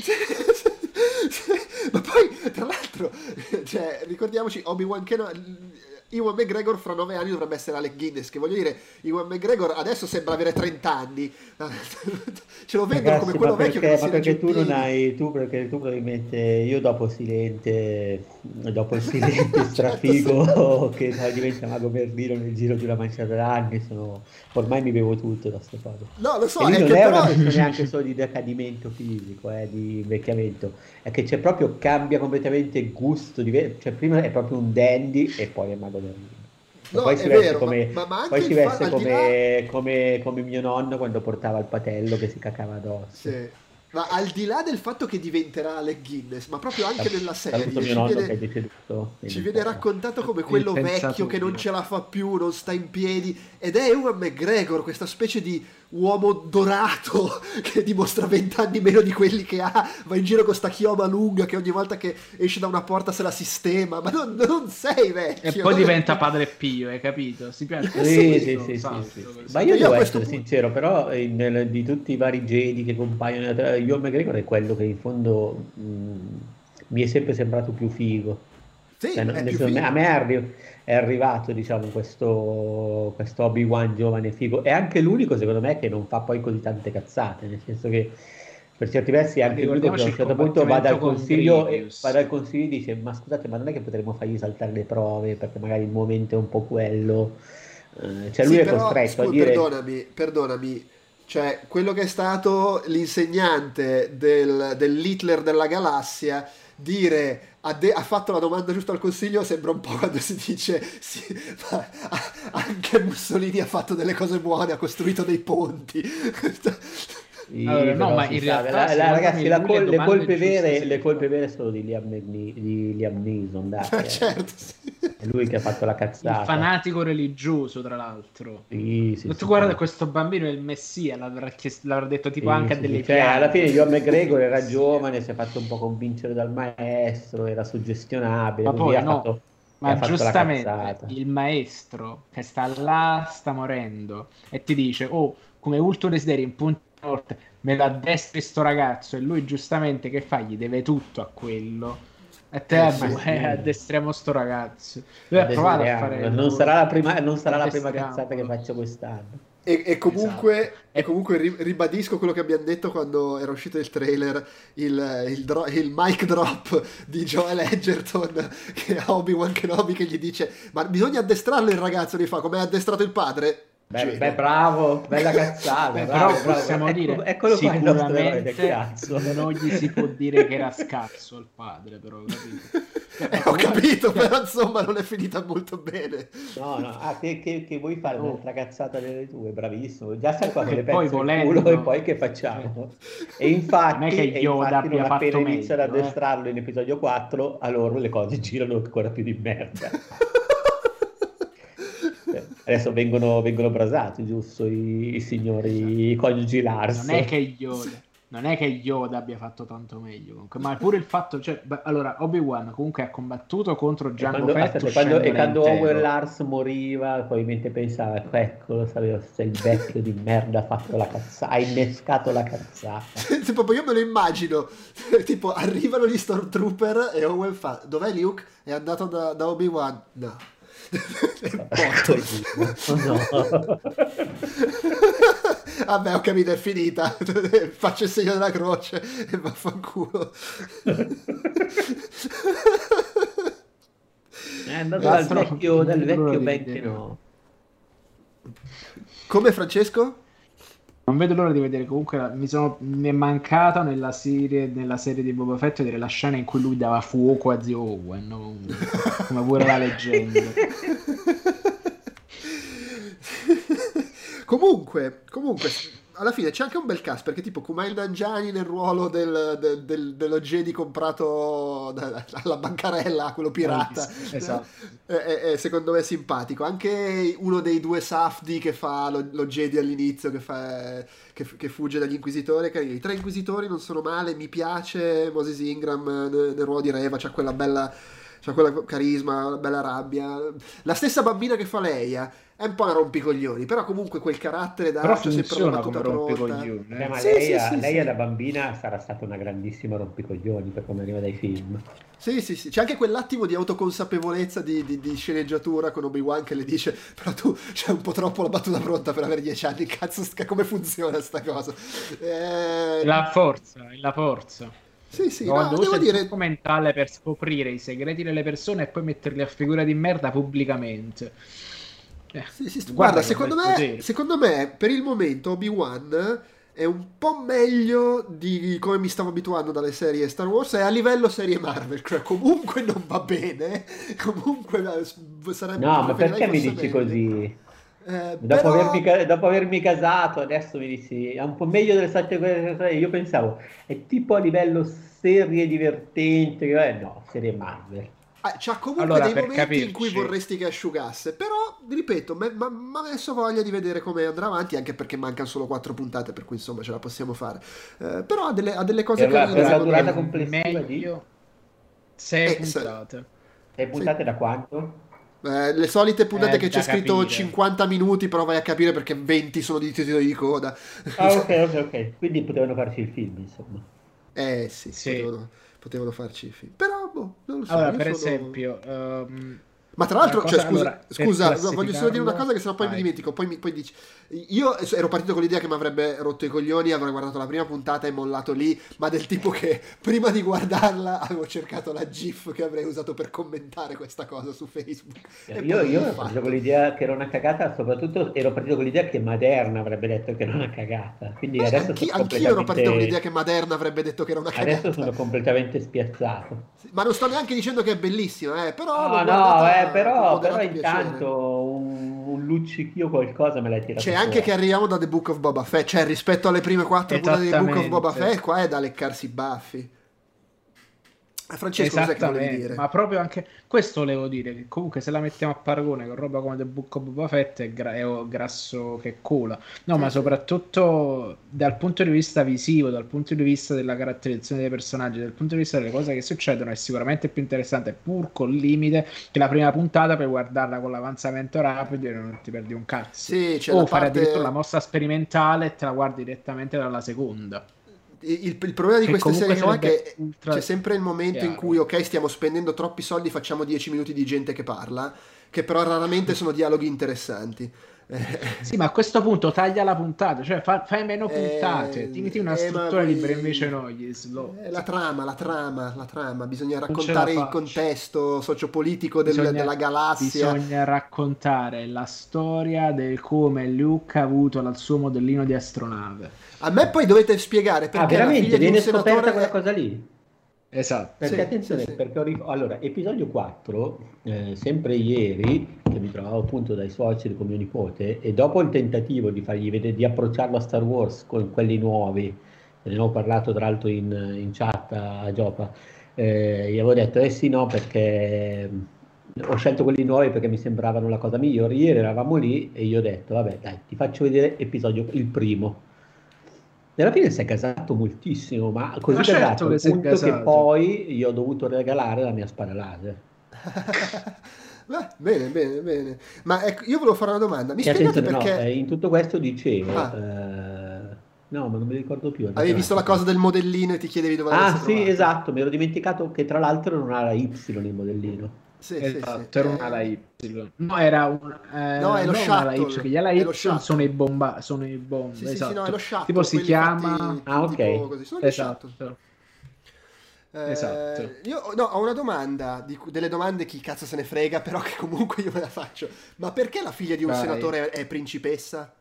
ma poi tra l'altro, cioè, ricordiamoci Obi-Wan Kenobi, Ewan McGregor fra nove anni dovrebbe essere Alec Guinness, che voglio dire, Ewan McGregor adesso sembra avere trenta anni. Ce lo vendono Ragazzi, come quello ma vecchio perché, che non ma si regge perché in tu non piedi. hai tu perché tu probabilmente io dopo Silente dopo il Silente Certo, strafigo che poi diventa Mago Verdino nel giro di una manciata d'anni, sono ormai mi bevo tutto da queste cose. no, lo so, E lì è non che è però... una questione neanche solo di decadimento fisico, eh, di invecchiamento, è che c'è proprio cambia completamente il gusto, dive- cioè prima è proprio un dandy e poi è Mago Verdino. E No, poi è si veste vero, ma, come, ma, ma anche poi si il fa- veste al di là... come, come, come mio nonno quando portava il patello che si cacava addosso. Sì. Ma al di là del fatto che diventerà Alec Guinness, ma proprio anche nella serie Saluto mio ci nonno viene, che è deceduto. ci viene raccontato come quello Il pensato vecchio che non mio. ce la fa più, non sta in piedi, ed è Ewan McGregor, questa specie di uomo dorato che dimostra vent'anni meno di quelli che ha, va in giro con sta chioma lunga che ogni volta che esce da una porta se la sistema, ma non, non sei vecchio. E poi diventa Padre Pio, hai capito? Si piace. Sì, sì, sì, Esatto, sì, sì. così. Ma io Io devo a questo essere punto- sincero, però eh, nel- di tutti i vari Jedi che compaiono, nella- Ewan McGregor è quello che in fondo mh, mi è sempre sembrato più figo. Sì, Cioè, no- è nel più senso, figo. a me è, arri- è arrivato, diciamo, questo, questo Obi-Wan giovane figo. È anche l'unico, secondo me, che non fa poi così tante cazzate, nel senso che per certi versi è anche l'unico che a un Ricordiamoci il certo punto va dal combattimento con consiglio e, Grievous. va dal consiglio e dice ma scusate, ma non è che potremmo fargli saltare le prove perché magari il momento è un po' quello. Eh, cioè lui Sì, è però, costretto a scusa, dire... perdonami, perdonami, cioè quello che è stato l'insegnante del, dell'Hitler della galassia, dire ha, de- ha fatto la domanda giusta al consiglio sembra un po' quando si dice sì, ma anche Mussolini ha fatto delle cose buone, ha costruito dei ponti. Sì, Allora, no, però ma si in sa, realtà, la- la- secondo ragazzi, me, la lui col- le le domande colpe giuste vere, se le le colpe fa. vere sono di Liam, Ni- di Liam Neeson, dai, eh. Certo, sì. È lui che ha fatto la Il cazzata. fanatico religioso, tra l'altro. Sì, sì, Tu sì, guarda, sì. questo bambino è il messia, l'avrà, chiesto- l'avrà detto tipo Sì, anche sì, a delle sì. Cioè, alla fine piante. Ewan McGregor era Sì. giovane, si è fatto un po' convincere dal maestro, era suggestionabile, Ma così poi ha no, fatto, e ma ha fatto la giustamente cazzata. il maestro che sta là, sta morendo e ti dice, oh, come ultimo desiderio in punta di morte, me lo addestri sto ragazzo, e lui giustamente che fa? Gli deve tutto a quello. E te, Eh, sì. boh, eh, addestriamo sto ragazzo. Lui ha provato a fare il Non lavoro. sarà la prima, non sarà la prima Addestriamolo. cazzata che faccio quest'anno. E, e comunque, Esatto. e comunque ri- ribadisco quello che abbiamo detto quando era uscito il trailer, il, il, dro- il mic drop di Joel Edgerton che ha Obi-Wan Kenobi che gli dice ma bisogna addestrarlo il ragazzo, gli fa come ha addestrato il padre? Beh, Geno. beh, bravo, bella cazzata. Beh, bravo, però bravo. possiamo Ecco- dire eccolo qua il nostro eroe del sicuramente cazzo. non gli si può dire che era scazzo al padre, però, capito? Eh, ho capito, però insomma non è finita molto bene. No, no, ah, che, che- che vuoi fare Oh. un'altra cazzata delle tue, bravissimo. Già sai qua con E le poi pezze al volendo. culo e poi che facciamo? E infatti, Non è che e Yoda infatti abbia non appena fatto iniziano ad meglio, eh. addestrarlo in episodio quattro, a loro le cose girano ancora più di merda. Eh, Adesso vengono, vengono brasati, giusto, i, i signori, i coniugi Lars. Non è che Yoda. non è che Yoda abbia fatto tanto meglio comunque, ma pure il fatto, cioè, beh, allora Obi-Wan comunque ha combattuto contro E Jango quando, Fett aspetta, e quando, e uscendone quando intero. Owen Lars moriva, probabilmente pensava, ecco, eccolo, sapeva, se il vecchio di merda ha fatto la cazzata, ha innescato la cazzata. Sì, proprio io me lo immagino, tipo arrivano gli Stormtrooper e Owen fa, dov'è Luke? È andato da, da Obi-Wan? No. Così, no. Vabbè, ho capito, è finita. Faccio il segno della croce e vaffanculo. È andato Eh, dal no, vecchio, non dal vedo l'ora vecchio di Ben vedere. Kenobi. Come, Francesco? Non vedo l'ora di vedere, comunque la- mi, sono, mi è mancata nella serie, nella serie di Boba Fett vedere la scena in cui lui dava fuoco a zio Owen, no? Come pure la leggenda. comunque, comunque, alla fine c'è anche un bel cast perché tipo Kumail Nanjiani nel ruolo del, del- del- dello Jedi comprato da- alla bancarella, quello pirata, Esatto. è, è- è secondo me simpatico. Anche uno dei due Safdi che fa lo, lo Jedi all'inizio, che, fa, che, che fugge dagli Inquisitori, è carino. I tre Inquisitori non sono male, mi piace Moses Ingram nel, nel ruolo di Reva, c'ha quella bella... C'ha quella carisma, bella rabbia. La stessa bambina che fa Leia è un po' una rompicoglioni, però comunque quel carattere da Però c'è sempre funziona una come battuta pronta. rompicoglione. Eh, eh. ma Sì, lei, sì, sì, lei sì. da bambina sarà stata una grandissima rompicoglioni per come arriva dai film. Sì, sì, sì. C'è anche quell'attimo di autoconsapevolezza di, di- di sceneggiatura con Obi-Wan che le dice però tu c'è un po' troppo la battuta pronta per avere dieci anni, cazzo, sta- come funziona sta cosa? Eh, La forza, la forza. Sì, sì, Quando no, usa devo il dire... trucco mentale per scoprire i segreti delle persone e poi metterli a figura di merda pubblicamente. Eh, Sì, sì, guarda guarda, che secondo bel me, potere. secondo me per il momento Obi-Wan è un po' meglio di come mi stavo abituando dalle serie Star Wars, è a livello serie Marvel, cioè comunque non va bene, comunque eh, sarebbe, No, ma preferirei perché mi fosse dici meglio. così? Eh, Dopo però avermi, ca- dopo avermi casato, adesso mi dici, è un po' meglio delle sette cose. Io pensavo, è tipo a livello serie divertente, eh, no, serie Marvel. ah, c'ha comunque Allora, dei per momenti in cui capirci, vorresti che asciugasse, però ripeto, mi ha messo voglia di vedere come andrà avanti, anche perché mancano solo quattro puntate, per cui insomma ce la possiamo fare. Eh, però ha delle, ha delle cose Per la, carine per la secondo durata me. complessiva di meglio sei Eh, se- puntate. sei se- puntate da quanto? Eh, le solite puntate È che c'è da scritto capire. cinquanta minuti, però vai a capire perché venti sono di titoli di coda. Ah, ok, ok, ok. Quindi potevano farci il film, insomma. Eh sì, Sì. potevano, potevano farci i film. Però, boh, non lo so. Allora, io per sono... esempio, ehm, Ma tra una l'altro, cosa, cioè, scusa, allora, per scusa no, voglio solo dire una classificarlo, cosa che sennò poi mi vai. dimentico. Poi, mi, poi dici. Io ero partito con l'idea che mi avrebbe rotto i coglioni, avrei guardato la prima puntata e mollato lì, ma del tipo che prima di guardarla avevo cercato la GIF che avrei usato per commentare questa cosa su Facebook. E Io, poi io l'ho ero partito fatto. con l'idea che era una cagata, soprattutto ero partito con l'idea che Maderna avrebbe detto che era una cagata. Quindi Beh, adesso anch'io, sono anch'io ero partito con l'idea completamente, che Maderna avrebbe detto che era una adesso cagata. sono completamente spiazzato. Sì, ma non sto neanche dicendo che è bellissima, eh, però l'ho No, no, guardata eh, con però, però moderato piacere. intanto un, un luccichio qualcosa me l'hai tirato C'è anche che fuori. arriviamo da The Book of Boba Fett, cioè rispetto alle prime quattro puntate di The Book of Boba Esattamente. Fett, qua è da leccarsi i baffi. Eh, Francesco, cos'è che volevi Esattamente, dire? ma proprio anche questo volevo dire, che comunque se la mettiamo a paragone con roba come The Book of Boba Fett è, gra- è grasso che cola. No, Sì, ma sì. soprattutto dal punto di vista visivo, dal punto di vista della caratterizzazione dei personaggi, dal punto di vista delle cose che succedono, è sicuramente più interessante, pur col limite che la prima puntata per guardarla con l'avanzamento rapido e non ti perdi un cazzo. Sì, c'è O la fare addirittura la parte... mossa sperimentale e te la guardi direttamente dalla seconda. Il, il problema di Che queste comunque serie qua è sarebbe che ultra c'è sempre il momento in chiaro. cui, ok, stiamo spendendo troppi soldi, facciamo dieci minuti di gente che parla, che però raramente sono dialoghi interessanti. Sì, ma a questo punto taglia la puntata, cioè fa- fai meno puntate, Eh, tieniti una eh, ma struttura poi- libera, invece no, gli slow. Eh, la trama, la trama, la trama, bisogna ce raccontare la il faccio. contesto sociopolitico del- Bisogna, della galassia. bisogna raccontare la storia del come Luke ha avuto il suo modellino di astronave. A me poi dovete spiegare Ah, perché la veramente? figlia di un Viene scoperta senatore... quella cosa lì? Esatto. Perché Sì, attenzione, sì, sì. perché ho rif- allora, episodio quattro, eh, sempre ieri, che mi trovavo appunto dai suoceri con mio nipote, e dopo il tentativo di fargli vedere, di approcciarlo a Star Wars con quelli nuovi, ne avevo parlato tra l'altro in, in chat a, a Giopa, eh, gli avevo detto, eh sì, no, perché ho scelto quelli nuovi perché mi sembravano la cosa migliore. Ieri eravamo lì e io ho detto, vabbè, dai, ti faccio vedere episodio, il primo. Nella fine si è gasato moltissimo, ma così Ma certo gasato che al si è punto che gasato. poi io ho dovuto regalare la mia spada laser. Beh, bene, bene, bene. Ma ecco, io volevo fare una domanda. Mi E spiegate attenzione, no, perché eh, in tutto questo dicevo, ah, eh, no, ma non mi ricordo più. avevi adesso visto la un attimo. cosa del modellino e ti chiedevi dove Ah, l'avessi sì, trovato? esatto, mi ero dimenticato che tra l'altro non ha la Y il modellino. Sì, sì, sì. Esatto, era un'ala Eh, Y. No, era un, eh, no, è lo non un'ala Y, shuttle. che gli ala È lo Y sono i shuttle. bomba, sono i bomb, Sì, sì, sì, no, è lo esatto. Tipo shuttle. si Quelli chiama... fatti Ah, tipo ok. così. Sono gli shuttle. Esatto, Eh, esatto. io no, ho una domanda, di, cu- delle domande chi cazzo se ne frega, però che comunque io me la faccio. Ma perché la figlia di un Vai. senatore è principessa?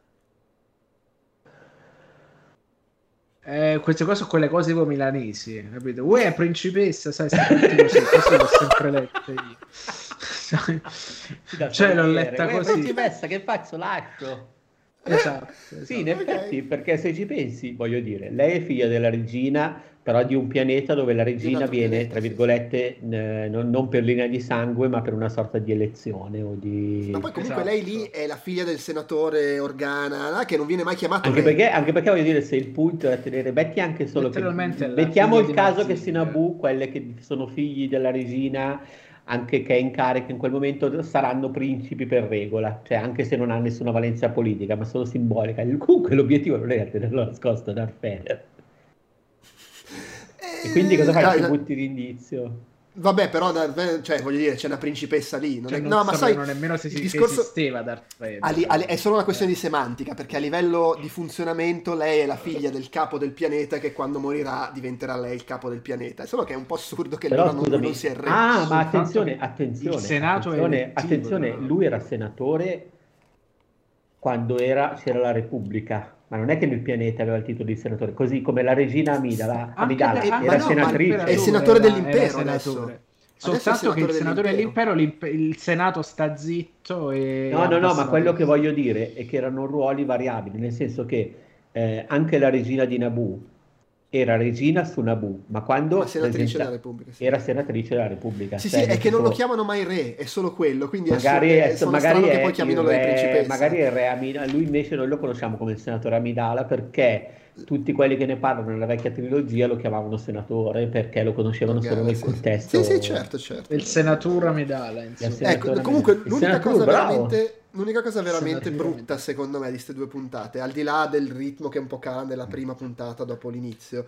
Eh, queste cose sono quelle cose tipo milanesi, capito? Uè, è principessa, sai, scritti così, così l'ho sempre letta io. Sai? Da Cioè, l'ho Corriere. letta Uè, così. principessa, che faccio? Lascio. Esatto, Sì, in esatto. effetti, Ok. perché se ci pensi, voglio dire, lei è figlia della regina, però di un pianeta dove la Di un regina altro viene, pianeta, tra sì, sì. virgolette, eh, non, non per linea di sangue, ma per una sorta di elezione o Ma di... poi comunque Esatto. lei lì è la figlia del senatore Organa, che non viene mai chiamato Anche re. perché, anche perché voglio dire, se il punto è tenere, metti anche solo che, Letteralmente è la mettiamo figlia il di caso che Matilde. Sinabu, quelle che sono figli della regina, anche che è in carica in quel momento, saranno principi per regola, cioè anche se non ha nessuna valenza politica, ma solo simbolica. Comunque l'obiettivo non era tenerlo nascosto da Fener. E quindi cosa fai? Eh, Ci eh, butti l'indizio? Vabbè, però, da- cioè, voglio dire, c'è una principessa lì. Non Cioè, è- non No, ma sai, sapevano nemmeno se il si- che discorso esisteva Darth Vader. a li- a li- è solo una questione di semantica, perché a livello di funzionamento lei è la figlia del capo del pianeta che quando morirà diventerà lei il capo del pianeta. È solo che è un po' assurdo che Però allora non, lui scusami, non sia il re. ah, Sul ma fatto attenzione, che attenzione, il Senato è attenzione, elettivo, attenzione, tra l'altro. lui era senatore quando era, c'era la Repubblica, ma non è che nel pianeta aveva il titolo di senatore, così come la regina Amidala, Anche, Amidala da- Eh, anche ma era no, ma senatrice. è il senatore era- dell'impero era adesso. senatore. Adesso è Soltanto che il senatore dell'impero. dell'impero, l'imp- il Senato sta zitto e No, no, no, abbassa ma la quello che testa. voglio dire è che erano ruoli variabili, nel senso che eh, anche la regina di Naboo era regina su Naboo, ma quando Ma senatrice presenta- della Repubblica, sì. era senatrice della Repubblica. Sì, cioè, sì, è nel che non lo senso- chiamano mai re, è solo quello, quindi Magari è, è, sono magari strano è che poi il chiamino lei re, principessa. magari è il re Amidala, lui invece noi lo conosciamo come il senatore Amidala perché tutti quelli che ne parlano nella vecchia trilogia lo chiamavano senatore perché lo conoscevano solo nel Sì, sì. contesto. Sì, sì, certo, certo. Il senatura Medala, insomma. Del Ecco, senatore comunque Amidala. Il l'unica senatore, cosa bravo. veramente, l'unica cosa veramente Senatore brutta Amidala. secondo me di queste due puntate, al di là del ritmo che un po' cala nella prima puntata dopo l'inizio,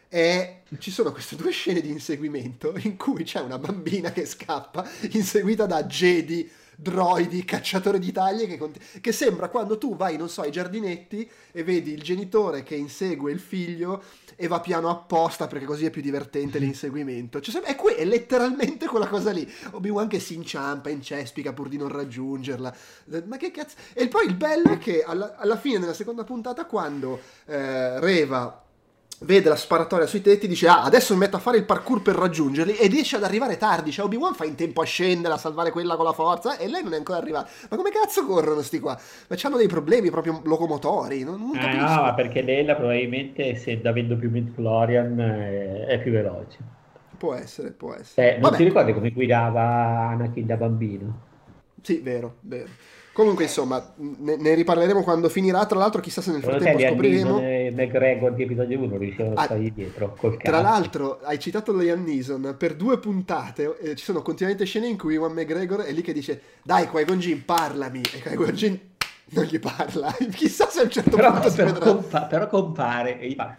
è ci sono queste due scene di inseguimento in cui c'è una bambina che scappa inseguita da Jedi, droidi, cacciatori di taglie che, conti- che sembra quando tu vai, non so, ai giardinetti e vedi il genitore che insegue il figlio e va piano apposta perché così è più divertente l'inseguimento. Cioè, sem- è, que- è letteralmente quella cosa lì. Obi-Wan che si inciampa, incespica pur di non raggiungerla. Eh, Ma che cazzo? E poi il bello è che alla, alla fine della seconda puntata, quando eh, Reva vede la sparatoria sui tetti, dice ah adesso mi metto a fare il parkour per raggiungerli e riesce ad arrivare tardi, cioè Obi-Wan fa in tempo a scendere, a salvare quella con la forza e lei non è ancora arrivata. Ma come cazzo corrono sti qua? Ma c'hanno dei problemi proprio locomotori, non, non Eh, capisco. no, ma perché lei probabilmente essendo avendo più midichlorian è, è più veloce. Può essere, può essere. Eh, non Vabbè, ti ricordi come guidava Anakin da bambino? sì, vero, vero. Comunque, insomma, ne, ne riparleremo quando finirà. Tra l'altro, chissà se nel Secondo frattempo te Liam scopriremo. Neeson e McGregor di episodio uno riuscivano Ah, a stargli dietro col Tra cazzo. l'altro, hai citato Liam Neeson, per due puntate eh, ci sono continuamente scene in cui Ewan McGregor è lì che dice dai Qui-Gon Jinn, parlami, e Qui-Gon Jinn non gli parla. Chissà se a un certo Però, punto si però vedrà. compa- però compare e gli fa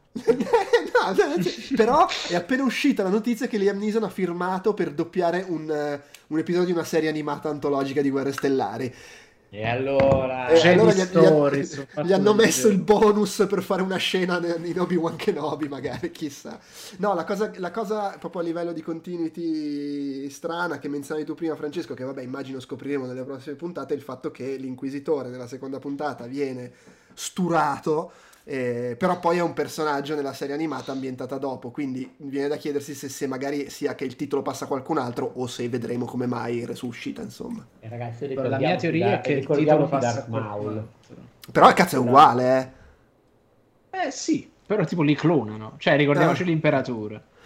No, no, cioè, però è appena uscita la notizia che Liam Neeson ha firmato per doppiare un, eh, un episodio di una serie animata antologica di Guerre Stellari. e allora E Jedi allora gli, gli- Story, sono gli fatto hanno da messo Jedi. il bonus per fare una scena in Obi-Wan Kenobi, magari, chissà. No, la cosa, la cosa proprio a livello di continuity strana che menzionavi tu prima, Francesco, che vabbè immagino scopriremo nelle prossime puntate, è il fatto che l'inquisitore nella seconda puntata viene sturato, eh, però poi è un personaggio nella serie animata ambientata dopo, quindi viene da chiedersi se, se magari sia che il titolo passa a qualcun altro o se vedremo come mai resuscita, insomma. Eh, ragazzi, La mia teoria è che il titolo ricordiamoci passa a Darth qualcun Maul. altro. Però cazzo è uguale, eh. Eh sì, però tipo li clonano. Cioè, ricordiamoci Ah. l'imperatore.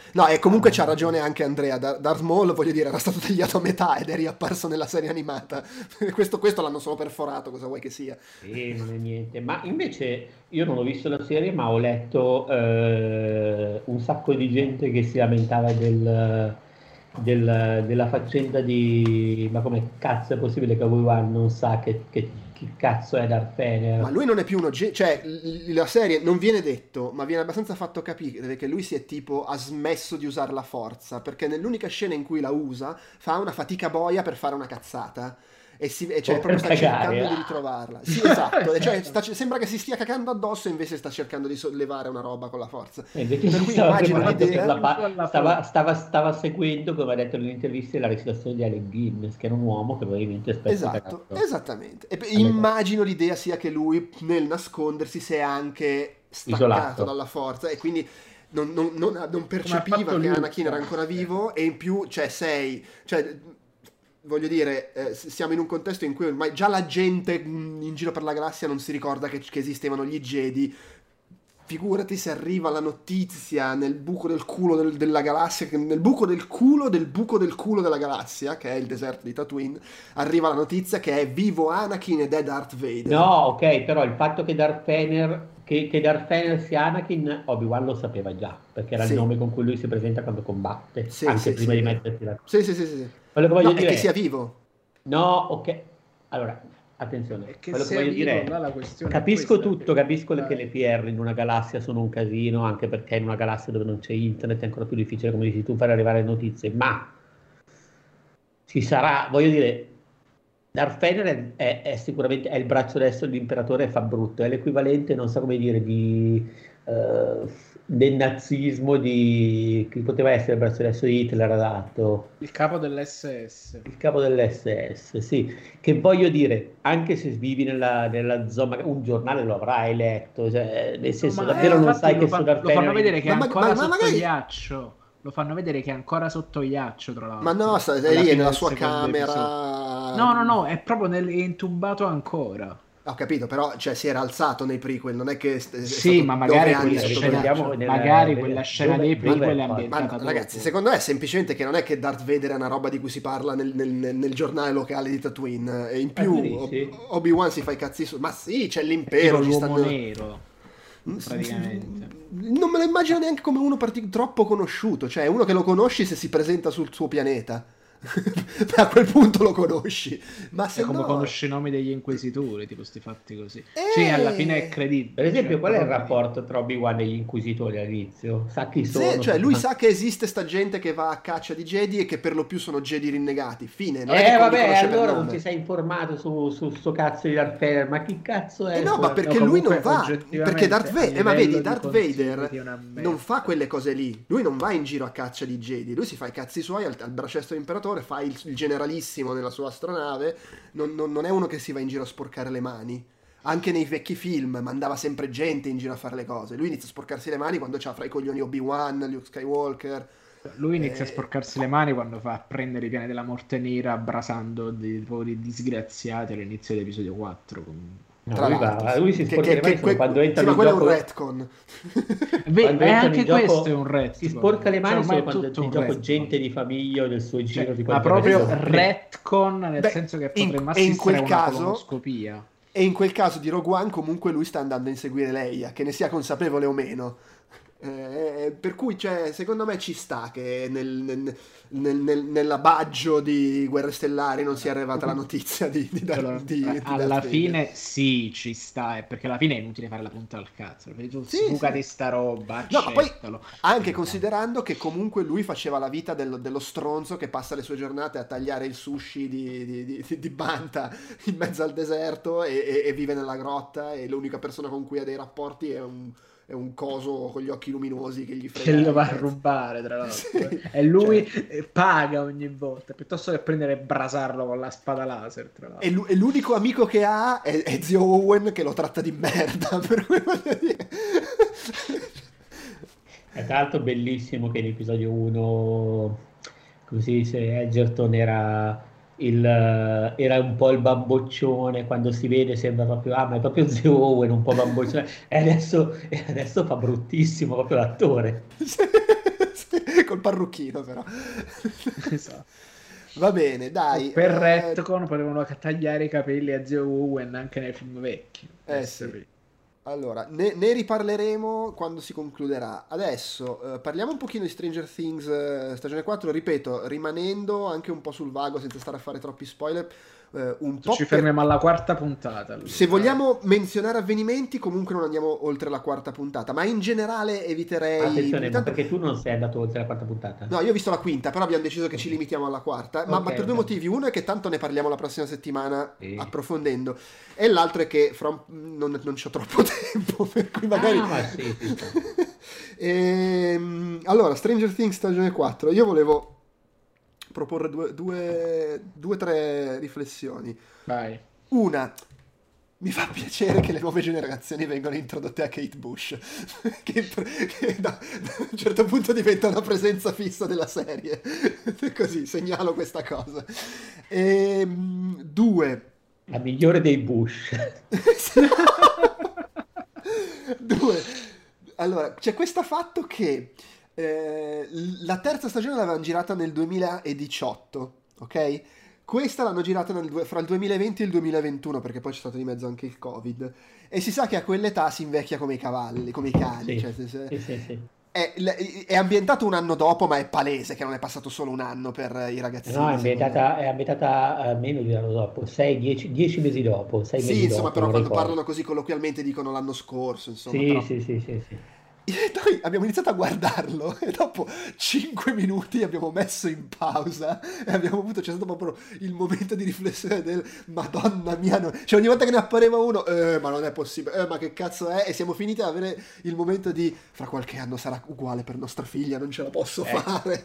No, e comunque c'ha ragione anche Andrea, Dar- Darth Maul, voglio dire, era stato tagliato a metà ed è riapparso nella serie animata. questo, questo l'hanno solo perforato, cosa vuoi che sia? Sì, non è niente. Ma invece io non ho visto la serie, ma ho letto eh, un sacco di gente che si lamentava del, del- della faccenda di... Ma come cazzo è possibile che Obi-Wan non sa che, che- chi cazzo è Darth Vader? Ma lui non è più uno ge- cioè l- la serie non viene detto, ma viene abbastanza fatto capire che lui si è tipo ha smesso di usare la forza, perché nell'unica scena in cui la usa fa una fatica boia per fare una cazzata. E, si, e cioè O proprio per sta cagare. cercando di ritrovarla. Sì, esatto. E cioè, sta- sembra che si stia cagando addosso e invece sta cercando di sollevare una roba con la forza. E invece Per si cui stava immagino preparando l'idea- per la pa- Alla stava, foto. stava- stava seguendo, come ha detto nell'intervista, la recitazione di Alec Guinness, che era un uomo che probabilmente è spesso Esatto, cagato. esattamente. E pe- Alle- immagino l'idea sia che lui nel nascondersi si è anche staccato Isolato. dalla forza e quindi non, non- non- non percepiva fatto che Luke. Anakin era ancora vivo e in più, cioè, sei... Cioè, voglio dire, eh, s- siamo in un contesto in cui ormai già la gente mh, in giro per la galassia non si ricorda che, che esistevano gli Jedi. Figurati se arriva la notizia nel buco del culo del- della galassia, che- nel buco del culo del buco del culo della galassia, che è il deserto di Tatooine, arriva la notizia che è vivo Anakin ed è Darth Vader. No, ok, però il fatto che Darth Vader, che, che Darth Vader sia Anakin, Obi-Wan lo sapeva già, perché era Sì. il nome con cui lui si presenta quando combatte, Sì, anche sì, prima sì. di mettersi la... Sì, sì, sì, sì, sì. Quello che voglio No, dire è che è- sia vivo. No, ok. Allora, attenzione. E che Quello che sia voglio vivo, dire là è, la questione è capisco questa, tutto, che- capisco dai. che le P R in una galassia sono un casino, anche perché in una galassia dove non c'è internet è ancora più difficile, come dici tu, fare arrivare notizie, ma ci sarà, voglio dire, Darth Vader è, è- è sicuramente è il braccio destro dell'imperatore e fa brutto, è l'equivalente, non so come dire, di, eh, del nazismo, di chi poteva essere il braccio destro di Hitler adatto. Il capo dell'esse esse. Il capo dell'esse esse, sì, che voglio dire, anche se vivi nella, nella zona, un giornale lo avrai letto, cioè, nel senso, Ma, davvero eh, non infatti sai lo che fa- su Darth lo fanno Vader- vedere che è Ma- ma- ancora ma- ma sotto magari- ghiaccio. Lo fanno vedere che è ancora sotto ghiaccio, tra l'altro. Ma no, sta alla è lì, è fine nella del sua secondo episodio. camera. No, no, no, è proprio nel, è intubato ancora. Ho capito, però cioè, si era alzato nei prequel, non è che... st- è Sì, stato ma magari nove anni quella sotto scena, ricordiamo ghiaccio. nella- magari nella- quella scena dove- dei dove- prequel è ma- ambientata Ma dopo. ragazzi, secondo me è semplicemente che non è che Darth Vader è una roba di cui si parla nel, nel- nel- nel giornale locale di Tatooine. E in più Ah, tu dici? Ob- Obi-Wan si fa i cazzi su. Ma sì, c'è Tipo l'impero. Ci l'uomo stanno... nero, praticamente. Non me lo immagino neanche come uno partic- troppo conosciuto. Cioè, uno che lo conosci se si presenta sul suo pianeta. A quel punto lo conosci. Ma se È come no... conosce i nomi degli inquisitori, tipo sti fatti così. Eh. Sì, alla fine è credibile. Per esempio, cioè, qual è il proprio- rapporto tra Obi-Wan e gli inquisitori all'inizio? Sa chi Sì, sono? cioè lui Ma- sa che esiste sta gente che va a caccia di Jedi e che per lo più sono Jedi rinnegati. Fine. Non è Eh che li vabbè, conosce per allora nome. non ti sei informato su, su sto cazzo di Darth Vader, ma chi cazzo è? Eh no, ma questo? perché No, lui non comunque, va, oggettivamente, perché Darth a Vader, eh, ma livello vedi, di Darth consigli Vader di una merda. non fa quelle cose lì, lui non va in giro a caccia di Jedi, lui si fa i cazzi suoi al, al bracestro dell'imperatore, fa il, il generalissimo nella sua astronave, non, non- non è uno che si va in giro a sporcare le mani. Anche nei vecchi film mandava sempre gente in giro a fare le cose, lui inizia a sporcarsi le mani quando c'ha fra i coglioni Obi-Wan, Luke Skywalker. Lui inizia Eh. a sporcarsi le mani quando fa a prendere i piani della morte nera abbrasando dei poveri disgraziati all'inizio dell'episodio quattro. con- No, Tra lui, va- l'altro, lui si che- sporca che- le mani che- solo quando entra sì, ma in quello gioco. è un retcon. Beh, Quando è entra anche in gioco- questo è un retcon. Si sporca le mani Cioè, ormai solo è quando tutto entra in un gioco retcon. gente di famiglia o del suo giro. Cioè, di ma qualche proprio persona. retcon nel Beh, senso che in- potremmo e in quel assistere a una caso- colonoscopia. E in quel caso di Rogue One comunque lui sta andando a inseguire Leia, che ne sia consapevole o meno. Eh, per cui cioè, secondo me ci sta che nel, nel, nel, nel- nell'abbaggio di Guerre Stellari non sia arrivata la notizia di, di, Dar- Allora, di- di Darth alla Vader. fine sì, ci sta, eh, perché alla fine è inutile fare la punta al cazzo. Perché tu Sì, sbucati sì. sta roba, No, ma poi accettalo. anche considerando che comunque lui faceva la vita dello, dello stronzo che passa le sue giornate a tagliare il sushi di, di, di- di Banta in mezzo al deserto e, e- e vive nella grotta e l'unica persona con cui ha dei rapporti è un, è un coso con gli occhi luminosi che gli frega. Che lo va i a cazzi. rubare, tra l'altro. Sì. E lui Cioè, eh, paga ogni volta, piuttosto che prendere e brasarlo con la spada laser, tra l'altro. e, lu- e l'unico amico che ha è, è zio Owen che lo tratta di merda. Per cui voglio dire... È tra l'altro bellissimo che in episodio uno, come si dice, Edgerton era, il, era un po' il bamboccione, quando si vede sembra proprio, ah ma è proprio zio Owen, un po' bamboccione, e adesso, e adesso fa bruttissimo proprio l'attore. Sì, sì. col parrucchino però. Esatto. Va bene, dai. Per eh, retcon potevano tagliare i capelli a zio Owen anche nei film vecchi. Eh sì. Allora, ne, ne riparleremo quando si concluderà. Adesso eh, parliamo un pochino di Stranger Things eh, stagione quattro, ripeto, rimanendo anche un po' sul vago senza stare a fare troppi spoiler. Eh, un po' Ci per- fermiamo alla quarta puntata. allora. Se vogliamo menzionare avvenimenti, comunque non andiamo oltre la quarta puntata, ma in generale eviterei... Attenzione, ma Intanto- perché tu non sei andato oltre la quarta puntata? No, io ho visto la quinta, però abbiamo deciso che ci limitiamo alla quarta, ma, Ok, ma per due ok. motivi. Uno è che tanto ne parliamo la prossima settimana Sì. approfondendo, e l'altro è che fra un- non, non c'ho troppo tempo, per cui magari... Ah, ma sì, sì, sì. Ehm, allora, Stranger Things stagione quattro, io volevo proporre due, due, due tre riflessioni. Vai. Una, mi fa piacere che le nuove generazioni vengano introdotte a Kate Bush, che, che da, da un certo punto diventa una presenza fissa della serie. Così, segnalo questa cosa. Ehm, due, La migliore dei Bush. Due. Allora, c'è questo fatto che eh, la terza stagione l'avevano girata nel duemiladiciotto, ok? Questa l'hanno girata nel due- fra il duemilaventi e il duemilaventuno, perché poi c'è stato di mezzo anche il Covid. E si sa che a quell'età si invecchia come i cavalli, come i cani. Sì, Cioè, se- se- sì, sì, sì. È, è ambientato un anno dopo, ma è palese che non è passato solo un anno per i ragazzini. No, è secondo me. ambientata, è ambientata eh, meno di un anno dopo, sei, dieci, dieci mesi dopo, sei Sì, mesi insomma, dopo, però non quando ricordo. parlano così colloquialmente dicono l'anno scorso, insomma. Sì, però- sì, sì, sì, sì. E noi abbiamo iniziato a guardarlo e dopo cinque minuti abbiamo messo in pausa e abbiamo avuto, c'è stato proprio il momento di riflessione del Madonna mia, no. Cioè ogni volta che ne appariva uno, eh, ma non è possibile, eh, ma che cazzo è? E siamo finiti ad avere il momento di fra qualche anno sarà uguale per nostra figlia, non ce la posso Eh. fare.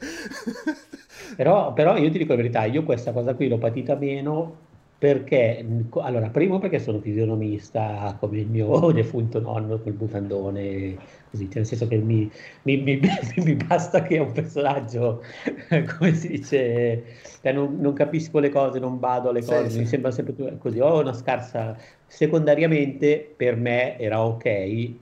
Però, però io ti dico la verità, io questa cosa qui l'ho patita meno perché, mh, co- allora, primo perché sono fisionomista come il mio defunto nonno col mutandone, così, cioè nel senso che mi, mi- mi- mi basta che è un personaggio, come si dice, cioè non, non capisco le cose, non vado alle Sì, cose, sì. mi sembra sempre tu- così, ho una scarsa. Secondariamente per me era ok eh,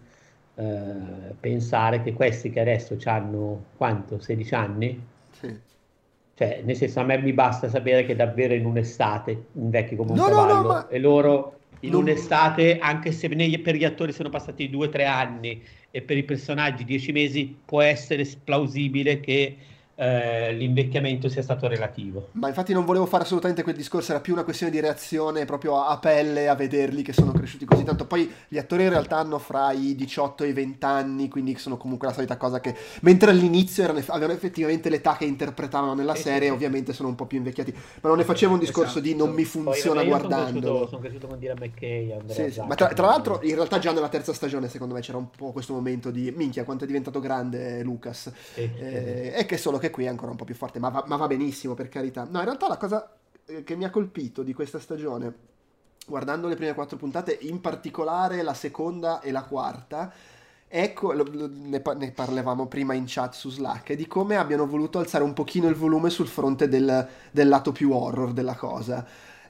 pensare che questi che adesso hanno quanto? sedici anni? Sì. Cioè, nel senso, a me mi basta sapere che davvero in un'estate invecchi come un No, no, no, cavallo ma- e loro in non- un'estate, anche se nei- per gli attori sono passati due o tre anni e per i personaggi dieci mesi, può essere plausibile che eh, l'invecchiamento sia stato relativo. Ma infatti non volevo fare assolutamente quel discorso, era più una questione di reazione proprio a, a pelle a vederli che sono cresciuti così tanto. Poi gli attori in realtà hanno fra i diciotto e i venti anni, quindi sono comunque la solita cosa che... Mentre all'inizio erano, avevano effettivamente l'età che interpretavano nella Sì, sì, serie, sì. ovviamente sono un po' più invecchiati. Ma non ne facevo un discorso di non mi Poi, funziona vabbè, io sono guardandolo. cresciuto, sono cresciuto con Dylan McKay, Andrea Sì, sì. Zacchi, Ma tra, tra l'altro quindi- in realtà già nella terza stagione secondo me c'era un po' questo momento di minchia quanto è diventato grande Lucas. Sì, sì, Eh, è che solo che qui è ancora un po' più forte, ma va, ma va benissimo, per carità. No, in realtà la cosa eh, che mi ha colpito di questa stagione, guardando le prime quattro puntate, in particolare la seconda e la quarta, ecco, lo- lo- ne, pa- ne parlavamo prima in chat su Slack, di come abbiano voluto alzare un pochino il volume sul fronte del, del lato più horror della cosa.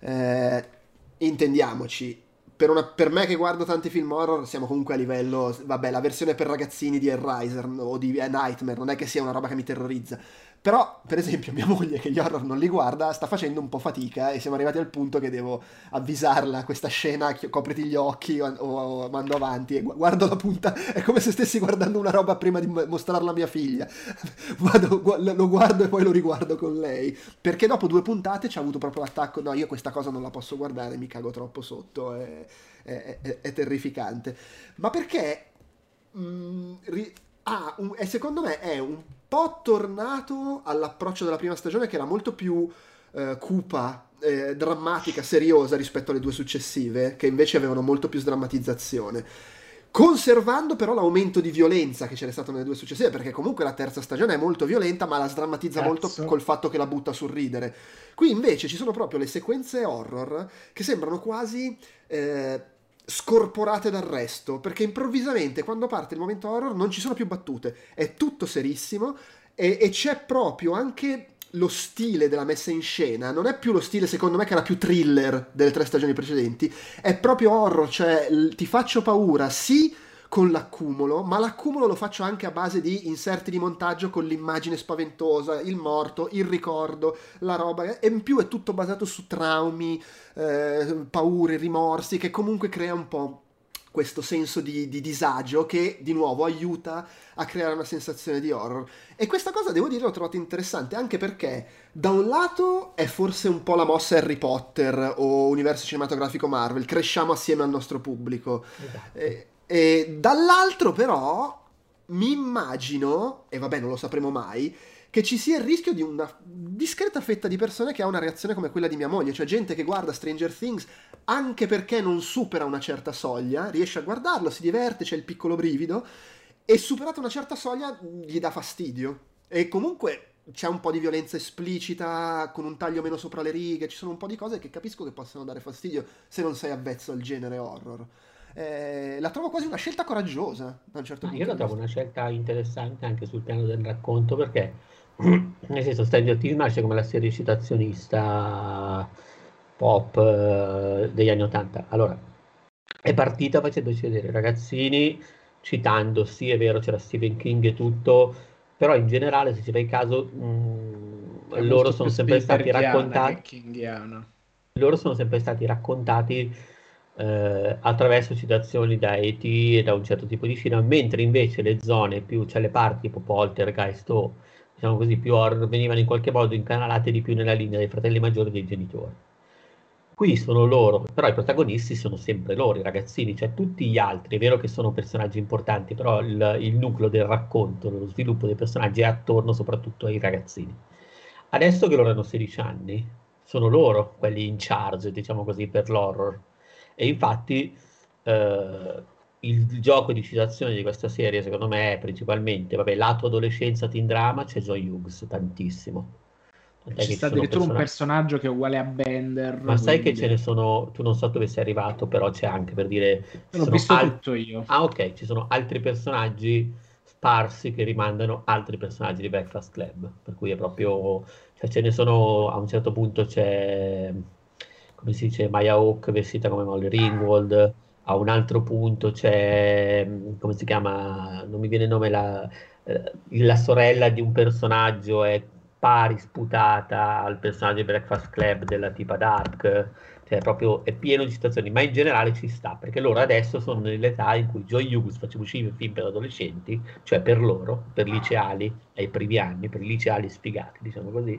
Eh, intendiamoci, per, una- per me che guardo tanti film horror siamo comunque a livello, vabbè, la versione per ragazzini di Hellraiser o di A Nightmare, non è che sia una roba che mi terrorizza. Però, per esempio, mia moglie che gli horror non li guarda sta facendo un po' fatica e siamo arrivati al punto che devo avvisarla, questa scena, chi- copriti gli occhi o, o mando avanti e gu- guardo la punta, è come se stessi guardando una roba prima di m- mostrarla a mia figlia. Vado, gu- lo guardo e poi lo riguardo con lei, perché dopo due puntate ci ha avuto proprio l'attacco, no, io questa cosa non la posso guardare, mi cago troppo sotto, è, è- è- è terrificante. Ma perché... mh, ri- ah, un- e secondo me è un po' tornato all'approccio della prima stagione che era molto più eh, cupa, eh, drammatica, seriosa rispetto alle due successive, che invece avevano molto più sdrammatizzazione. Conservando però l'aumento di violenza che c'era stato nelle due successive, perché comunque la terza stagione è molto violenta, ma la sdrammatizza Cazzo. molto col fatto che la butta sul ridere. Qui invece ci sono proprio le sequenze horror che sembrano quasi eh, scorporate dal resto, perché improvvisamente quando parte il momento horror non ci sono più battute, è tutto serissimo e, e c'è proprio anche lo stile della messa in scena, non è più lo stile secondo me che era più thriller delle tre stagioni precedenti, è proprio horror, cioè l- ti faccio paura, sì, con l'accumulo, ma l'accumulo lo faccio anche a base di inserti di montaggio con l'immagine spaventosa, il morto, il ricordo, la roba, e in più è tutto basato su traumi, eh, paure, rimorsi, che comunque crea un po' questo senso di, di disagio che di nuovo aiuta a creare una sensazione di horror. E questa cosa, devo dire, l'ho trovata interessante, anche perché da un lato è forse un po' la mossa Harry Potter o universo cinematografico Marvel, cresciamo assieme al nostro pubblico. Esatto. E, e dall'altro però mi immagino, e vabbè non lo sapremo mai, che ci sia il rischio di una discreta fetta di persone che ha una reazione come quella di mia moglie, cioè gente che guarda Stranger Things anche perché non supera una certa soglia, riesce a guardarlo, si diverte, c'è il piccolo brivido, e superata una certa soglia gli dà fastidio. E comunque c'è un po' di violenza esplicita, con un taglio meno sopra le righe, ci sono un po' di cose che capisco che possono dare fastidio se non sei avvezzo al genere horror. Eh, la trovo quasi una scelta coraggiosa da un certo Ma punto io la di trovo vista. una scelta interessante anche sul piano del racconto, perché nel senso Stranger Things nasce come la serie citazionista pop eh, degli anni Ottanta. Allora, è partita facendoci vedere i ragazzini, citando, sì è vero c'era Stephen King e tutto, però in generale se ci fai caso mh, È loro molto sono più sempre stati Spielbergiana che raccontati Kingiana. loro sono sempre stati raccontati eh, attraverso citazioni da E T e da un certo tipo di film, mentre invece le zone più, cioè le parti tipo Poltergeist o diciamo così più horror venivano in qualche modo incanalate di più nella linea dei fratelli maggiori dei genitori. Qui sono loro, però i protagonisti sono sempre loro, i ragazzini, cioè tutti gli altri, è vero che sono personaggi importanti, però il, il nucleo del racconto, lo sviluppo dei personaggi è attorno soprattutto ai ragazzini. Adesso che loro hanno sedici anni, sono loro quelli in charge, diciamo così, per l'horror. E infatti eh, il, il gioco di citazione di questa serie, secondo me, è principalmente, vabbè, lato adolescenza, teen drama, c'è Joy Hughes, tantissimo. Tant'è Ci che ci sta sono addirittura un personaggi. personaggio che è uguale a Bender, Ma sai che ce ne quindi sono, tu non so dove sei arrivato, però c'è anche per dire, ci l'ho sono visto al- tutto io. ah ok, ci sono altri personaggi sparsi che rimandano altri personaggi di Breakfast Club, per cui è proprio, cioè ce ne sono, a un certo punto c'è, come si dice, Maya Hawke vestita come Molly Ringwald, a un altro punto c'è, come si chiama, non mi viene il nome, la, eh, la sorella di un personaggio è pari sputata al personaggio di Breakfast Club della tipa Dark, cioè proprio è pieno di situazioni, ma in generale ci sta, perché loro adesso sono nell'età in cui Joy Hughes faceva uscire film per adolescenti, cioè per loro, per liceali, ai primi anni, per i liceali sfigati, diciamo così,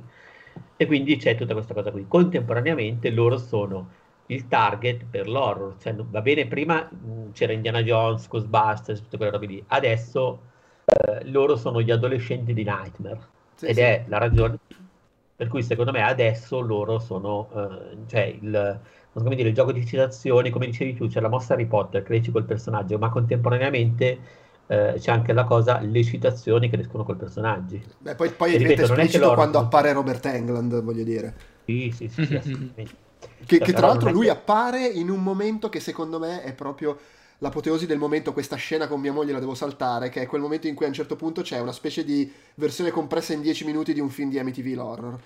e quindi c'è tutta questa cosa qui. Contemporaneamente loro sono il target per l'horror, cioè va bene, prima mh, c'era Indiana Jones, Ghostbusters, tutte quelle robe lì, adesso eh, loro sono gli adolescenti di Nightmare. Sì, Ed sì. è la ragione per cui secondo me adesso loro sono, eh, cioè il, non so come dire, il gioco di citazioni, come dicevi tu, c'è la mossa Harry Potter, cresci col personaggio, ma contemporaneamente eh, c'è anche la cosa, le citazioni crescono col personaggi. Beh, poi, poi E diventa ripeto, non è che esplicito l'horror quando non... appare Robert Englund, voglio dire. Sì, sì, sì, sì, assolutamente. Che, Cioè, che tra però l'altro non è lui che... appare in un momento che secondo me è proprio l'apoteosi del momento. Questa scena con mia moglie la devo saltare, che è quel momento in cui a un certo punto c'è una specie di versione compressa in dieci minuti di un film di Amityville Horror.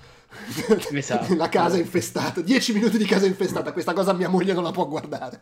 Esatto. La casa infestata, dieci minuti di casa infestata, questa cosa mia moglie non la può guardare.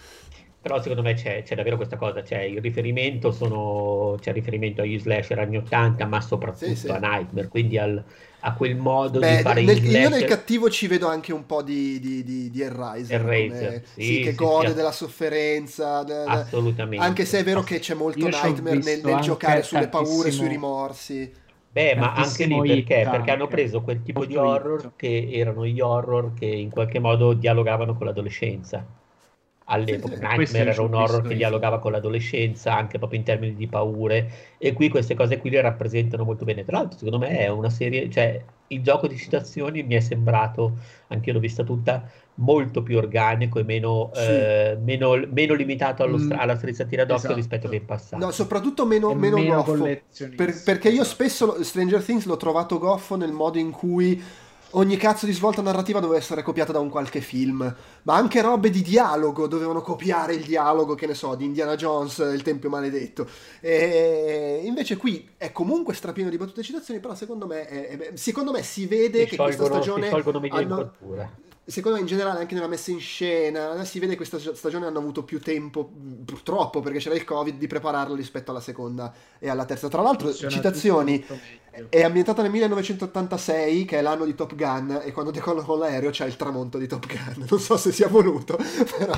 Però secondo me c'è, c'è davvero questa cosa, c'è il riferimento, sono, c'è il riferimento agli slasher anni ottanta, ma soprattutto Sì, sì. a Nightmare, quindi al, a quel modo di Beh, fare nel- gli io nel slasher. cattivo ci vedo anche un po' di, di, di, di Hellraiser, Hellraiser, come- sì, sì, che sì, gode sì, della sofferenza, de- de- assolutamente. anche se è vero Ass- che c'è molto Io ci ho Nightmare nel, visto nel anche giocare sulle paure, sui tantissimo, rimorsi. Beh, ma anche lì tantissimo perché? hit Perché hanno anche, preso quel tipo di molto horror hit. che erano gli horror che in qualche modo dialogavano con l'adolescenza. Sì, All'epoca sì. Per questo Nightmare io era ci ho un horror visto che hit. dialogava con l'adolescenza, anche proprio in termini di paure, e qui queste cose qui le rappresentano molto bene. Tra l'altro, secondo me è una serie, cioè il gioco di citazioni mi è sembrato, anche io l'ho vista tutta, molto più organico e meno, Sì. eh, meno, meno limitato allo stra- Mm, alla strizzatina d'occhio rispetto che in esatto. No, passato. soprattutto meno, È meno meno goffo. Per- collezionista, perché io esatto. spesso lo- Stranger Things l'ho trovato goffo nel modo in cui ogni cazzo di svolta narrativa doveva essere copiata da un qualche film, ma anche robe di dialogo dovevano copiare il dialogo, che ne so, di Indiana Jones, Il Tempio Maledetto. E invece qui è comunque strapieno di battute e citazioni, però secondo me, è- è- secondo me si vede Si che questa sciolgono, si stagione sciolgono meglio in hanno... cottura. secondo me in generale anche nella messa in scena si vede che questa stagione hanno avuto più tempo, purtroppo perché c'era il Covid, di prepararla rispetto alla seconda e alla terza. Tra l'altro, Funziona citazioni, tutto molto meglio. è ambientata nel millenovecentottantasei, che è l'anno di Top Gun, e quando decolla con l'aereo c'è il tramonto di Top Gun. Non so se sia voluto, però...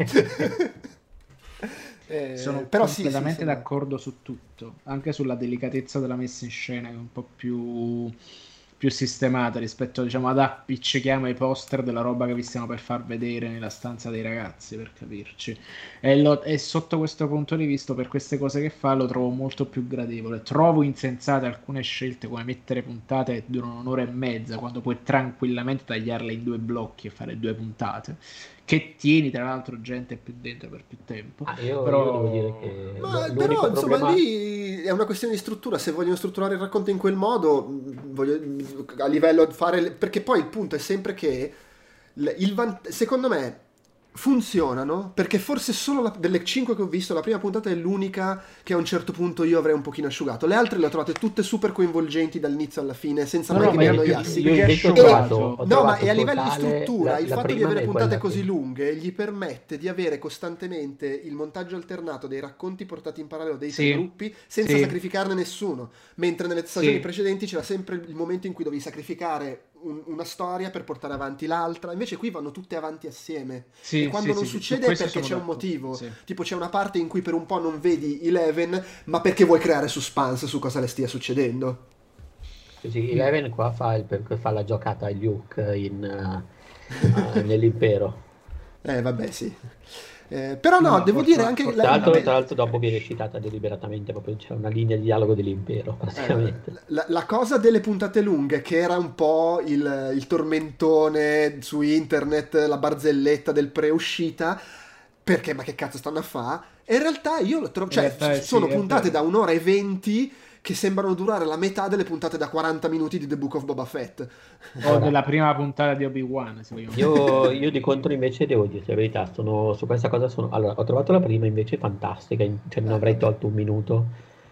Eh, Sono però sì, completamente sì, sì, d'accordo su tutto, anche sulla delicatezza della messa in scena, che è un po' più, più sistemata rispetto, diciamo, ad appiccichiamo i poster della roba che vi stiamo per far vedere nella stanza dei ragazzi, per capirci. E, lo- e sotto questo punto di vista, per queste cose che fa, lo trovo molto più gradevole. Trovo insensate alcune scelte, come mettere puntate che durano un'ora e mezza, quando puoi tranquillamente tagliarle in due blocchi e fare due puntate, che tieni tra l'altro gente più dentro per più tempo. Ah, io, Però io devo dire che Ma l- però l'unico insomma problema... lì è una questione di struttura, se vogliono strutturare il racconto in quel modo, mh, voglio- mh, a livello di fare, perché poi il punto è sempre che l- il van- secondo me funzionano, perché forse solo la- delle cinque che ho visto la prima puntata è l'unica che a un certo punto io avrei un pochino asciugato, le altre le ho trovate tutte super coinvolgenti dall'inizio alla fine, senza No, mai no, che ma mi io- annoiassi. io invece ho E- trovato, ho No, ma trovato è a livello di totale struttura, la- il la fatto di prima avere è puntate quella così che- lunghe gli permette di avere costantemente il montaggio alternato dei racconti portati in parallelo dei Sì, tre gruppi senza sì. sacrificarne nessuno, mentre nelle stagioni Sì. precedenti c'era sempre il momento in cui dovevi sacrificare un- una storia per portare avanti l'altra, invece qui vanno tutte avanti assieme. Sì, E quando sì, non sì, sì, succede su è questo perché sono c'è un d'accordo, motivo. sì. Tipo c'è una parte in cui per un po' non vedi Eleven, ma perché vuoi creare suspense su cosa le stia succedendo. Sì, sì, Eleven qua fa, il, per- fa la giocata a Luke in, eh, eh, nell'impero. Eh vabbè sì. Eh, però no, No, devo fortuna- dire anche Tra la- l'altro, fortunatamente- tra l'altro dopo viene citata deliberatamente, proprio c'è una linea di dialogo dell'impero praticamente. Eh, la, la cosa delle puntate lunghe, che era un po' il, il tormentone su internet, la barzelletta del pre-uscita, perché ma che cazzo stanno a fa? E in realtà io lo trovo, In cioè realtà, sì, sono è puntate vero. da un'ora e venti che sembrano durare la metà delle puntate da quaranta minuti di The Book of Boba Fett. O Ora- della prima puntata di Obi-Wan, se vogliamo Io, io di contro invece devo dire la verità, sono, su questa cosa sono... Allora, ho trovato la prima invece fantastica, in- cioè non Eh, avrei vabbè. tolto un minuto,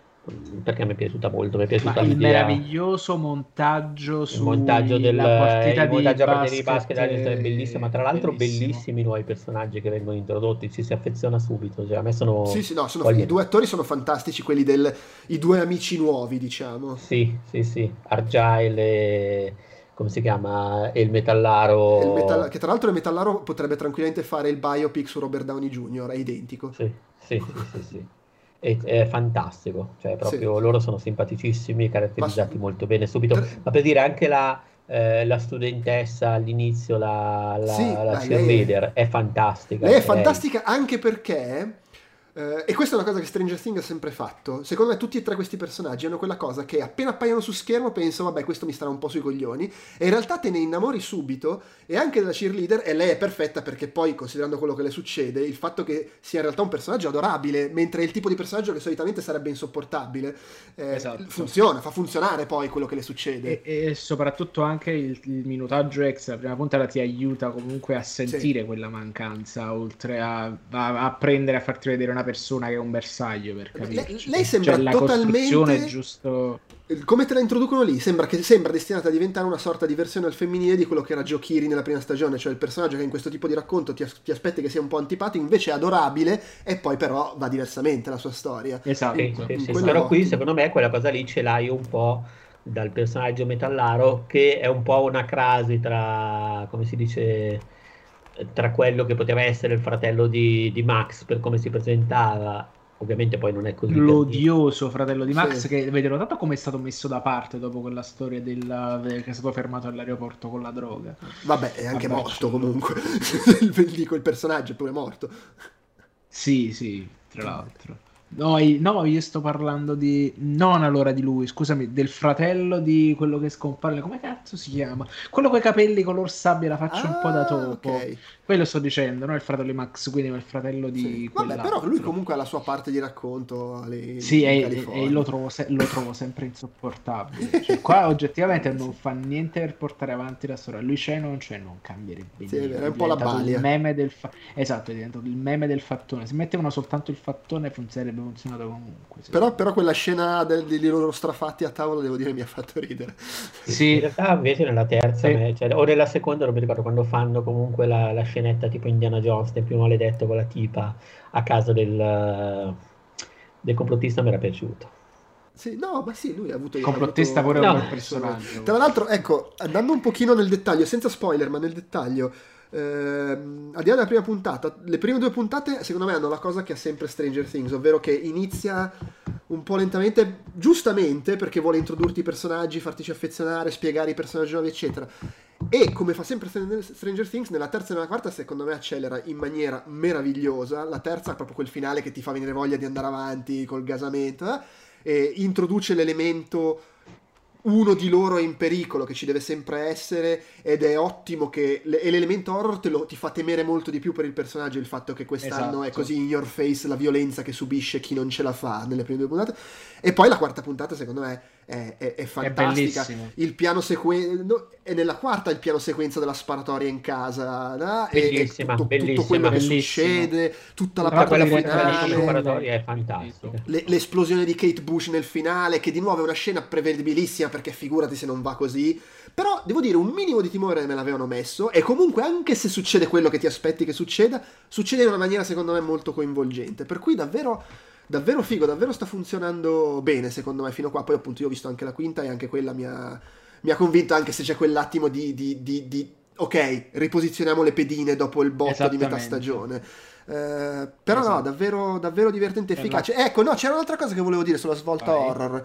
perché mi è piaciuta molto, mi è Ma piaciuta il l'idea... meraviglioso montaggio Il su montaggio del la partita il di montaggio a partita di basket, basket all'inizio è è bellissimo, ma tra l'altro bellissimo. bellissimi i nuovi personaggi che vengono introdotti, ci si affeziona subito, cioè a me sono Sì, sì, no, sono- voglio- i due attori sono fantastici, quelli del, i due amici nuovi, diciamo. Sì, sì, sì, Argyle e come si chiama? E il metallaro. E il metal- che tra l'altro il metallaro potrebbe tranquillamente fare il biopic su Robert Downey junior, è identico. Sì, sì, sì, sì, sì. È, è fantastico, cioè proprio Sì. loro sono simpaticissimi, caratterizzati Ma- molto bene subito, Tre- ma per dire anche la, eh, la studentessa all'inizio, la, la, Sì, la beh, lei- cheerleader, è fantastica. Lei è anche lei. fantastica anche perché, eh, e questa è una cosa che Stranger Things ha sempre fatto, secondo me tutti e tre questi personaggi hanno quella cosa che appena appaiono su schermo penso, vabbè, questo mi starà un po' sui coglioni, e in realtà te ne innamori subito, e anche della cheerleader, e lei è perfetta perché poi, considerando quello che le succede, il fatto che sia in realtà un personaggio adorabile, mentre è il tipo di personaggio che solitamente sarebbe insopportabile, eh, Esatto. funziona, fa funzionare poi quello che le succede. E, e soprattutto anche il, il minutaggio extra, la prima puntata ti aiuta comunque a sentire quella mancanza, oltre a, a, a prendere a farti vedere una persona che è un bersaglio, per Lei- capirci. lei sembra Cioè, la totalmente- costruzione è giusto. Come te la introducono lì? Sembra che sembra destinata a diventare una sorta di versione al femminile di quello che era Jokiri nella prima stagione, cioè il personaggio che in questo tipo di racconto ti, as- ti aspetti che sia un po' antipatico, invece è adorabile e poi però va diversamente la sua storia. Esatto. Sì, In- sì, in sì. quello Però è qui ottimo. secondo me quella cosa lì ce l'hai un po' dal personaggio metallaro, che è un po' una crasi tra, come si dice, tra quello che poteva essere il fratello di, di Max per come si presentava, ovviamente poi non è così per niente. L'odioso fratello di Max, Sì. che avete notato come è stato messo da parte dopo quella storia della, del- che è stato fermato all'aeroporto con la droga. Vabbè, è anche Vabbè, morto sì. comunque. Dico, il personaggio è pure morto. Sì, sì, tra l'altro. No, i- no, io sto parlando di... Non allora di lui, scusami, del fratello di quello che scompare. Come cazzo si chiama? Quello con i capelli color sabbia, la faccia un po' da Ah, topo. ok. Quello sto dicendo, no? Il fratello di Max, quindi il fratello di Sì. Vabbè, quell'altro. però lui comunque ha la sua parte di racconto lì Sì, in e, California. e lo, trovo se- lo trovo sempre insopportabile. Cioè, qua oggettivamente non fa niente per portare avanti la storia. Lui c'è, non c'è, non cambierebbe Sì, è niente. vero, è un po' la diventato balia. il meme del fa- esatto, è diventato il meme del fattone. Se mettevano soltanto il fattone funzionerebbe funzionato comunque. Sì. Però, però quella scena del- dei loro strafatti a tavola, devo dire, mi ha fatto ridere. Sì. In realtà invece nella terza, Sì. me- cioè, o nella seconda non mi ricordo, quando fanno comunque la, la scenetta tipo Indiana Jones, nel più maledetto con la tipa a casa del, del complottista, mi era piaciuto. Sì, no, ma sì, lui ha avuto, ha Complottista avuto, pure ha un No. avuto bel il suo- personaggio. Tra l'altro, ecco, andando un pochino nel dettaglio, senza spoiler, ma nel dettaglio, ehm, al di là della prima puntata, le prime due puntate, secondo me, hanno la cosa che ha sempre Stranger Things, ovvero che inizia un po' lentamente, giustamente, perché vuole introdurti i personaggi, fartici affezionare, spiegare i personaggi nuovi, eccetera. E come fa sempre Stranger Things, nella terza e nella quarta secondo me accelera in maniera meravigliosa. La terza è proprio quel finale che ti fa venire voglia di andare avanti col gasamento, eh? E introduce l'elemento uno di loro è in pericolo, che ci deve sempre essere, ed è ottimo che e l'elemento horror te lo, ti fa temere molto di più per il personaggio, il fatto che quest'anno Esatto. è così in your face la violenza che subisce chi non ce la fa nelle prime due puntate. E poi la quarta puntata secondo me è, è, è fantastica. bellissimo. Il piano sequenza no, è nella quarta il piano sequenza della sparatoria in casa, no? E- e Bellissima, tutto, tutto bellissima. quello che Bellissimo. succede, tutta la Tutta Tutta quella parte quella sequenza della finale, sparatoria è Bellissimo. fantastica. le- l'esplosione di Kate Bush nel finale, che di nuovo è una scena prevedibilissima, perché figurati se non va così. Però devo dire, un minimo di timore me l'avevano messo, e comunque anche se succede quello che ti aspetti che succeda, succede in una maniera secondo me molto coinvolgente, per cui davvero davvero figo, davvero sta funzionando bene secondo me fino a qua. Poi appunto io ho visto anche la quinta e anche quella mi ha, mi ha convinto, anche se c'è quell'attimo di, di, di, di ok, riposizioniamo le pedine dopo il botto di metà Esattamente. stagione. Eh, però no, Esatto. davvero, davvero divertente e E efficace. Ecco, no, c'era un'altra cosa che volevo dire sulla svolta Vai. horror,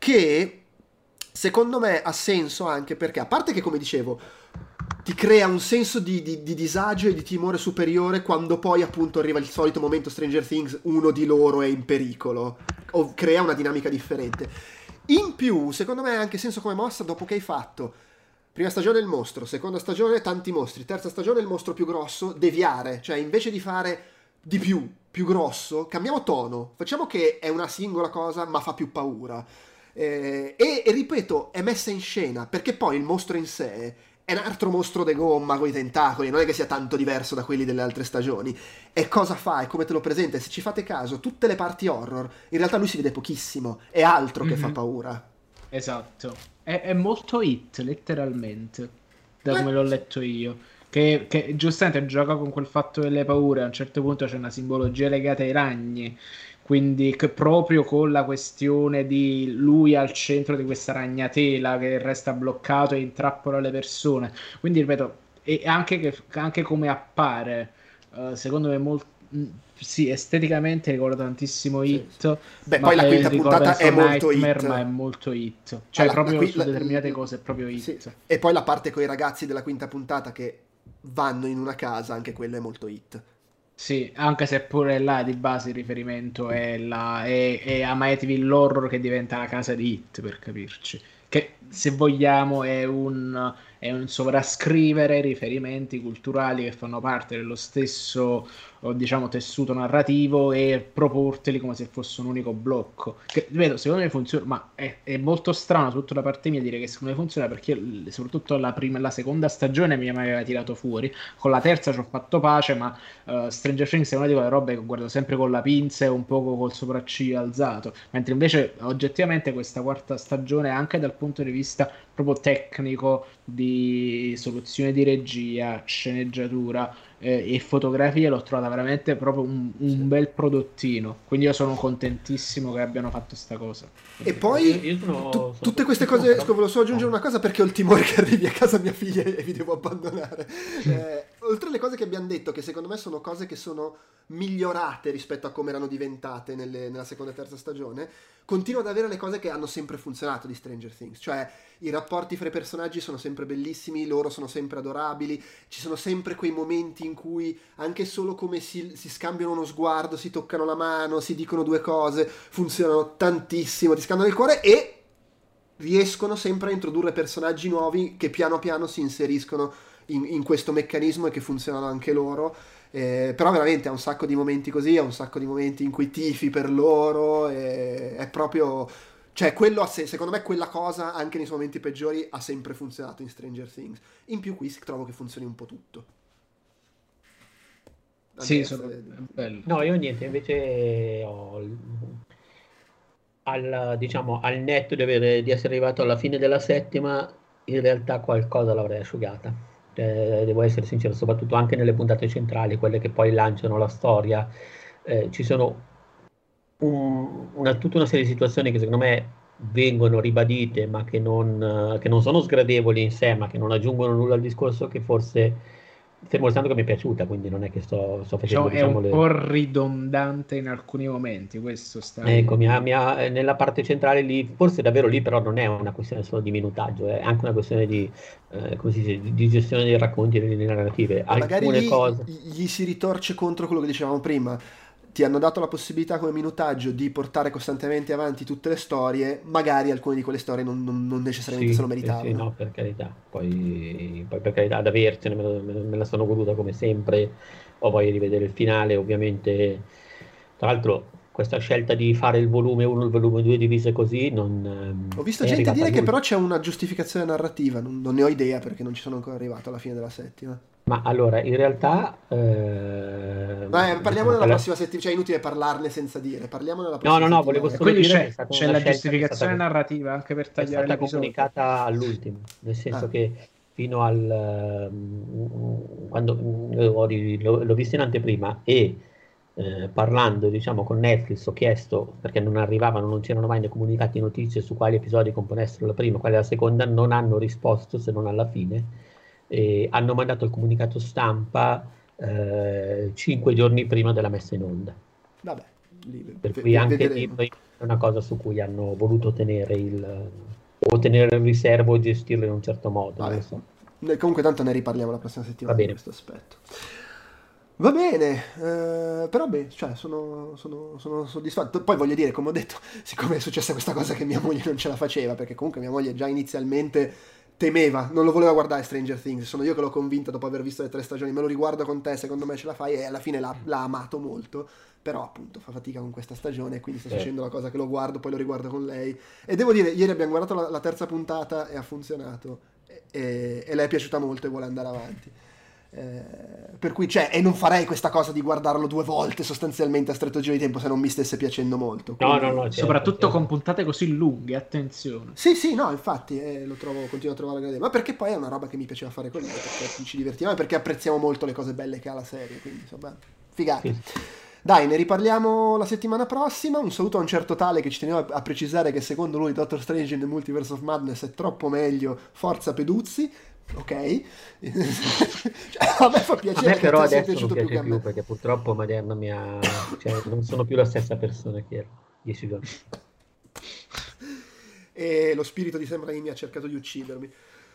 che secondo me ha senso anche perché, a parte che, come dicevo, ti crea un senso di, di- di disagio e di timore superiore quando poi appunto arriva il solito momento Stranger Things, uno di loro è in pericolo, o crea una dinamica differente. In più, secondo me ha anche senso come mossa dopo che hai fatto prima stagione il mostro, seconda stagione tanti mostri, terza stagione il mostro più grosso, deviare, cioè invece di fare di più, più grosso, cambiamo tono, facciamo che è una singola cosa ma fa più paura. Eh, e, e ripeto, è messa in scena perché poi il mostro in sé è un altro mostro de gomma con i tentacoli, non è che sia tanto diverso da quelli delle altre stagioni. E cosa fa e come te lo presenta? E se ci fate caso, tutte le parti horror, in realtà lui si vede pochissimo, è altro che Mhm. fa paura. Esatto. È, è molto hit, letteralmente, da Eh, come l'ho letto io. Che, che giustamente gioca con quel fatto delle paure. A un certo punto c'è una simbologia legata ai ragni. Quindi che proprio con la questione di lui al centro di questa ragnatela che resta bloccato e intrappola le persone. Quindi ripeto, e anche, che, anche come appare, eh, secondo me molto. Sì, esteticamente ricorda tantissimo Sì, Hit, sì. Beh, ma poi la eh, quinta ricorda puntata è Enzo molto Nightmare, hit. ma è molto hit. Cioè, Ah, la- proprio la qui- su la- determinate cose è proprio hit. sì. E poi la parte con i ragazzi della quinta puntata che vanno in una casa, anche quella è molto hit. Sì, anche se pure là di base il riferimento è, la, è, è Amityville Horror che diventa la casa di Hit, per capirci. Che se vogliamo è un, è un sovrascrivere riferimenti culturali che fanno parte dello stesso, o, diciamo, tessuto narrativo e proporteli come se fosse un unico blocco. Che, ripeto, secondo me funziona, ma è, è molto strano su tutta la parte mia dire che secondo me funziona perché io, soprattutto la prima e la seconda stagione mi aveva tirato fuori. Con la terza ci ho fatto pace, ma Uh, Stranger Things è una di quelle robe che guardo sempre con la pinza e un poco col sopracciglio alzato, mentre invece oggettivamente questa quarta stagione, anche dal punto di vista proprio tecnico, di soluzione di regia, sceneggiatura eh, e fotografia, l'ho trovata veramente proprio un, un Sì. bel prodottino, quindi io sono contentissimo che abbiano fatto sta cosa. E poi Io- io sono- tu- sono tutte queste contento, cose, però- scusa, volevo solo aggiungere una cosa perché ho il timore che arrivi a casa mia figlia e vi devo abbandonare. Eh, oltre alle cose che abbiamo detto, che secondo me sono cose che sono migliorate rispetto a come erano diventate nelle- nella seconda e terza stagione, continuo ad avere le cose che hanno sempre funzionato di Stranger Things, cioè i rapporti fra i personaggi sono sempre bellissimi, loro sono sempre adorabili, ci sono sempre quei momenti in cui anche solo come si, si scambiano uno sguardo, si toccano la mano, si dicono due cose, funzionano tantissimo, ti scaldano il cuore e riescono sempre a introdurre personaggi nuovi che piano piano si inseriscono in, in questo meccanismo e che funzionano anche loro. Eh, però veramente ha un sacco di momenti così, ha un sacco di momenti in cui tifi per loro, e è proprio, cioè quello ha se- secondo me quella cosa anche nei suoi momenti peggiori ha sempre funzionato in Stranger Things. In più qui trovo che funzioni un po' tutto. Sì, Andrea, sono stavi- bello. No, io niente, invece ho il- al, diciamo, al netto di, avere- di essere arrivato alla fine della settima, in realtà qualcosa l'avrei asciugata. Eh, devo essere sincero, soprattutto anche nelle puntate centrali, quelle che poi lanciano la storia, eh, ci sono un- una, tutta una serie di situazioni che secondo me vengono ribadite, ma che non, eh, che non sono sgradevoli in sé, ma che non aggiungono nulla al discorso, che forse, fermo restando che mi è piaciuta, quindi non è che sto, sto facendo, Diciamo, è diciamo, un le... po' ridondante in alcuni momenti, questo Ecco, mi ha- stai... mi ha- eh, nella parte centrale lì, forse davvero lì però non è una questione solo di minutaggio, è anche una questione di, eh, come si dice, di, di gestione dei racconti e delle linee narrative. E magari Alcune lì cose, gli si ritorce contro quello che dicevamo prima. Ti hanno dato la possibilità come minutaggio di portare costantemente avanti tutte le storie, magari alcune di quelle storie non, non- non necessariamente se lo sì, sì, sì, meritavano. no, per carità, poi, poi per carità, ad avercene, me, lo- me lo- me la sono goduta come sempre, ho voglia di vedere il finale, ovviamente, tra l'altro questa scelta di fare il volume uno e il volume due divise così non Ho ehm, visto è gente arrivata dire che all'ultimo. però c'è una giustificazione narrativa, non, non ne ho idea perché non ci sono ancora arrivato alla fine della settima. Ma allora, in realtà, eh, Beh, parliamo diciamo nella che la- prossima settimana, cioè è inutile parlarne senza dire, parliamo nella no, prossima no, no, volevo settimana. E solo quindi dire che è c'è stata c'è una la scelta che è stata, giustificazione narrativa anche per è tagliare stata l'episodio. comunicata all'ultimo, nel senso Ah, che fino al... mm, quando mm, ho ri- l'ho l'ho visto in anteprima e eh, parlando, diciamo, con Netflix ho chiesto, perché non arrivavano, non c'erano mai né comunicati notizie su quali episodi componessero la prima e quale la seconda, non hanno risposto se non alla fine. E hanno mandato il comunicato stampa eh, cinque giorni prima della messa in onda. vabbè, lì Per ve- cui ve- anche lì vedremo. poi è una cosa su cui hanno voluto tenere il, o tenere in riserva o gestirlo in un certo modo, non lo Vabbè, so. ne- comunque tanto ne riparliamo la prossima Va settimana di bene. questo aspetto. Va bene, eh, però beh, cioè, sono, sono- sono soddisfatto. Poi voglio dire, come ho detto, siccome è successa questa cosa che mia moglie non ce la faceva, perché comunque mia moglie già inizialmente temeva, non lo voleva guardare Stranger Things, sono io che l'ho convinta dopo aver visto le tre stagioni, me lo riguardo con te, secondo me ce la fai, e alla fine l'ha, l'ha amato molto, però appunto fa fatica con questa stagione, quindi sto Certo. facendo la cosa che lo guardo, poi lo riguardo con lei. E devo dire, ieri abbiamo guardato la, la terza puntata e ha funzionato, e, e- e le è piaciuta molto e vuole andare avanti. Eh, per cui c'è, e non farei questa cosa di guardarlo due volte sostanzialmente a stretto giro di tempo se non mi stesse piacendo molto. No, Quindi... no, no, certo, Soprattutto certo. con puntate così lunghe, attenzione. Sì, sì, no, infatti eh, lo trovo, continuo a trovare gradevole, ma perché poi è una roba che mi piaceva fare con lei, perché ci divertivamo e perché apprezziamo molto le cose belle che ha la serie, quindi insomma, figata. Sì, sì. Dai, ne riparliamo la settimana prossima. Un saluto a un certo tale che ci tenevo a, a precisare che secondo lui Doctor Strange in the Multiverse of Madness è troppo meglio, forza Peduzzi. Ok, cioè, a me fa A piacere me che però ti sia adesso non piaciuto più che piace a più me. perché purtroppo Maderna mi ha... cioè, non sono più la stessa persona che ero dieci giorni fa. E lo spirito di Sam Raimi ha cercato di uccidermi.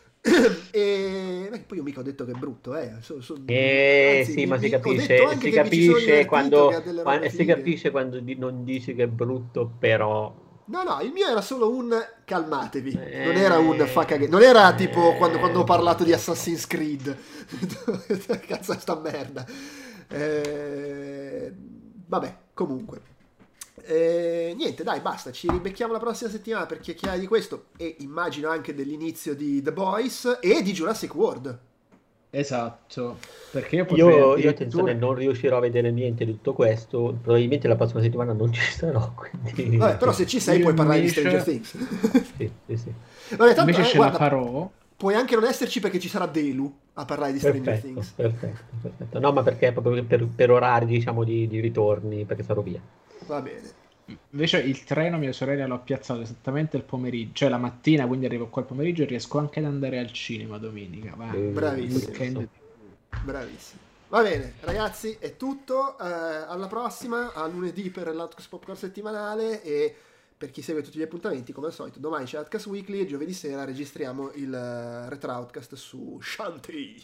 E beh, poi io mica ho detto che è brutto, eh. So- so- Eh anzi, sì, mi- ma si mi- ho detto capisce, anche si che mi ci sono capisce divertito, che ha quando, delle qua- robe si fighe. capisce quando di- non dici che è brutto, però... No, no, il mio era solo un calmatevi. Non era un Eh, fa cagare. Non era tipo quando, quando ho eh, parlato di eh, Assassin's Creed. Cazzo è sta merda. Eh, vabbè, comunque. Eh, niente, dai, basta. Ci ribecchiamo la prossima settimana per chiacchierare di questo. E immagino anche dell'inizio di The Boys e di Jurassic World. Esatto, perché io potrei Io, io addirittura... attenzione, non riuscirò a vedere niente di tutto questo, probabilmente la prossima settimana non ci sarò, quindi... Vabbè, però se ci sei Io puoi parlare di invece- Stranger Things. Sì, sì, sì. Vabbè, tanto, Invece eh, ce guarda, la farò. puoi anche non esserci perché ci sarà Delu a parlare di Stranger Perfetto, Things. perfetto, perfetto. No, ma perché proprio per, per orari, diciamo, di, di ritorni, perché sarò via. Va bene. Invece il treno mia sorella l'ho piazzato esattamente il pomeriggio, cioè la mattina, quindi arrivo qua il pomeriggio e riesco anche ad andare al cinema domenica. Va. Eh, Bravissimo. Weekend. Bravissimo. Va bene, ragazzi, è tutto. Eh, alla prossima, a lunedì per l'Outcast Popcorn settimanale e per chi segue tutti gli appuntamenti, come al solito, domani c'è Outcast Weekly e giovedì sera registriamo il uh, Retro Outcast su Shanti.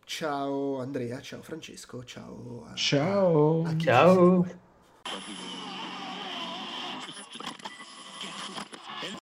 Ciao Andrea, ciao Francesco, ciao a, Ciao. a chi ci Ciao. segue.